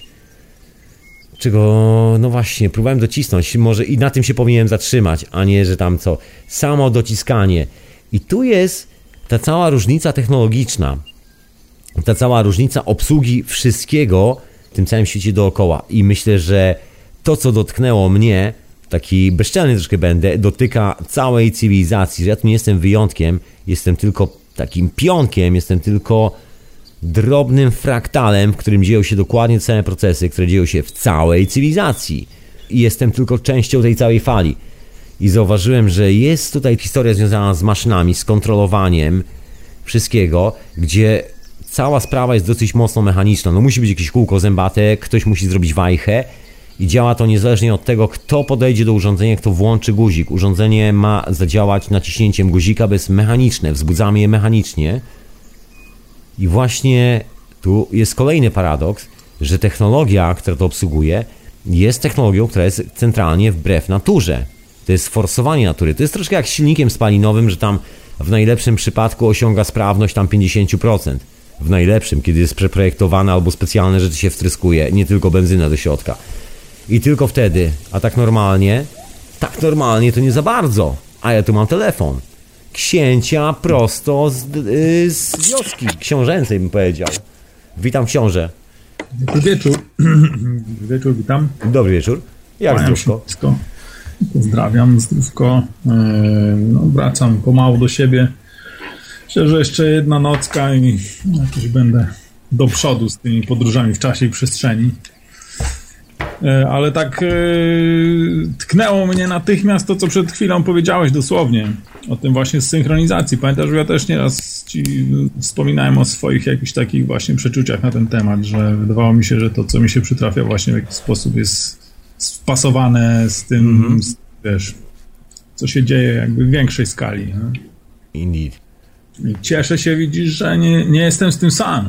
czego, no właśnie, próbowałem docisnąć, może i na tym się powinienem zatrzymać, a nie, że tam co, samo dociskanie. I tu jest ta cała różnica technologiczna, ta cała różnica obsługi wszystkiego w tym całym świecie dookoła. I myślę, że to, co dotknęło mnie, taki bezczelny troszkę będę, dotyka całej cywilizacji, że ja tu nie jestem wyjątkiem, jestem tylko takim pionkiem, jestem tylko drobnym fraktalem, w którym dzieją się dokładnie te same procesy, które dzieją się w całej cywilizacji. I jestem tylko częścią tej całej fali. I zauważyłem, że jest tutaj historia związana z maszynami, z kontrolowaniem wszystkiego, gdzie cała sprawa jest dosyć mocno mechaniczna. No musi być jakieś kółko zębate, ktoś musi zrobić wajchę i działa to niezależnie od tego, kto podejdzie do urządzenia, kto włączy guzik. Urządzenie ma zadziałać naciśnięciem guzika, bo jest mechaniczne, wzbudzamy je mechanicznie. I właśnie tu jest kolejny paradoks, że technologia, która to obsługuje, jest technologią, która jest centralnie wbrew naturze. To jest forsowanie natury. To jest troszkę jak z silnikiem spalinowym, że tam w najlepszym przypadku osiąga sprawność tam 50%. W najlepszym, kiedy jest przeprojektowane albo specjalne rzeczy się wtryskuje, nie tylko benzyna do środka. I tylko wtedy, a tak normalnie to nie za bardzo. A ja tu mam telefon. Księcia prosto z wioski książęcej, bym powiedział. Witam książę. Dobry wieczór. Dobry wieczór, witam. Dobry wieczór. Jak zdrówko? Pozdrawiam, zdrówko. No, wracam pomału do siebie. Myślę, że jeszcze jedna nocka i jakoś będę do przodu z tymi podróżami w czasie i przestrzeni. Ale tak tknęło mnie natychmiast to, co przed chwilą powiedziałeś dosłownie. O tym właśnie z synchronizacji. Pamiętasz, że ja też nieraz ci wspominałem o swoich jakichś takich właśnie przeczuciach na ten temat, że wydawało mi się, że to, co mi się przytrafia właśnie w jakiś sposób jest wpasowane z tym, wiesz, co się dzieje jakby w większej skali. No? Indeed. I cieszę się, widzisz, że nie jestem z tym sam.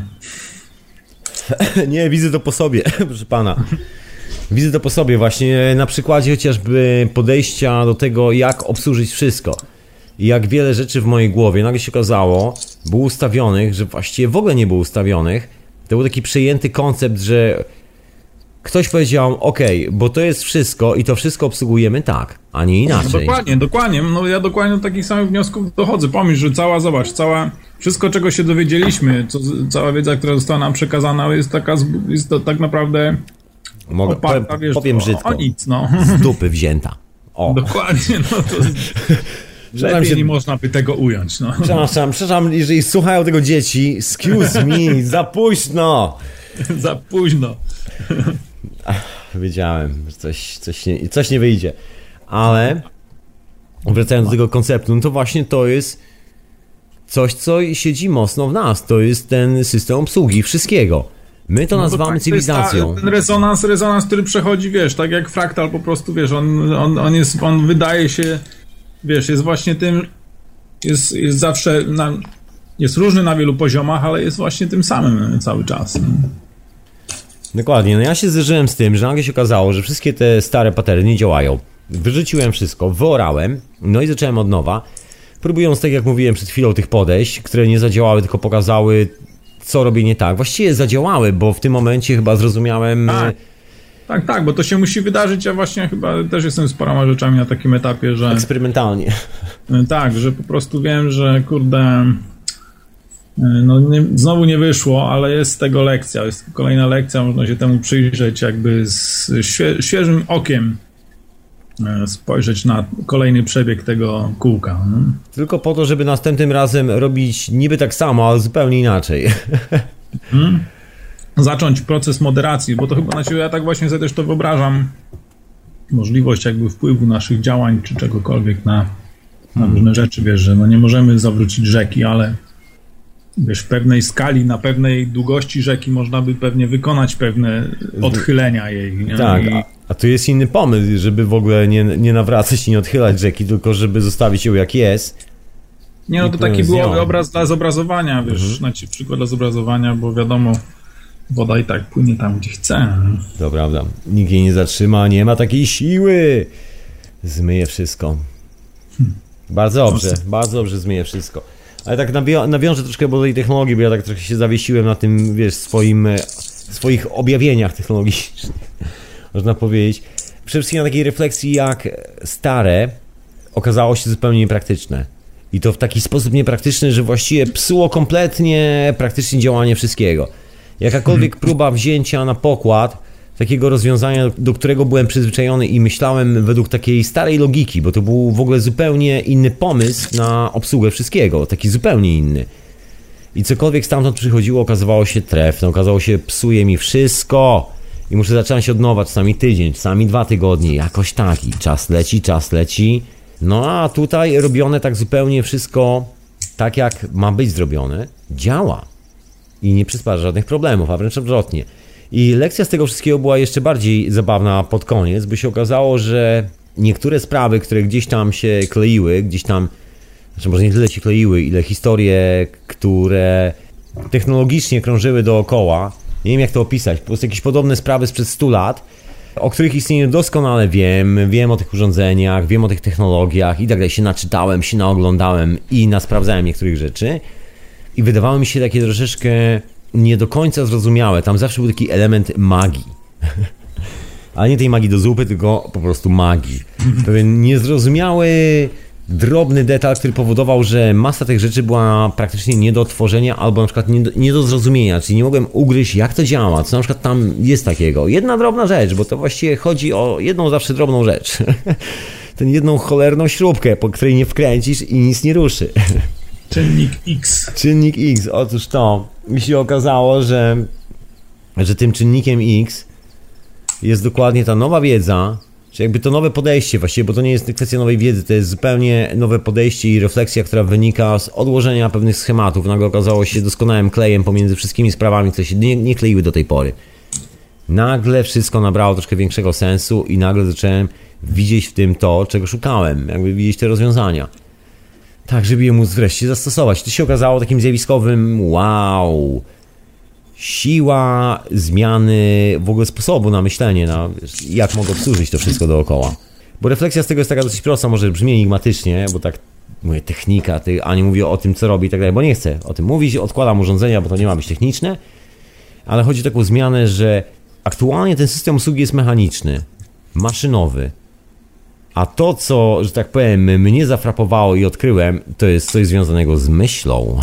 Nie, widzę to po sobie, proszę pana. Widzę to po sobie właśnie na przykładzie chociażby podejścia do tego, jak obsłużyć wszystko. I jak wiele rzeczy w mojej głowie nagle się okazało, było ustawionych, że właściwie w ogóle nie było ustawionych. To był taki przejęty koncept, że ktoś powiedział, okej, bo to jest wszystko i to wszystko obsługujemy tak, a nie inaczej. No dokładnie. No ja dokładnie do takich samych wniosków dochodzę. Pomyśl, że wszystko, czego się dowiedzieliśmy, cała wiedza, która została nam przekazana, jest to tak naprawdę oparta, powiem brzydko, o nic, no. Z dupy wzięta. O. Dokładnie, no to lepiej nie można by tego ująć, no. Przepraszam, jeżeli słuchają tego dzieci, excuse me, za późno. Za późno. Wiedziałem, że coś nie wyjdzie. Ale wracając do tego konceptu, no to właśnie to jest coś, co siedzi mocno w nas. To jest ten system obsługi wszystkiego. My to nazywamy cywilizacją. To jest ten rezonans, który przechodzi, wiesz, tak jak fraktal po prostu, wiesz, on wydaje się, wiesz, jest właśnie tym, jest zawsze, jest różny na wielu poziomach, ale jest właśnie tym samym cały czas. Dokładnie, no ja się zderzyłem z tym, że nagle się okazało, że wszystkie te stare paterny nie działają. Wyrzuciłem wszystko, wyorałem, no i zacząłem od nowa, próbując, tak jak mówiłem przed chwilą, tych podejść, które nie zadziałały, tylko pokazały, co robię nie tak. Właściwie zadziałały, bo w tym momencie chyba zrozumiałem, Tak, bo to się musi wydarzyć, ja właśnie chyba też jestem z paroma rzeczami na takim etapie, że... Eksperymentalnie. Tak, że po prostu wiem, że kurde... znowu nie wyszło, ale jest z tego lekcja, jest kolejna lekcja, można się temu przyjrzeć jakby z świeżym okiem, spojrzeć na kolejny przebieg tego kółka. Tylko po to, żeby następnym razem robić niby tak samo, ale zupełnie inaczej. Zacząć proces moderacji, bo to chyba ja tak właśnie sobie też to wyobrażam, możliwość jakby wpływu naszych działań czy czegokolwiek na różne rzeczy, wiesz, że nie możemy zawrócić rzeki, ale wiesz, w pewnej skali, na pewnej długości rzeki można by pewnie wykonać pewne odchylenia jej. Nie? Tak, a tu jest inny pomysł, żeby w ogóle nie nawracać i nie odchylać rzeki, tylko żeby zostawić ją jak jest. Nie, no to taki byłoby obraz dla zobrazowania, wiesz, przykład dla zobrazowania, bo wiadomo, woda i tak płynie tam, gdzie chce. To prawda, nikt jej nie zatrzyma, nie ma takiej siły. Zmyje wszystko. Bardzo dobrze zmyje wszystko. Ale tak nawiążę troszkę do tej technologii, bo ja tak trochę się zawiesiłem na tym, wiesz, swoich objawieniach technologicznych, można powiedzieć. Przede wszystkim na takiej refleksji, jak stare okazało się zupełnie niepraktyczne. I to w taki sposób niepraktyczny, że właściwie psuło kompletnie praktycznie działanie wszystkiego. Jakakolwiek próba wzięcia na pokład takiego rozwiązania, do którego byłem przyzwyczajony i myślałem według takiej starej logiki, bo to był w ogóle zupełnie inny pomysł na obsługę wszystkiego, taki zupełnie inny. I cokolwiek stamtąd przychodziło, okazywało się trefne, okazało się psuje mi wszystko i muszę zacząć od nowa, czasami tydzień, czasami 2 tygodnie, jakoś tak i czas leci. No a tutaj robione tak zupełnie wszystko tak, jak ma być zrobione, działa i nie przysparza żadnych problemów, a wręcz odwrotnie. I lekcja z tego wszystkiego była jeszcze bardziej zabawna pod koniec, by się okazało, że niektóre sprawy, które gdzieś tam się kleiły, znaczy może nie tyle się kleiły, ile historie, które technologicznie krążyły dookoła, nie wiem jak to opisać, po prostu jakieś podobne sprawy sprzed 100 lat, o których istnieniu doskonale wiem o tych urządzeniach, wiem o tych technologiach i tak dalej, się naczytałem, się naoglądałem i nasprawdzałem niektórych rzeczy i wydawało mi się takie troszeczkę nie do końca zrozumiałe. Tam zawsze był taki element magii. Ale nie tej magii do zupy, tylko po prostu magii. Pewien niezrozumiały, drobny detal, który powodował, że masa tych rzeczy była praktycznie nie do odtworzenia albo na przykład nie do zrozumienia, czyli nie mogłem ugryźć, jak to działa, co na przykład tam jest takiego. Jedna drobna rzecz, bo to właściwie chodzi o jedną zawsze drobną rzecz. Tę jedną cholerną śrubkę, po której nie wkręcisz i nic nie ruszy. Czynnik X, otóż to. Mi się okazało, że tym czynnikiem X jest dokładnie ta nowa wiedza, czy jakby to nowe podejście właściwie, bo to nie jest kwestia nowej wiedzy, to jest zupełnie nowe podejście i refleksja, która wynika z odłożenia pewnych schematów. Nagle okazało się doskonałym klejem pomiędzy wszystkimi sprawami, które się nie kleiły do tej pory. Nagle wszystko nabrało troszkę większego sensu i nagle zacząłem widzieć w tym to, czego szukałem, jakby widzieć te rozwiązania. Tak, żeby je móc wreszcie zastosować. To się okazało takim zjawiskowym wow. Siła zmiany w ogóle sposobu na myślenie, jak mogę obsłużyć to wszystko dookoła. Bo refleksja z tego jest taka dosyć prosta, może brzmi enigmatycznie, bo tak mówię technika, a nie mówię o tym, co robi i tak dalej, bo nie chcę o tym mówić, odkładam urządzenia, bo to nie ma być techniczne, ale chodzi o taką zmianę, że aktualnie ten system obsługi jest mechaniczny, maszynowy. A to, co, że tak powiem, mnie zafrapowało i odkryłem, to jest coś związanego z myślą.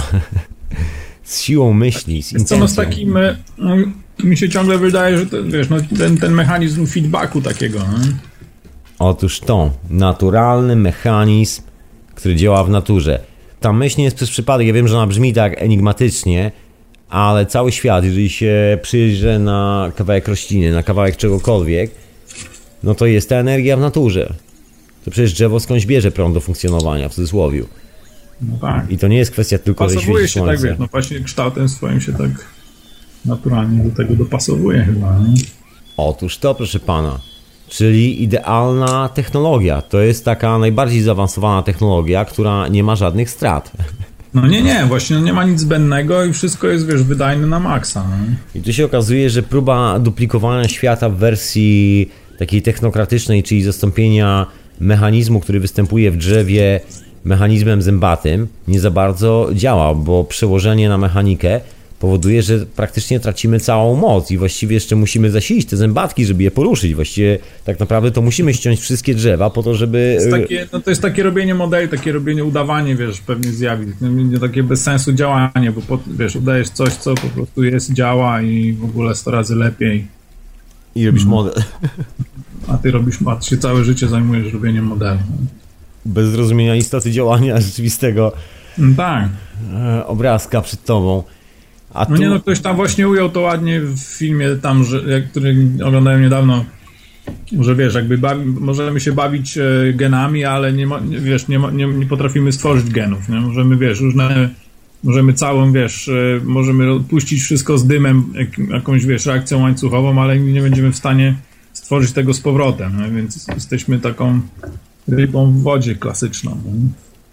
Z siłą myśli, z intencją. Z takim, mi się ciągle wydaje, że to, wiesz, ten mechanizm feedbacku takiego. Otóż to, naturalny mechanizm, który działa w naturze. Ta myśl nie jest przez przypadek, ja wiem, że ona brzmi tak enigmatycznie, ale cały świat, jeżeli się przyjrzy na kawałek rośliny, na kawałek czegokolwiek, no to jest ta energia w naturze. To przecież drzewo skądś bierze prąd do funkcjonowania, w cudzysłowiu. No tak. I to nie jest kwestia tylko, że świeci się tak, wiesz, no właśnie kształtem swoim się tak naturalnie do tego dopasowuje chyba. Nie? Otóż to, proszę pana. Czyli idealna technologia. To jest taka najbardziej zaawansowana technologia, która nie ma żadnych strat. No nie, właśnie nie ma nic zbędnego i wszystko jest, wiesz, wydajne na maksa. Nie? I tu się okazuje, że próba duplikowania świata w wersji takiej technokratycznej, czyli zastąpienia mechanizmu, który występuje w drzewie, mechanizmem zębatym, nie za bardzo działa, bo przełożenie na mechanikę powoduje, że praktycznie tracimy całą moc i właściwie jeszcze musimy zasilić te zębatki, żeby je poruszyć. Właściwie tak naprawdę to musimy ściąć wszystkie drzewa po to, żeby... To jest takie robienie modeli, takie robienie, udawanie, wiesz, pewnie zjawisk. Takie bez sensu działanie, bo wiesz, udajesz coś, co po prostu jest, działa i w ogóle 100 razy lepiej. I robisz model. A ty się całe życie zajmujesz robieniem modelu. Bez zrozumienia istoty działania rzeczywistego tak. Obrazka przed tobą. A tu... ktoś tam właśnie ujął to ładnie w filmie tam, który oglądałem niedawno, że wiesz, jakby możemy się bawić genami, ale nie potrafimy stworzyć genów, nie? Możemy, wiesz, możemy całą, wiesz, możemy puścić wszystko z dymem, jakąś, wiesz, reakcją łańcuchową, ale nie będziemy w stanie stworzyć tego z powrotem, nie? Więc jesteśmy taką rybą w wodzie klasyczną. Nie?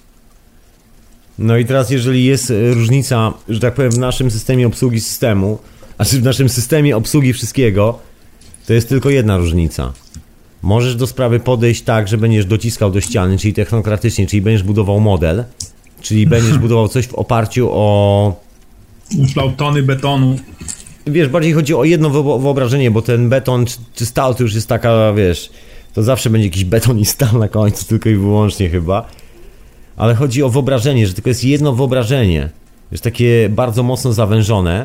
No i teraz jeżeli jest różnica, że tak powiem, w naszym systemie obsługi systemu, w naszym systemie obsługi wszystkiego, to jest tylko jedna różnica. Możesz do sprawy podejść tak, że będziesz dociskał do ściany, czyli technokratycznie, czyli będziesz budował model, czyli będziesz budował coś w oparciu o... Myślał tony betonu. Wiesz, bardziej chodzi o jedno wyobrażenie, bo ten beton czy stal to już jest taka, wiesz, to zawsze będzie jakiś beton i stal na końcu, tylko i wyłącznie chyba. Ale chodzi o wyobrażenie, że tylko jest jedno wyobrażenie, jest takie bardzo mocno zawężone.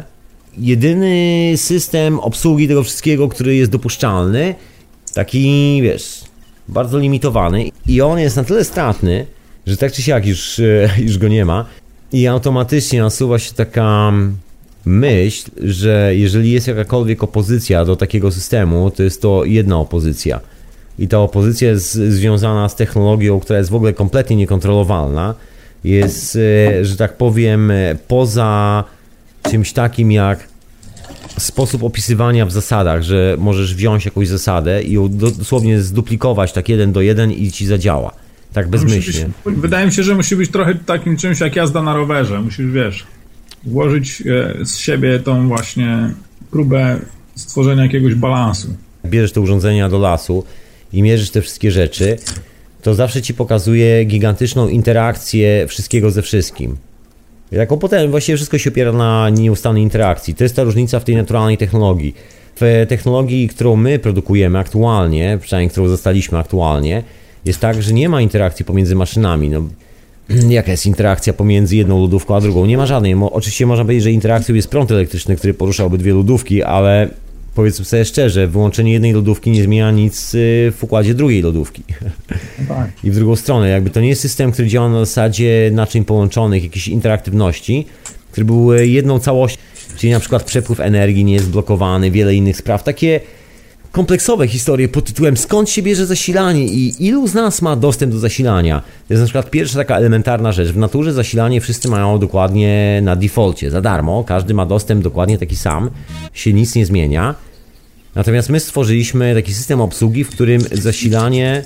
Jedyny system obsługi tego wszystkiego, który jest dopuszczalny, taki, wiesz, bardzo limitowany i on jest na tyle stratny, że tak czy siak już go nie ma i automatycznie nasuwa się taka myśl, że jeżeli jest jakakolwiek opozycja do takiego systemu, to jest to jedna opozycja. I ta opozycja jest związana z technologią, która jest w ogóle kompletnie niekontrolowalna. Jest, że tak powiem, poza czymś takim jak sposób opisywania w zasadach, że możesz wziąć jakąś zasadę i ją dosłownie zduplikować tak 1 do 1 i ci zadziała. Tak bezmyślnie. Wydaje mi się, że musi być trochę takim czymś jak jazda na rowerze. Musisz, wiesz, włożyć z siebie tą właśnie próbę stworzenia jakiegoś balansu. Bierzesz te urządzenia do lasu i mierzysz te wszystkie rzeczy, to zawsze ci pokazuje gigantyczną interakcję wszystkiego ze wszystkim. Jako potem właściwie wszystko się opiera na nieustannej interakcji. To jest ta różnica w tej naturalnej technologii. W technologii, którą my produkujemy aktualnie, przynajmniej którą zastaliśmy aktualnie, jest tak, że nie ma interakcji pomiędzy maszynami. No, jaka jest interakcja pomiędzy jedną lodówką a drugą? Nie ma żadnej. Oczywiście można powiedzieć, że interakcją jest prąd elektryczny, który porusza obydwie lodówki, ale powiedzmy sobie szczerze, wyłączenie jednej lodówki nie zmienia nic w układzie drugiej lodówki. Tak. I w drugą stronę, jakby to nie jest system, który działa na zasadzie naczyń połączonych, jakiejś interaktywności, który był jedną całością, czyli na przykład przepływ energii nie jest blokowany, wiele innych spraw. Takie kompleksowe historie pod tytułem skąd się bierze zasilanie i ilu z nas ma dostęp do zasilania. To jest na przykład pierwsza taka elementarna rzecz. W naturze zasilanie wszyscy mają dokładnie na defaulcie, za darmo. Każdy ma dostęp dokładnie taki sam. Się nic nie zmienia. Natomiast my stworzyliśmy taki system obsługi, w którym zasilanie...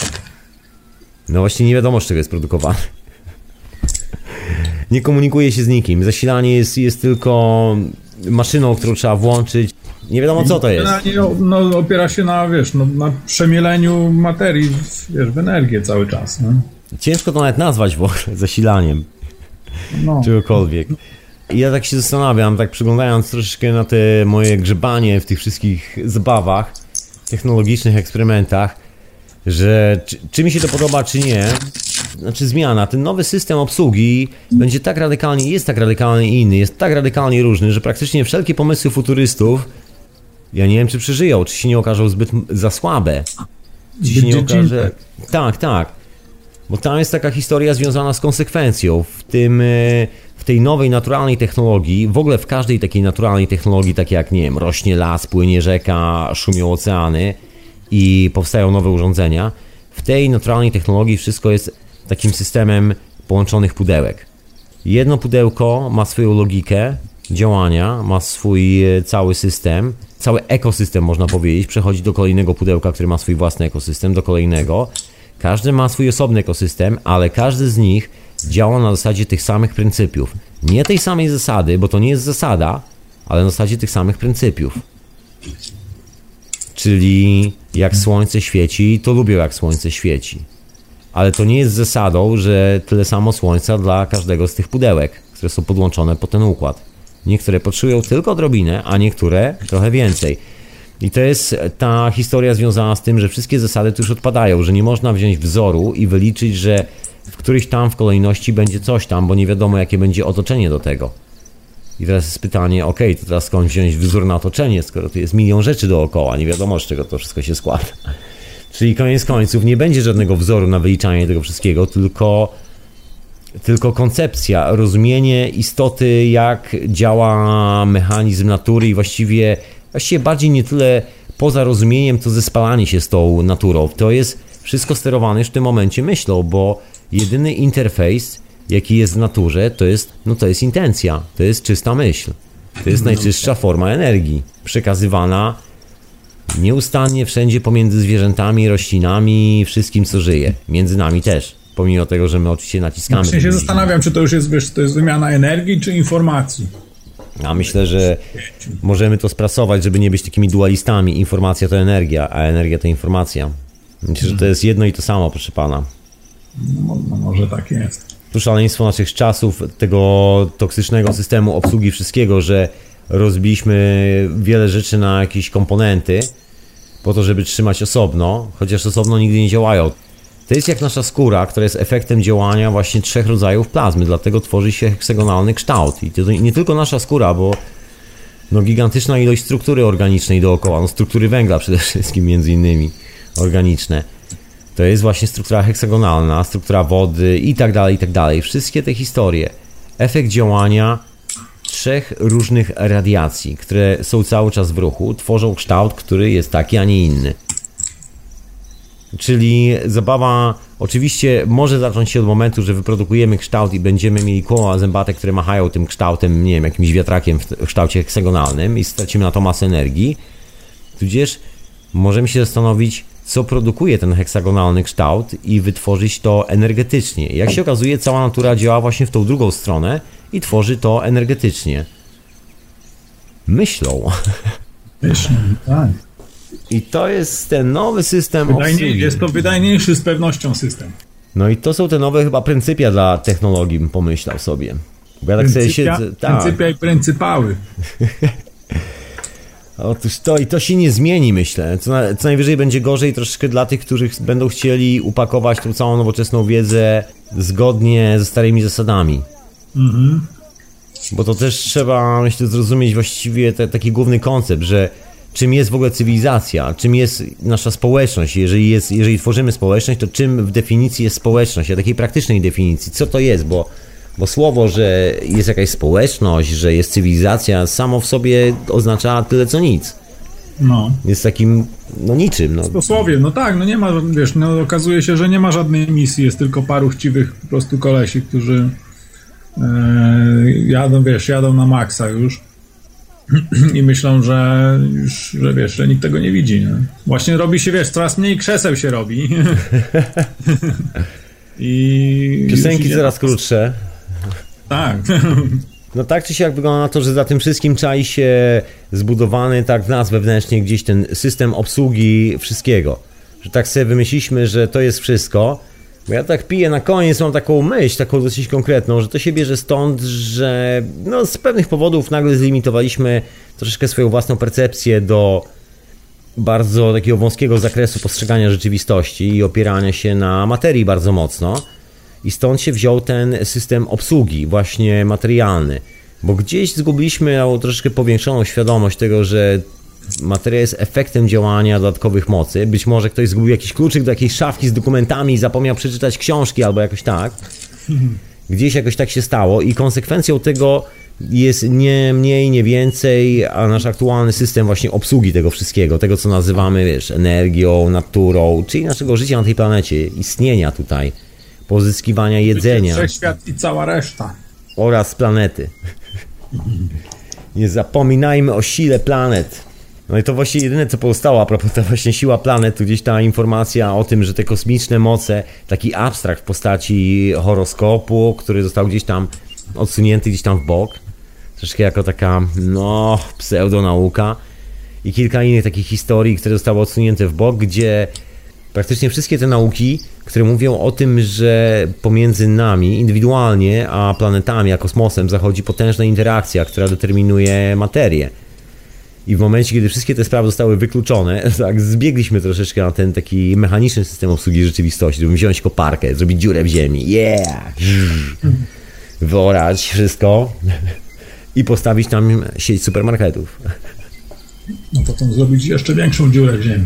No właśnie nie wiadomo, z czego jest produkowane. Nie komunikuje się z nikim. Zasilanie jest tylko maszyną, którą trzeba włączyć. Nie wiadomo, co to jest. No, opiera się na, wiesz, na przemieleniu materii, wiesz, w energię cały czas. No. Ciężko to nawet nazwać w ogóle zasilaniem. No. Czegokolwiek. I ja tak się zastanawiam, tak przyglądając troszeczkę na te moje grzebanie w tych wszystkich zabawach, technologicznych eksperymentach, że czy mi się to podoba, czy nie, znaczy zmiana, ten nowy system obsługi będzie tak radykalnie, jest tak radykalnie inny, jest tak radykalnie różny, że praktycznie wszelkie pomysły futurystów, ja nie wiem, czy przeżyją, czy się nie okażą zbyt za słabe. Czy się nie okaże... Tak. Bo tam jest taka historia związana z konsekwencją. W tej nowej, naturalnej technologii, w ogóle w każdej takiej naturalnej technologii, takie jak, nie wiem, rośnie las, płynie rzeka, szumią oceany i powstają nowe urządzenia, w tej naturalnej technologii wszystko jest takim systemem połączonych pudełek. Jedno pudełko ma swoją logikę działania, ma swój cały system, cały ekosystem można powiedzieć, przechodzi do kolejnego pudełka, który ma swój własny ekosystem, do kolejnego. Każdy ma swój osobny ekosystem, ale każdy z nich działa na zasadzie tych samych pryncypiów. Nie tej samej zasady, bo to nie jest zasada, ale na zasadzie tych samych pryncypiów. Czyli jak słońce świeci, to lubią jak słońce świeci. Ale to nie jest zasadą, że tyle samo słońca dla każdego z tych pudełek, które są podłączone pod ten układ. Niektóre potrzebują tylko odrobinę, a niektóre trochę więcej. I to jest ta historia związana z tym, że wszystkie zasady tu już odpadają, że nie można wziąć wzoru i wyliczyć, że w którejś tam w kolejności będzie coś tam, bo nie wiadomo jakie będzie otoczenie do tego. I teraz jest pytanie, to teraz skąd wziąć wzór na otoczenie, skoro tu jest milion rzeczy dookoła, nie wiadomo z czego to wszystko się składa. Czyli koniec końców nie będzie żadnego wzoru na wyliczanie tego wszystkiego, tylko koncepcja, rozumienie istoty, jak działa mechanizm natury i właściwie bardziej nie tyle poza rozumieniem, to zespalanie się z tą naturą. To jest wszystko sterowane już w tym momencie myślą, bo jedyny interfejs, jaki jest w naturze, to jest intencja, to jest czysta myśl. To jest najczystsza forma energii, przekazywana nieustannie wszędzie pomiędzy zwierzętami, roślinami, wszystkim co żyje. Między nami też, pomimo tego, że my oczywiście naciskamy. Właśnie się zastanawiam, czy to już jest, to jest wymiana energii, czy informacji. A myślę, że możemy to sprasować, żeby nie być takimi dualistami. Informacja to energia, a energia to informacja. Myślę, że to jest jedno i to samo, proszę pana. No może tak jest. To szaleństwo naszych czasów, tego toksycznego systemu obsługi wszystkiego, że rozbiliśmy wiele rzeczy na jakieś komponenty po to, żeby trzymać osobno, chociaż osobno nigdy nie działają. To jest jak nasza skóra, która jest efektem działania właśnie 3 rodzajów plazmy, dlatego tworzy się heksagonalny kształt. I to nie tylko nasza skóra, bo gigantyczna ilość struktury organicznej dookoła, struktury węgla przede wszystkim między innymi organiczne. To jest właśnie struktura heksagonalna, struktura wody i tak dalej, i tak dalej. Wszystkie te historie. Efekt działania 3 różnych radiacji, które są cały czas w ruchu, tworzą kształt, który jest taki, a nie inny. Czyli zabawa oczywiście może zacząć się od momentu, że wyprodukujemy kształt i będziemy mieli koła zębate, które machają tym kształtem, nie wiem, jakimś wiatrakiem w kształcie heksagonalnym i stracimy na to masę energii. Tudzież możemy się zastanowić, co produkuje ten heksagonalny kształt i wytworzyć to energetycznie. Jak się okazuje, cała natura działa właśnie w tą drugą stronę i tworzy to energetycznie. Myślą. Myślą, tak. I to jest ten nowy system obsługi. Jest to wydajniejszy z pewnością system. No i to są te nowe chyba pryncypia dla technologii, bym pomyślał sobie. Bo ja tak sobie siedzę... Pryncypia i pryncypały. Otóż to się nie zmieni, myślę. Co najwyżej będzie gorzej troszeczkę dla tych, którzy będą chcieli upakować tą całą nowoczesną wiedzę zgodnie ze starymi zasadami. Mhm. Bo to też trzeba, myślę, zrozumieć właściwie taki główny koncept, że czym jest w ogóle cywilizacja, czym jest nasza społeczność. Jeżeli tworzymy społeczność, to czym w definicji jest społeczność, a takiej praktycznej definicji, co to jest, bo słowo, że jest jakaś społeczność, że jest cywilizacja, samo w sobie oznacza tyle co nic. No. Jest takim, niczym. Dosłownie, nie ma, okazuje się, że nie ma żadnej misji, jest tylko paru chciwych po prostu kolesi, którzy jadą na maksa już i myślą, że nikt tego nie widzi. Nie? Właśnie robi się, coraz mniej krzeseł się robi. I piosenki coraz krótsze. Tak. No tak czy siak wygląda na to, że za tym wszystkim czai się zbudowany tak w nas wewnętrznie gdzieś ten system obsługi wszystkiego. Że tak sobie wymyśliliśmy, że to jest wszystko. Bo ja tak piję na koniec, mam taką myśl, taką dosyć konkretną, że to się bierze stąd, że z pewnych powodów nagle zlimitowaliśmy troszeczkę swoją własną percepcję do bardzo takiego wąskiego zakresu postrzegania rzeczywistości i opierania się na materii bardzo mocno. I stąd się wziął ten system obsługi, właśnie materialny. Bo gdzieś zgubiliśmy troszeczkę powiększoną świadomość tego, że materia jest efektem działania dodatkowych mocy. Być może ktoś zgubił jakiś kluczyk do jakiejś szafki z dokumentami i zapomniał przeczytać książki albo jakoś tak. Gdzieś jakoś tak się stało i konsekwencją tego jest nie mniej, nie więcej, a nasz aktualny system właśnie obsługi tego wszystkiego, tego co nazywamy, energią, naturą, czyli naszego życia na tej planecie, istnienia tutaj, pozyskiwania jedzenia. Wszechświat i cała reszta. Oraz planety. Nie zapominajmy o sile planet. No i to właśnie jedyne co pozostało a propos ta właśnie siła planet, tu gdzieś ta informacja o tym, że te kosmiczne moce, taki abstrakt w postaci horoskopu, który został gdzieś tam odsunięty gdzieś tam w bok, troszkę jako taka pseudonauka i kilka innych takich historii, które zostały odsunięte w bok, gdzie Praktycznie wszystkie te nauki, które mówią o tym, że pomiędzy nami indywidualnie, a planetami, a kosmosem zachodzi potężna interakcja, która determinuje materię. I w momencie, kiedy wszystkie te sprawy zostały wykluczone, tak zbiegliśmy troszeczkę na ten taki mechaniczny system obsługi rzeczywistości, żeby wziąć koparkę, zrobić dziurę w ziemi, wyorać wszystko i postawić tam sieć supermarketów. No potem zrobić jeszcze większą dziurę w ziemi.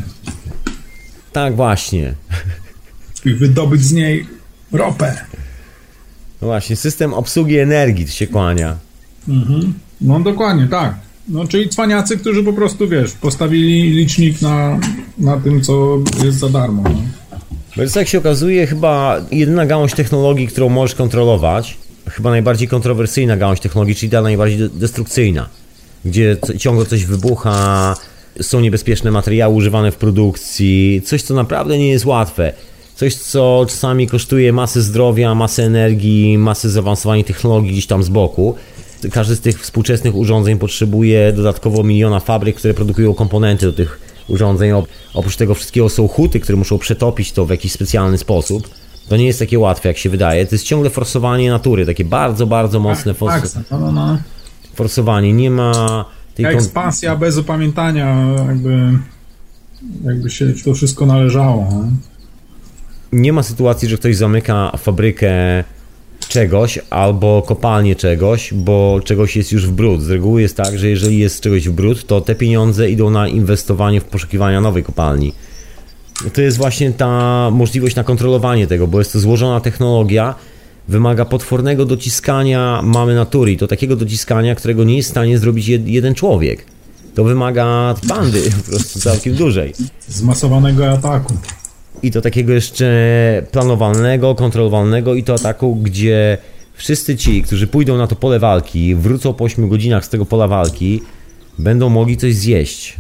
Tak właśnie. I wydobyć z niej ropę. No właśnie, system obsługi energii się kłania. No dokładnie, tak. No czyli cwaniacy, którzy po prostu, postawili licznik na tym, co jest za darmo. No. Więc jak się okazuje, chyba jedyna gałąź technologii, którą możesz kontrolować, chyba najbardziej kontrowersyjna gałąź technologii, czyli ta najbardziej destrukcyjna, gdzie ciągle coś wybucha, są niebezpieczne materiały używane w produkcji, coś, co naprawdę nie jest łatwe, coś, co czasami kosztuje masę zdrowia, masę energii, masę zaawansowanej technologii gdzieś tam z boku. Każdy z tych współczesnych urządzeń potrzebuje dodatkowo miliona fabryk, które produkują komponenty do tych urządzeń. Oprócz tego wszystkiego są huty, które muszą przetopić to w jakiś specjalny sposób. To nie jest takie łatwe, jak się wydaje. To jest ciągle forsowanie natury, takie bardzo, bardzo mocne forsowanie. Nie ma tej ekspansja bez opamiętania, jakby się to wszystko należało. Nie ma sytuacji, że ktoś zamyka fabrykę czegoś albo kopalnię czegoś, bo czegoś jest już w brud. Z reguły jest tak, że jeżeli jest czegoś w brud, to te pieniądze idą na inwestowanie w poszukiwania nowej kopalni. To jest właśnie ta możliwość na kontrolowanie tego, bo jest to złożona technologia, wymaga potwornego dociskania mamy natury i to takiego dociskania, którego nie jest w stanie zrobić jeden człowiek. To wymaga bandy po prostu całkiem dużej. Zmasowanego ataku. I to takiego jeszcze planowanego, kontrolowanego i to ataku, gdzie wszyscy ci, którzy pójdą na to pole walki, wrócą po 8 godzinach z tego pola walki, będą mogli coś zjeść.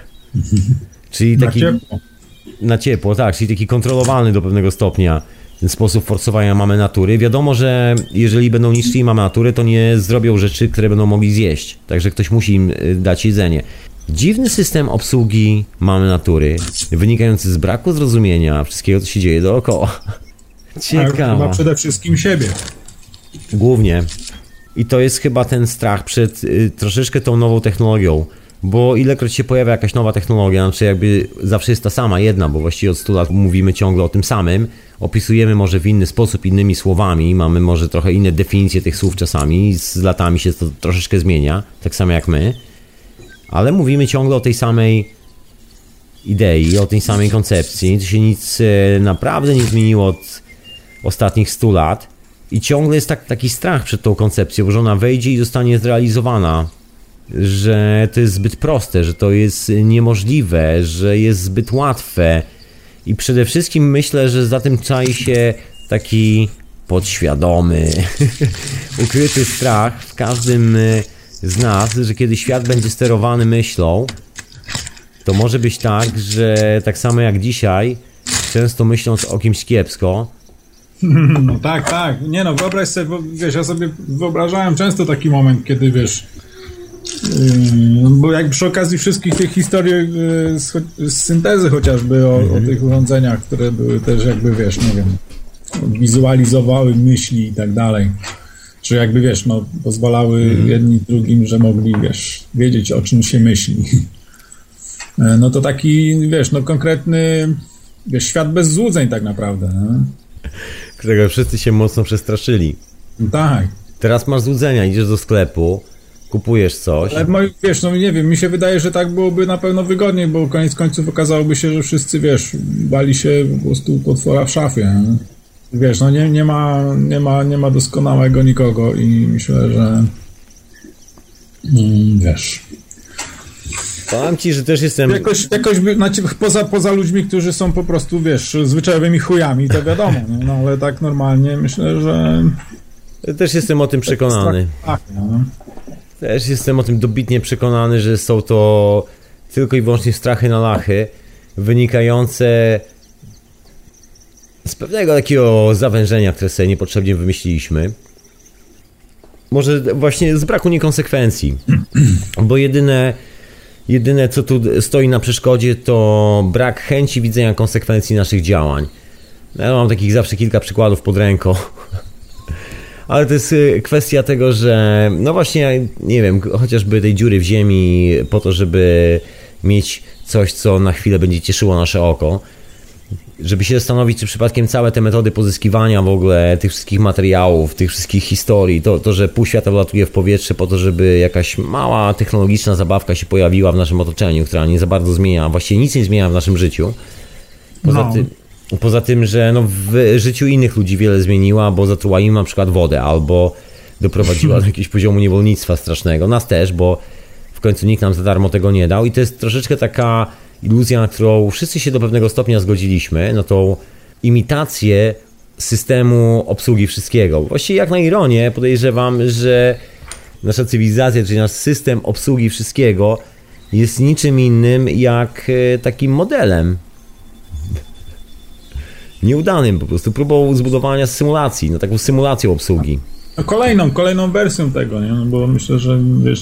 Czyli taki... Na ciepło, tak, czyli taki kontrolowalny do pewnego stopnia ten sposób forsowania mamy natury. Wiadomo, że jeżeli będą niszczyli mamy natury, to nie zrobią rzeczy, które będą mogli zjeść. Także ktoś musi im dać jedzenie. Dziwny system obsługi mamy natury, wynikający z braku zrozumienia wszystkiego, co się dzieje dookoła. Ciekawe. Chyba przede wszystkim siebie. Głównie. I to jest chyba ten strach przed troszeczkę tą nową technologią. Bo ilekroć się pojawia jakaś nowa technologia, znaczy jakby zawsze jest ta sama, jedna, bo właściwie od 100 lat mówimy ciągle o tym samym, opisujemy może w inny sposób, innymi słowami, mamy może trochę inne definicje tych słów czasami, z latami się to troszeczkę zmienia, tak samo jak my, ale mówimy ciągle o tej samej idei, o tej samej koncepcji, to się nic naprawdę nie zmieniło od ostatnich 100 lat i ciągle jest taki strach przed tą koncepcją, bo że ona wejdzie i zostanie zrealizowana, że to jest zbyt proste, że to jest niemożliwe, że jest zbyt łatwe i przede wszystkim myślę, że za tym czai się taki podświadomy, ukryty strach w każdym z nas, że kiedy świat będzie sterowany myślą, to może być tak, że tak samo jak dzisiaj, często myśląc o kimś kiepsko. No tak. Nie no, wyobraź sobie, ja sobie wyobrażałem często taki moment, kiedy bo jak przy okazji wszystkich tych historii z syntezy chociażby o tych urządzeniach, które były też wizualizowały myśli i tak dalej, czy pozwalały jedni drugim, że mogli, wiedzieć, o czym się myśli. No to taki, konkretny, świat bez złudzeń tak naprawdę. No? Którego wszyscy się mocno przestraszyli. Tak. Teraz masz złudzenia, idziesz do sklepu, kupujesz coś. Ale nie wiem, mi się wydaje, że tak byłoby na pewno wygodniej, bo koniec końców okazałoby się, że wszyscy, bali się po prostu potwora w szafie. Nie ma doskonałego nikogo i myślę, że Powiem ci, że też jestem... Jakoś poza ludźmi, którzy są po prostu, zwyczajowymi chujami, to wiadomo, no ale tak normalnie myślę, że... Też jestem o tym przekonany. Też jestem o tym dobitnie przekonany, że są to tylko i wyłącznie strachy na lachy, wynikające z pewnego takiego zawężenia, które sobie niepotrzebnie wymyśliliśmy. Może właśnie z braku niekonsekwencji, bo Jedyne, co tu stoi na przeszkodzie, to brak chęci widzenia konsekwencji naszych działań. Ja mam takich zawsze kilka przykładów pod ręką. Ale to jest kwestia tego, że no właśnie, nie wiem, chociażby tej dziury w ziemi po to, żeby mieć coś, co na chwilę będzie cieszyło nasze oko. Żeby się zastanowić, czy przypadkiem całe te metody pozyskiwania w ogóle tych wszystkich materiałów, tych wszystkich historii, to że pół świata wlatuje w powietrze po to, żeby jakaś mała technologiczna zabawka się pojawiła w naszym otoczeniu, która nie za bardzo zmienia, właściwie nic nie zmienia w naszym życiu. Poza tym, że no w życiu innych ludzi wiele zmieniła, bo zatruła im na przykład wodę, albo doprowadziła do jakiegoś poziomu niewolnictwa strasznego. Nas też, bo w końcu nikt nam za darmo tego nie dał i to jest troszeczkę taka iluzja, na którą wszyscy się do pewnego stopnia zgodziliśmy, no tą imitację systemu obsługi wszystkiego. Właściwie jak na ironię podejrzewam, że nasza cywilizacja, czyli nasz system obsługi wszystkiego jest niczym innym jak takim modelem. Nieudanym po prostu, próbą zbudowania symulacji, no taką symulacją obsługi. No kolejną wersją tego, nie? No bo myślę, że wiesz,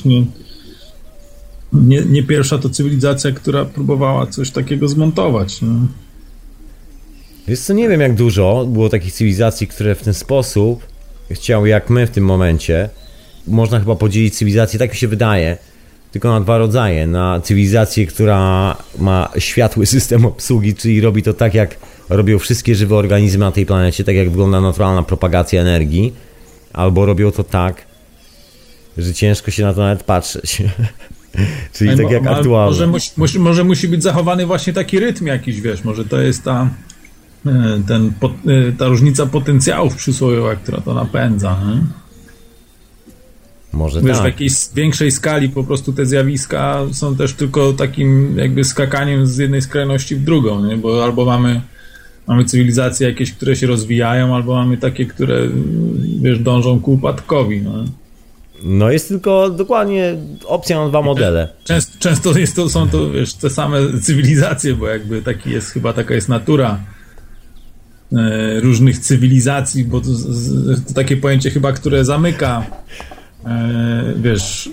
nie pierwsza to cywilizacja, która próbowała coś takiego zmontować. No. Wiesz co, nie wiem jak dużo było takich cywilizacji, które w ten sposób chciały jak my w tym momencie. Można chyba podzielić cywilizację, tak mi się wydaje, tylko na dwa rodzaje. Na cywilizację, która ma światły system obsługi, czyli robi to tak jak robią wszystkie żywe organizmy na tej planecie, tak jak wygląda naturalna propagacja energii, albo robią to tak, że ciężko się na to nawet patrzeć. Czyli tak jak aktualnie. Może musi być zachowany właśnie taki rytm jakiś, wiesz, może to jest ta różnica potencjałów przysłowiowa, która to napędza. Nie? Może wiesz, tak. W jakiejś większej skali po prostu te zjawiska są też tylko takim jakby skakaniem z jednej skrajności w drugą, nie? Bo albo mamy cywilizacje jakieś, które się rozwijają, albo mamy takie, które wiesz, dążą ku upadkowi. No jest tylko dokładnie opcja na dwa modele. Często są to wiesz, te same cywilizacje, bo jakby taka jest natura różnych cywilizacji, bo to takie pojęcie chyba, które zamyka wiesz,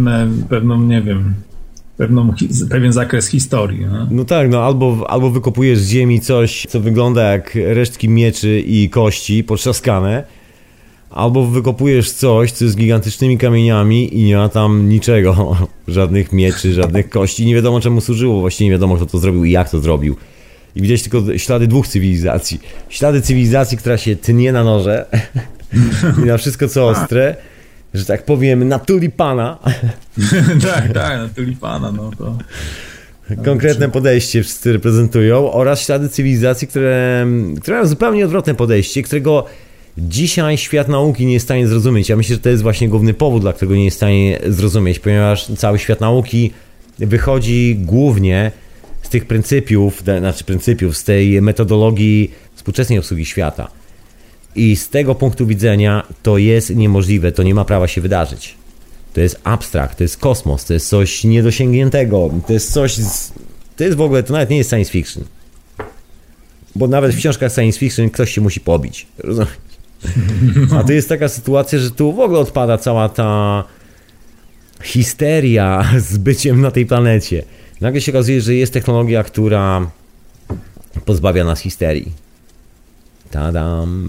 pewien zakres historii. No, no tak, no albo wykopujesz z ziemi coś, co wygląda jak resztki mieczy i kości potrzaskane, albo wykopujesz coś, co jest gigantycznymi kamieniami i nie ma tam niczego, żadnych mieczy, żadnych kości, nie wiadomo czemu służyło, właściwie nie wiadomo kto to zrobił i jak to zrobił. I widać tylko ślady dwóch cywilizacji. Ślady cywilizacji, która się tnie na noże i na wszystko co ostre, że tak powiem, na tulipana. tak, na tulipana, no to... Konkretne podejście wszyscy reprezentują oraz ślady cywilizacji, które mają zupełnie odwrotne podejście, którego dzisiaj świat nauki nie jest w stanie zrozumieć. Ja myślę, że to jest właśnie główny powód, dla którego nie jest w stanie zrozumieć, ponieważ cały świat nauki wychodzi głównie z tych pryncypiów, z tej metodologii współczesnej obsługi świata. I z tego punktu widzenia to jest niemożliwe, to nie ma prawa się wydarzyć. To jest abstrakt, to jest kosmos, to jest coś niedosięgniętego, to jest coś... To jest w ogóle, to nawet nie jest science fiction. Bo nawet w książkach science fiction ktoś się musi pobić. Rozumiesz? A to jest taka sytuacja, że tu w ogóle odpada cała ta histeria z byciem na tej planecie. Nagle się okazuje, że jest technologia, która pozbawia nas histerii. Tadam.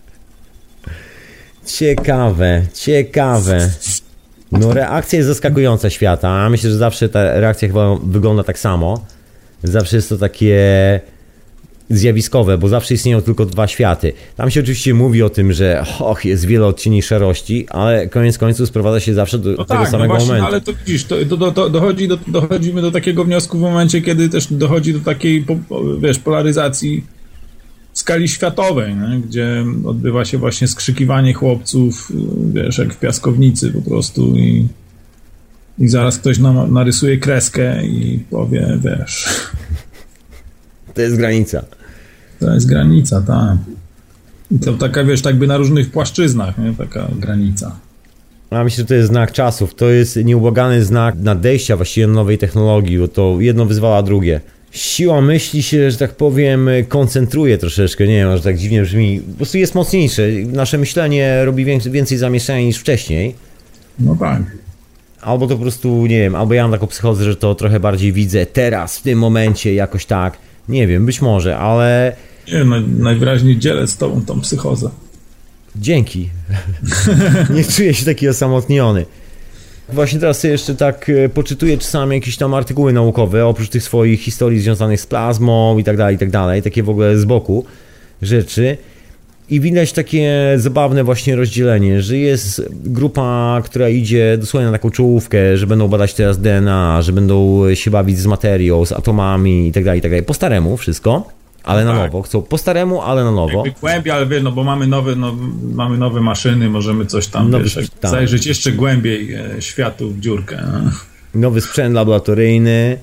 Ciekawe. No reakcja jest zaskakująca świata. Myślę, że zawsze ta reakcja chyba wygląda tak samo. Zawsze jest to takie zjawiskowe, bo zawsze istnieją tylko dwa światy. Tam się oczywiście mówi o tym, że jest wiele odcieni szarości, ale koniec końców sprowadza się zawsze do tego samego momentu. Ale to widzisz, dochodzimy do takiego wniosku w momencie, kiedy też dochodzi do takiej, wiesz, polaryzacji w skali światowej, nie? Gdzie odbywa się właśnie skrzykiwanie chłopców, wiesz, jak w piaskownicy po prostu i zaraz ktoś narysuje kreskę i powie, wiesz... To jest granica. To jest granica, tak. I to taka, wiesz, tak by na różnych płaszczyznach, nie? Taka granica. Ja myślę, że to jest znak czasów. To jest nieubłagany znak nadejścia właściwie nowej technologii, bo to jedno wyzwala drugie. Siła myśli się, że tak powiem, koncentruje troszeczkę, nie wiem, że tak dziwnie brzmi. Po prostu jest mocniejsze. Nasze myślenie robi więcej zamieszania niż wcześniej. No tak. albo to po prostu, nie wiem, albo ja mam taką psychozę, że to trochę bardziej widzę teraz, w tym momencie, jakoś tak. Nie wiem, być może, ale... Nie, najwyraźniej dzielę z tobą tą psychozę. Dzięki. Nie czuję się taki osamotniony. Właśnie teraz sobie jeszcze tak poczytuję czasami jakieś tam artykuły naukowe, oprócz tych swoich historii związanych z plazmą i tak dalej, takie w ogóle z boku rzeczy. I widać takie zabawne właśnie rozdzielenie, że jest grupa, która idzie dosłownie na taką czołówkę, że będą badać teraz DNA, że będą się bawić z materią, z atomami i tak dalej. Po staremu wszystko, ale na nowo. Chcą po staremu, ale na nowo. Jakby głębiej, ale wiesz, no bo mamy nowe maszyny, możemy coś tam zajrzeć jeszcze głębiej światu w dziurkę. No. Nowy sprzęt laboratoryjny,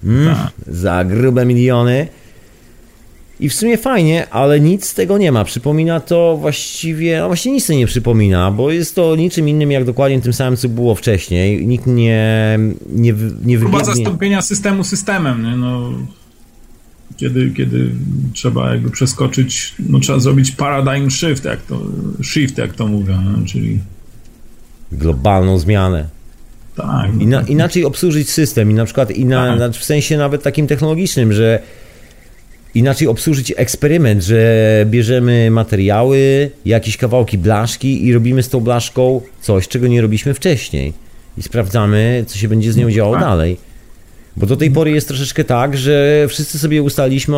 za grube miliony. I w sumie fajnie, ale nic z tego nie ma. Przypomina to właściwie nic nie przypomina, bo jest to niczym innym jak dokładnie tym samym, co było wcześniej. Nikt nie wybiegnie. Próba zastąpienia systemu systemem, nie? No, kiedy trzeba jakby przeskoczyć, no trzeba zrobić paradigm shift, jak to mówią, no, czyli globalną zmianę. Tak. Inaczej obsłużyć system i na przykład w sensie nawet takim technologicznym, że inaczej obsłużyć eksperyment, że bierzemy materiały, jakieś kawałki blaszki i robimy z tą blaszką coś, czego nie robiliśmy wcześniej. I sprawdzamy, co się będzie z nią działo dalej. Bo do tej pory jest troszeczkę tak, że wszyscy sobie ustaliliśmy,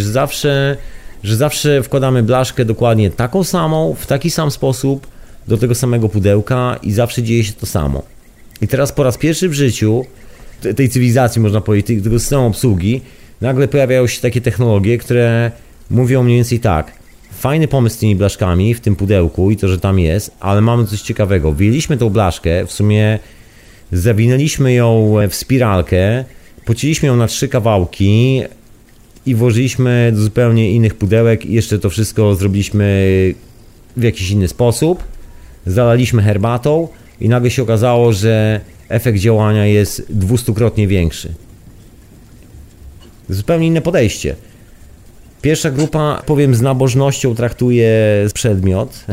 że zawsze wkładamy blaszkę dokładnie taką samą, w taki sam sposób, do tego samego pudełka i zawsze dzieje się to samo. I teraz po raz pierwszy w życiu tej cywilizacji, można powiedzieć, tego systemu obsługi, nagle pojawiają się takie technologie, które mówią mniej więcej tak: fajny pomysł z tymi blaszkami w tym pudełku i to, że tam jest, ale mamy coś ciekawego. Wyjęliśmy tą blaszkę, w sumie zawinęliśmy ją w spiralkę, pocięliśmy ją na 3 kawałki i włożyliśmy do zupełnie innych pudełek i jeszcze to wszystko zrobiliśmy w jakiś inny sposób. Zalaliśmy herbatą i nagle się okazało, że efekt działania jest 200-krotnie większy. Zupełnie inne podejście. Pierwsza grupa, powiem, z nabożnością traktuje przedmiot,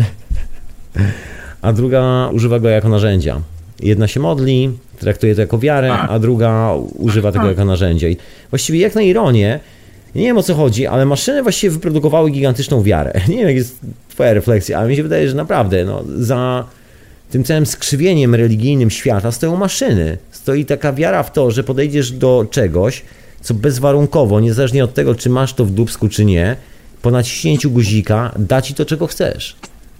a druga używa go jako narzędzia. Jedna się modli, traktuje to jako wiarę, a druga używa tego jako narzędzia. I właściwie jak na ironię, nie wiem o co chodzi, ale maszyny właściwie wyprodukowały gigantyczną wiarę. Nie wiem, jak jest twoja refleksja, ale mi się wydaje, że naprawdę za tym całym skrzywieniem religijnym świata stoją maszyny. Stoi taka wiara w to, że podejdziesz do czegoś, co bezwarunkowo, niezależnie od tego, czy masz to w dupsku, czy nie, po naciśnięciu guzika da ci to, czego chcesz.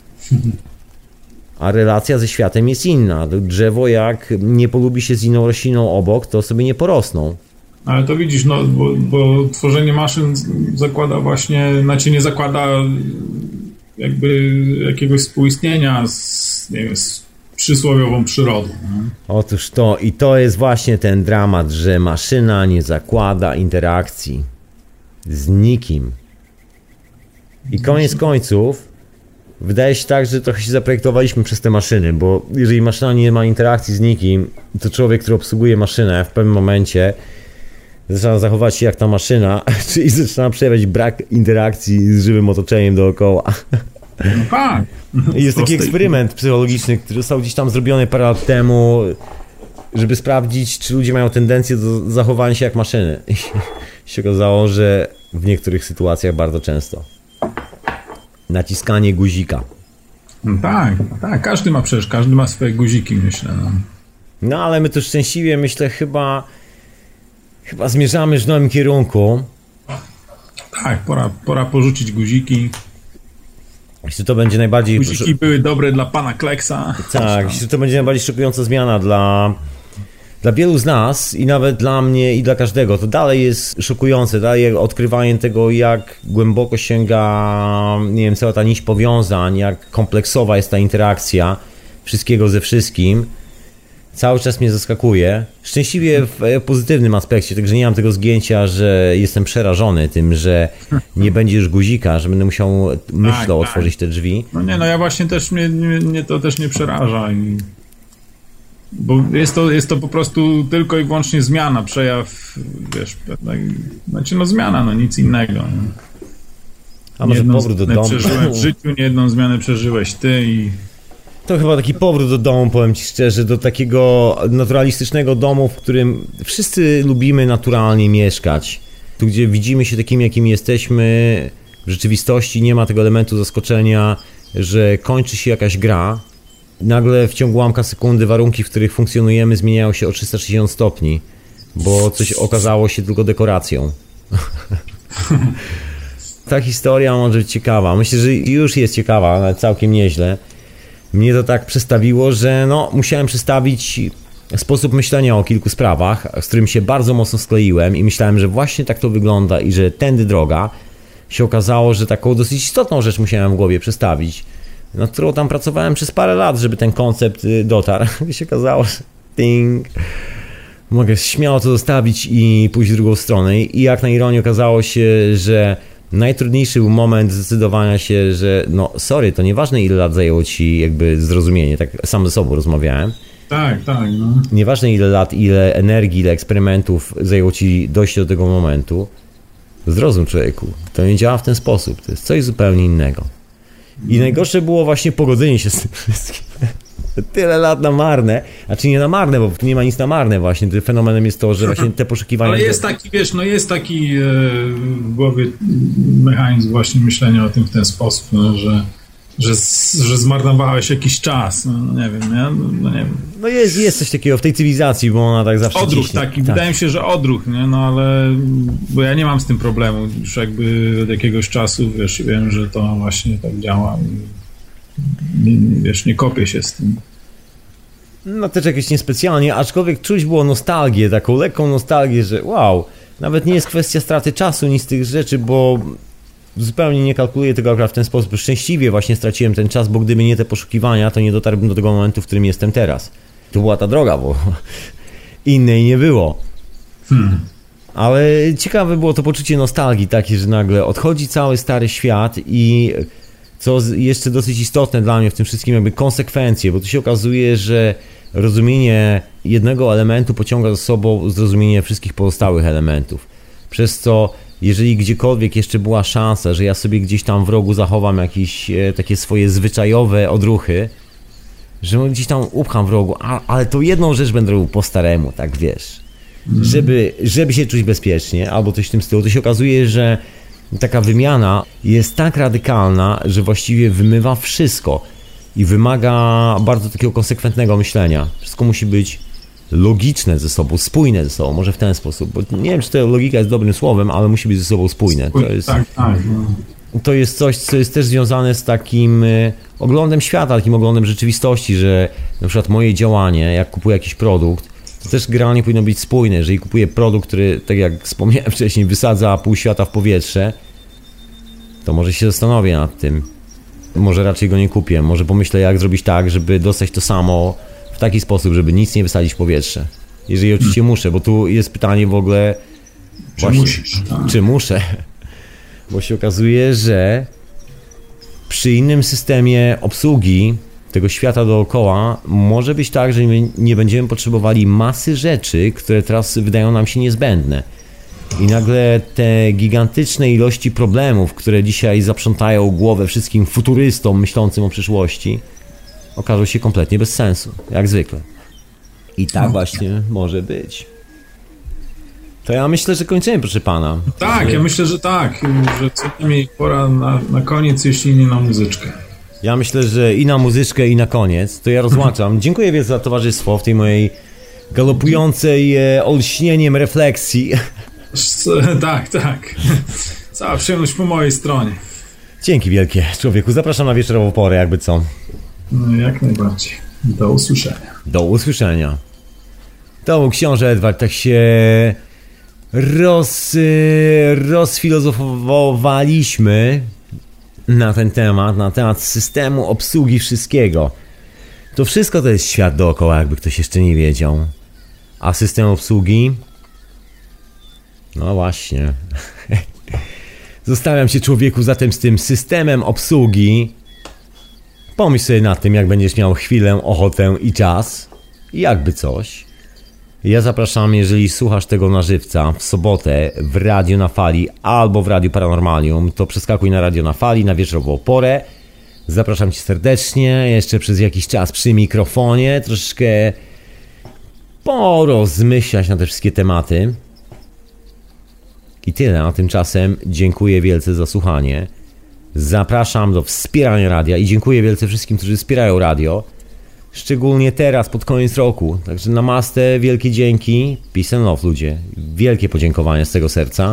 A relacja ze światem jest inna. Drzewo, jak nie polubi się z inną rośliną obok, to sobie nie porosną. Ale to widzisz, no, bo tworzenie maszyn zakłada właśnie, nie zakłada jakby jakiegoś współistnienia z przysłowiową przyrodą. Nie? Otóż to jest właśnie ten dramat, że maszyna nie zakłada interakcji z nikim. I koniec końców wydaje się tak, że trochę się zaprojektowaliśmy przez te maszyny, bo jeżeli maszyna nie ma interakcji z nikim, to człowiek, który obsługuje maszynę, w pewnym momencie zaczyna zachować się jak ta maszyna, czyli zaczyna przejawiać brak interakcji z żywym otoczeniem dookoła. No tak. Jest taki eksperyment psychologiczny, który został gdzieś tam zrobiony parę lat temu, żeby sprawdzić, czy ludzie mają tendencję do zachowania się jak maszyny. I się okazało, że w niektórych sytuacjach bardzo często. Naciskanie guzika. No tak, każdy ma swoje guziki, myślę. No ale my tu szczęśliwie, myślę, chyba zmierzamy w nowym kierunku. Tak, pora porzucić guziki. Jeśli to będzie najbardziej... Guziki były dobre dla pana Kleksa. Tak, jeśli to będzie najbardziej szokująca zmiana dla wielu z nas i nawet dla mnie i dla każdego, to dalej jest szokujące, dalej odkrywanie tego, jak głęboko sięga, nie wiem, cała ta nić powiązań, jak kompleksowa jest ta interakcja wszystkiego ze wszystkim. Cały czas mnie zaskakuje. Szczęśliwie w pozytywnym aspekcie, także nie mam tego zgięcia, że jestem przerażony tym, że nie będzie już guzika, że będę musiał myślą otworzyć te drzwi. No nie, no ja właśnie też mnie to też nie przeraża. Bo jest to po prostu tylko i wyłącznie zmiana, przejaw, wiesz, zmiana, nic innego. Nie? A może powrót do domu? Przeżyłem w życiu, nie jedną zmianę przeżyłeś ty i To chyba taki powrót do domu, powiem ci szczerze, do takiego naturalistycznego domu, w którym wszyscy lubimy naturalnie mieszkać. Tu, gdzie widzimy się takimi, jakimi jesteśmy w rzeczywistości, nie ma tego elementu zaskoczenia, że kończy się jakaś gra. Nagle w ciągu ułamka sekundy warunki, w których funkcjonujemy, zmieniają się o 360 stopni, bo coś okazało się tylko dekoracją. Ta historia może być ciekawa. Myślę, że już jest ciekawa, ale całkiem nieźle. Mnie to tak przestawiło, że musiałem przestawić sposób myślenia o kilku sprawach, z którym się bardzo mocno skleiłem i myślałem, że właśnie tak to wygląda i że tędy droga. Się okazało, że taką dosyć istotną rzecz musiałem w głowie przestawić, nad którą tam pracowałem przez parę lat, żeby ten koncept dotarł. I się okazało, że mogę śmiało to zostawić i pójść w drugą stronę. I jak na ironię okazało się, że najtrudniejszy był moment zdecydowania się, że sorry, to nieważne ile lat zajęło ci jakby zrozumienie, tak sam ze sobą rozmawiałem. Tak. Nieważne ile lat, ile energii, ile eksperymentów zajęło ci dojście do tego momentu. Zrozum, człowieku, to nie działa w ten sposób, to jest coś zupełnie innego. I najgorsze było właśnie pogodzenie się z tym wszystkim. Tyle lat na marne, znaczy nie na marne, bo nie ma nic na marne właśnie. Fenomenem jest to, że właśnie te poszukiwania... Ale jest taki, jest taki w głowie mechanizm właśnie myślenia o tym w ten sposób, że zmarnowałeś jakiś czas, nie wiem, nie wiem. Jest coś takiego w tej cywilizacji, bo ona tak zawsze odruch ciśnie. Taki, wydaje mi się, że odruch, nie? Ale bo ja nie mam z tym problemu, już jakby od jakiegoś czasu, wiem, że to właśnie tak działa i nie kopię się z tym. Też jakieś niespecjalnie, aczkolwiek czuć było nostalgię, taką lekką nostalgię, że wow, nawet nie jest kwestia straty czasu, nic z tych rzeczy, bo zupełnie nie kalkuluję tego akurat w ten sposób. Szczęśliwie właśnie straciłem ten czas, bo gdyby nie te poszukiwania, to nie dotarłbym do tego momentu, w którym jestem teraz. To była ta droga, bo innej nie było. Ale ciekawe było to poczucie nostalgii takie, że nagle odchodzi cały stary świat i co jeszcze dosyć istotne dla mnie w tym wszystkim, jakby konsekwencje, bo tu się okazuje, że rozumienie jednego elementu pociąga za sobą zrozumienie wszystkich pozostałych elementów. Przez co jeżeli gdziekolwiek jeszcze była szansa, że ja sobie gdzieś tam w rogu zachowam jakieś takie swoje zwyczajowe odruchy, że gdzieś tam upcham w rogu, ale to jedną rzecz będę robił po staremu, tak wiesz, żeby się czuć bezpiecznie, albo coś w tym stylu, to się okazuje, że taka wymiana jest tak radykalna, że właściwie wymywa wszystko i wymaga bardzo takiego konsekwentnego myślenia. Wszystko musi być logiczne ze sobą, spójne ze sobą, może w ten sposób, bo nie wiem, czy to logika jest dobrym słowem, ale musi być ze sobą spójne. To jest coś, co jest też związane z takim oglądem świata, takim oglądem rzeczywistości, że na przykład moje działanie, jak kupuję jakiś produkt, to też generalnie powinno być spójne. Jeżeli kupuję produkt, który, tak jak wspomniałem wcześniej, wysadza pół świata w powietrze, to może się zastanowię nad tym. Może raczej go nie kupię, może pomyślę, jak zrobić tak, żeby dostać to samo w taki sposób, żeby nic nie wysadzić w powietrze. Jeżeli oczywiście muszę, bo tu jest pytanie w ogóle... Czy musisz? Czy muszę? Bo się okazuje, że przy innym systemie obsługi tego świata dookoła może być tak, że nie będziemy potrzebowali masy rzeczy, które teraz wydają nam się niezbędne. I nagle te gigantyczne ilości problemów, które dzisiaj zaprzątają głowę wszystkim futurystom myślącym o przyszłości, okażą się kompletnie bez sensu, jak zwykle. I tak właśnie może być. To ja myślę, że kończymy, proszę pana. Tak, ja myślę, że tak, że co najmniej pora na koniec, jeśli nie na muzyczkę. Ja myślę, że i na muzyczkę, i na koniec. To ja rozłączam. Dziękuję wielce za towarzystwo w tej mojej galopującej olśnieniem refleksji. Tak. Cała przyjemność po mojej stronie. Dzięki wielkie, człowieku. Zapraszam na wieczorową porę, jakby co. No, jak najbardziej. Do usłyszenia. Do usłyszenia. To był książę Edward, tak się rozfilozofowaliśmy na ten temat systemu obsługi wszystkiego. To wszystko to jest świat dookoła, jakby ktoś jeszcze nie wiedział. A system obsługi? No właśnie. Zostawiam cię, człowieku, zatem z tym systemem obsługi. Pomyśl sobie nad tym, jak będziesz miał chwilę, ochotę i czas. Jakby coś. Ja zapraszam, jeżeli słuchasz tego na żywca w sobotę w Radiu na Fali albo w Radiu Paranormalium, to przeskakuj na Radio na Fali na wieczorową porę. Zapraszam Cię serdecznie, jeszcze przez jakiś czas przy mikrofonie, troszeczkę porozmyślać na te wszystkie tematy. I tyle, a tymczasem dziękuję wielce za słuchanie. Zapraszam do wspierania radia i dziękuję wielce wszystkim, którzy wspierają radio. Szczególnie teraz, pod koniec roku. Także namaste, wielkie dzięki. Peace and love, ludzie. Wielkie podziękowania z tego serca.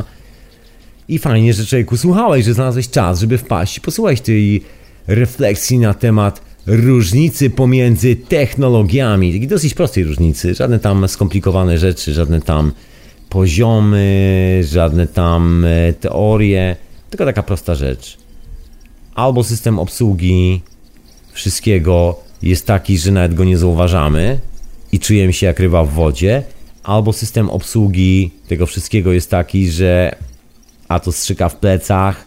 I fajnie, że człowieku słuchałeś, że znalazłeś czas, żeby wpaść i posłuchać tej refleksji na temat różnicy pomiędzy technologiami. Takiej dosyć prostej różnicy. Żadne tam skomplikowane rzeczy, żadne tam poziomy, żadne tam teorie. Tylko taka prosta rzecz. Albo system obsługi wszystkiego jest taki, że nawet go nie zauważamy i czujemy się jak ryba w wodzie, albo system obsługi tego wszystkiego jest taki, że a to strzyka w plecach,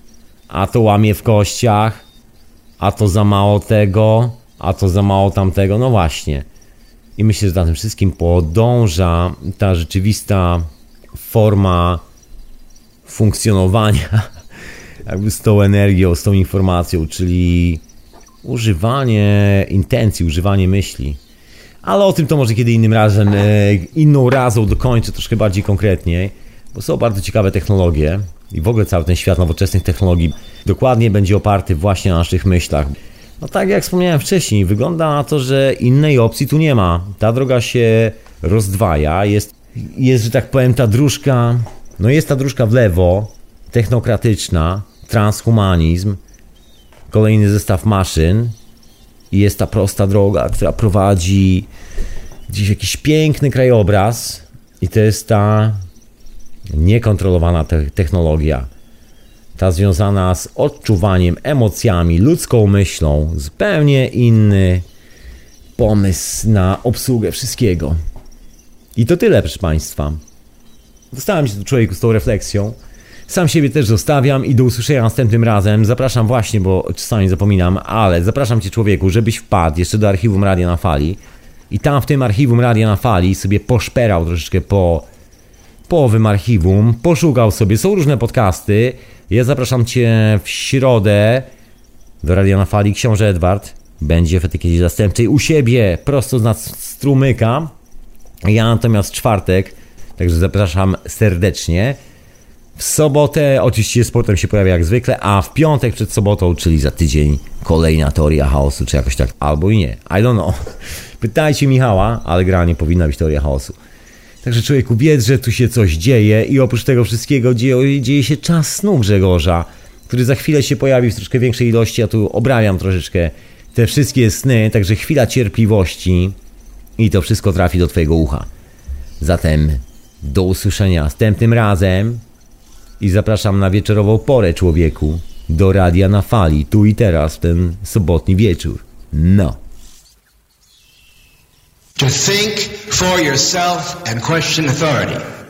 a to łamie w kościach, a to za mało tego, a to za mało tamtego, no właśnie. I myślę, że za tym wszystkim podąża ta rzeczywista forma funkcjonowania jakby z tą energią, z tą informacją, czyli używanie intencji, używanie myśli. Ale o tym to może kiedy innym razem, inną razą dokończę troszkę bardziej konkretniej, bo są bardzo ciekawe technologie i w ogóle cały ten świat nowoczesnych technologii dokładnie będzie oparty właśnie na naszych myślach. No tak jak wspomniałem wcześniej, wygląda na to, że innej opcji tu nie ma. Ta droga się rozdwaja, jest, że tak powiem, ta dróżka, no jest ta dróżka w lewo, technokratyczna, transhumanizm, kolejny zestaw maszyn i jest ta prosta droga, która prowadzi gdzieś jakiś piękny krajobraz i to jest ta niekontrolowana technologia, ta związana z odczuwaniem, emocjami, ludzką myślą, zupełnie inny pomysł na obsługę wszystkiego. I to tyle, proszę Państwa. Dostałem się tu, człowieku, z tą refleksją. Sam siebie też zostawiam i do usłyszenia następnym razem. Zapraszam właśnie, bo czasami zapominam, ale zapraszam Cię, człowieku, żebyś wpadł jeszcze do archiwum Radia na Fali i tam w tym archiwum Radia na Fali sobie poszperał troszeczkę po owym archiwum, poszukał sobie, są różne podcasty. Ja zapraszam Cię w środę do Radia na Fali. Książę Edward będzie w etykiecie zastępczej u siebie, prosto z nad strumyka. Ja natomiast w czwartek, także zapraszam serdecznie. W sobotę oczywiście sportem się pojawia jak zwykle, a w piątek przed sobotą, czyli za tydzień, kolejna teoria chaosu, czy jakoś tak, albo i nie, I don't know. Pytajcie Michała, ale gra nie powinna być teoria chaosu. Także człowieku, wiedz, że tu się coś dzieje i oprócz tego wszystkiego dzieje się czas snu Grzegorza, który za chwilę się pojawi w troszkę większej ilości, ja tu obrabiam troszeczkę te wszystkie sny, także chwila cierpliwości i to wszystko trafi do Twojego ucha. Zatem do usłyszenia następnym razem i zapraszam na wieczorową porę, człowieku, do Radia na Fali, tu i teraz, w ten sobotni wieczór. No. To think for yourself and question authority.